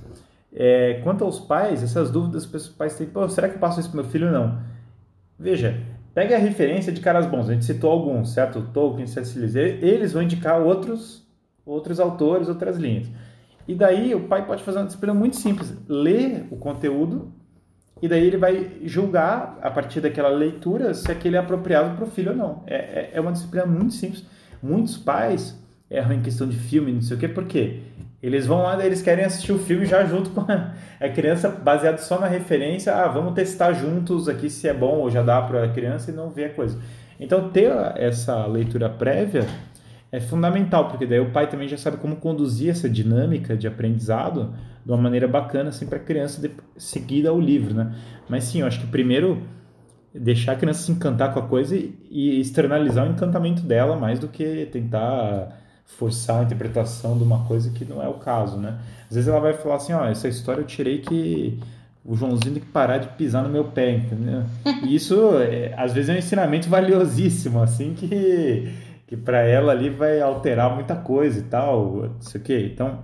É, quanto aos pais, essas dúvidas que os pais têm, pô, será que eu passo isso para meu filho ou não? Veja, pega a referência de caras bons, a gente citou alguns, certo? Tolkien, C S. Lewis, eles vão indicar outros, outros autores, outras linhas. E daí o pai pode fazer uma disciplina muito simples, ler o conteúdo, e daí ele vai julgar, a partir daquela leitura, se aquele é apropriado para o filho ou não. É, é, é uma disciplina muito simples. Muitos pais erram em questão de filme, não sei o quê, por quê? Eles vão lá, eles querem assistir o filme já junto com a criança, baseado só na referência, ah, vamos testar juntos aqui se é bom ou já dá para a criança, e não ver a coisa. Então, ter essa leitura prévia é fundamental, porque daí o pai também já sabe como conduzir essa dinâmica de aprendizado de uma maneira bacana, assim, para a criança de, seguida ao livro, né? Mas sim, eu acho que primeiro deixar a criança se encantar com a coisa e, e externalizar o encantamento dela mais do que tentar forçar a interpretação de uma coisa que não é o caso, né? Às vezes ela vai falar assim, ó, essa história eu tirei que o Joãozinho tem que parar de pisar no meu pé, entendeu? E isso, é, às vezes, é um ensinamento valiosíssimo, assim, que, que para ela ali vai alterar muita coisa e tal, não sei o quê. Então,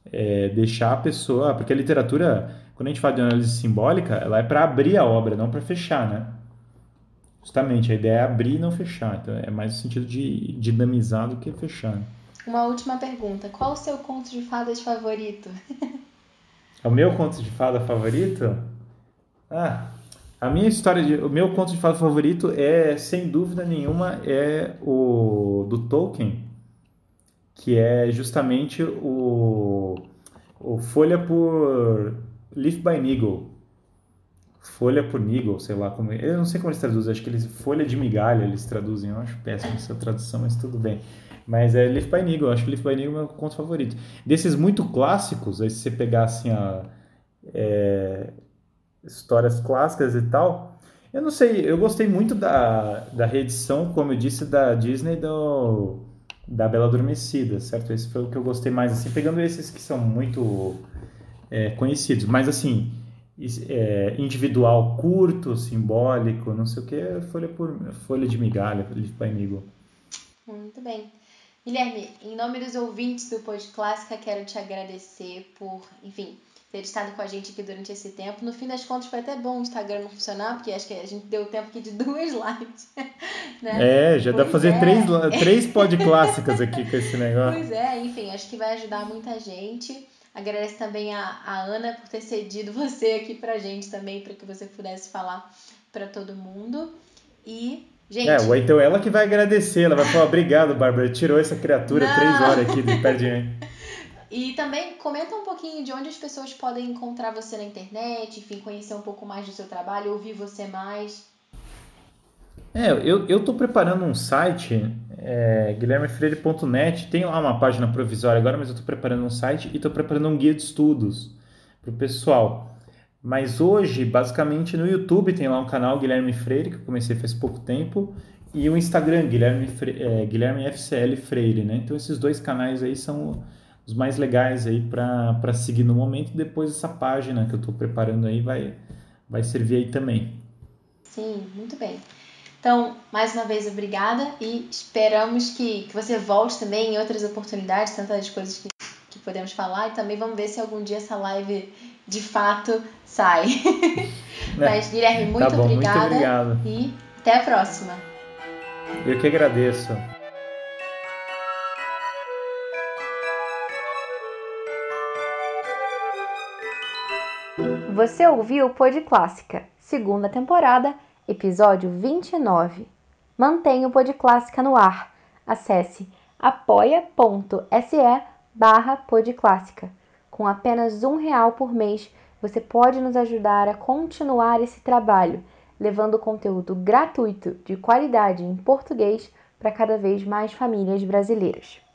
é, deixar a pessoa... Porque a literatura, quando a gente fala de análise simbólica, ela é para abrir a obra, não para fechar, né? Justamente, a ideia é abrir e não fechar. Então, é mais no sentido de dinamizar do que fechar. Uma última pergunta. Qual o seu conto de fadas favorito? O meu conto de fada favorito? Ah, a minha história de... O meu conto de fada favorito é, sem dúvida nenhuma, é o do Tolkien, que é justamente o, o Folha por... Leaf by Niggle. Folha por Niggle, sei lá como... Eu não sei como eles traduzem, acho que eles... Folha de migalha eles traduzem, eu acho péssimo essa tradução, mas tudo bem. Mas é Leaf by Niggle, acho que Leaf by Niggle é o meu conto favorito. Desses muito clássicos, aí se você pegar assim a... É, histórias clássicas e tal, eu não sei, eu gostei muito da, da reedição, como eu disse, da Disney do, da Bela Adormecida, certo? Esse foi o que eu gostei mais, assim, pegando esses que são muito é, conhecidos, mas assim, é, individual curto, simbólico, não sei o que, folha por folha de migalha, folha de pai amigo. Muito bem. Guilherme, em nome dos ouvintes do Pod Clássica, quero te agradecer por, enfim, ter estado com a gente aqui durante esse tempo. No fim das contas, foi até bom o Instagram não funcionar, porque acho que a gente deu tempo aqui de duas lives, né? É, já dá pra Pois fazer três, é. três pod clássicas aqui com esse negócio. Pois é, enfim, acho que vai ajudar muita gente. Agradeço também a, a Ana por ter cedido você aqui pra gente também, para que você pudesse falar para todo mundo. E, É, gente, ou então ela que vai agradecer, ela vai falar, obrigado, Bárbara, tirou essa criatura três não! horas aqui de perto de mim. E também comenta um pouquinho de onde as pessoas podem encontrar você na internet, enfim, conhecer um pouco mais do seu trabalho, ouvir você mais. É, eu, eu tô preparando um site, é, guilherme freire ponto net, tem lá uma página provisória agora, mas eu tô preparando um site e tô preparando um guia de estudos pro pessoal. Mas hoje, basicamente, no YouTube tem lá um canal Guilherme Freire, que eu comecei faz pouco tempo, e o Instagram, Guilherme, Fre- é, Guilherme F C L Freire, né? Então esses dois canais aí são os mais legais aí para seguir no momento. Depois essa página que eu estou preparando aí vai, vai servir aí também. Sim, muito bem. Então, mais uma vez, obrigada e esperamos que, que você volte também em outras oportunidades, tantas coisas que, que podemos falar, e também vamos ver se algum dia essa live de fato sai. Né? Mas, Guilherme, Tá muito bom, muito obrigada obrigado. e até a próxima. Eu que agradeço. Você ouviu o Pod Clássica, segunda temporada, episódio vinte e nove. Mantenha o Pod Clássica no ar. Acesse apoia.se barra podclássica. Com apenas um real por mês, você pode nos ajudar a continuar esse trabalho, levando conteúdo gratuito de qualidade em português para cada vez mais famílias brasileiras.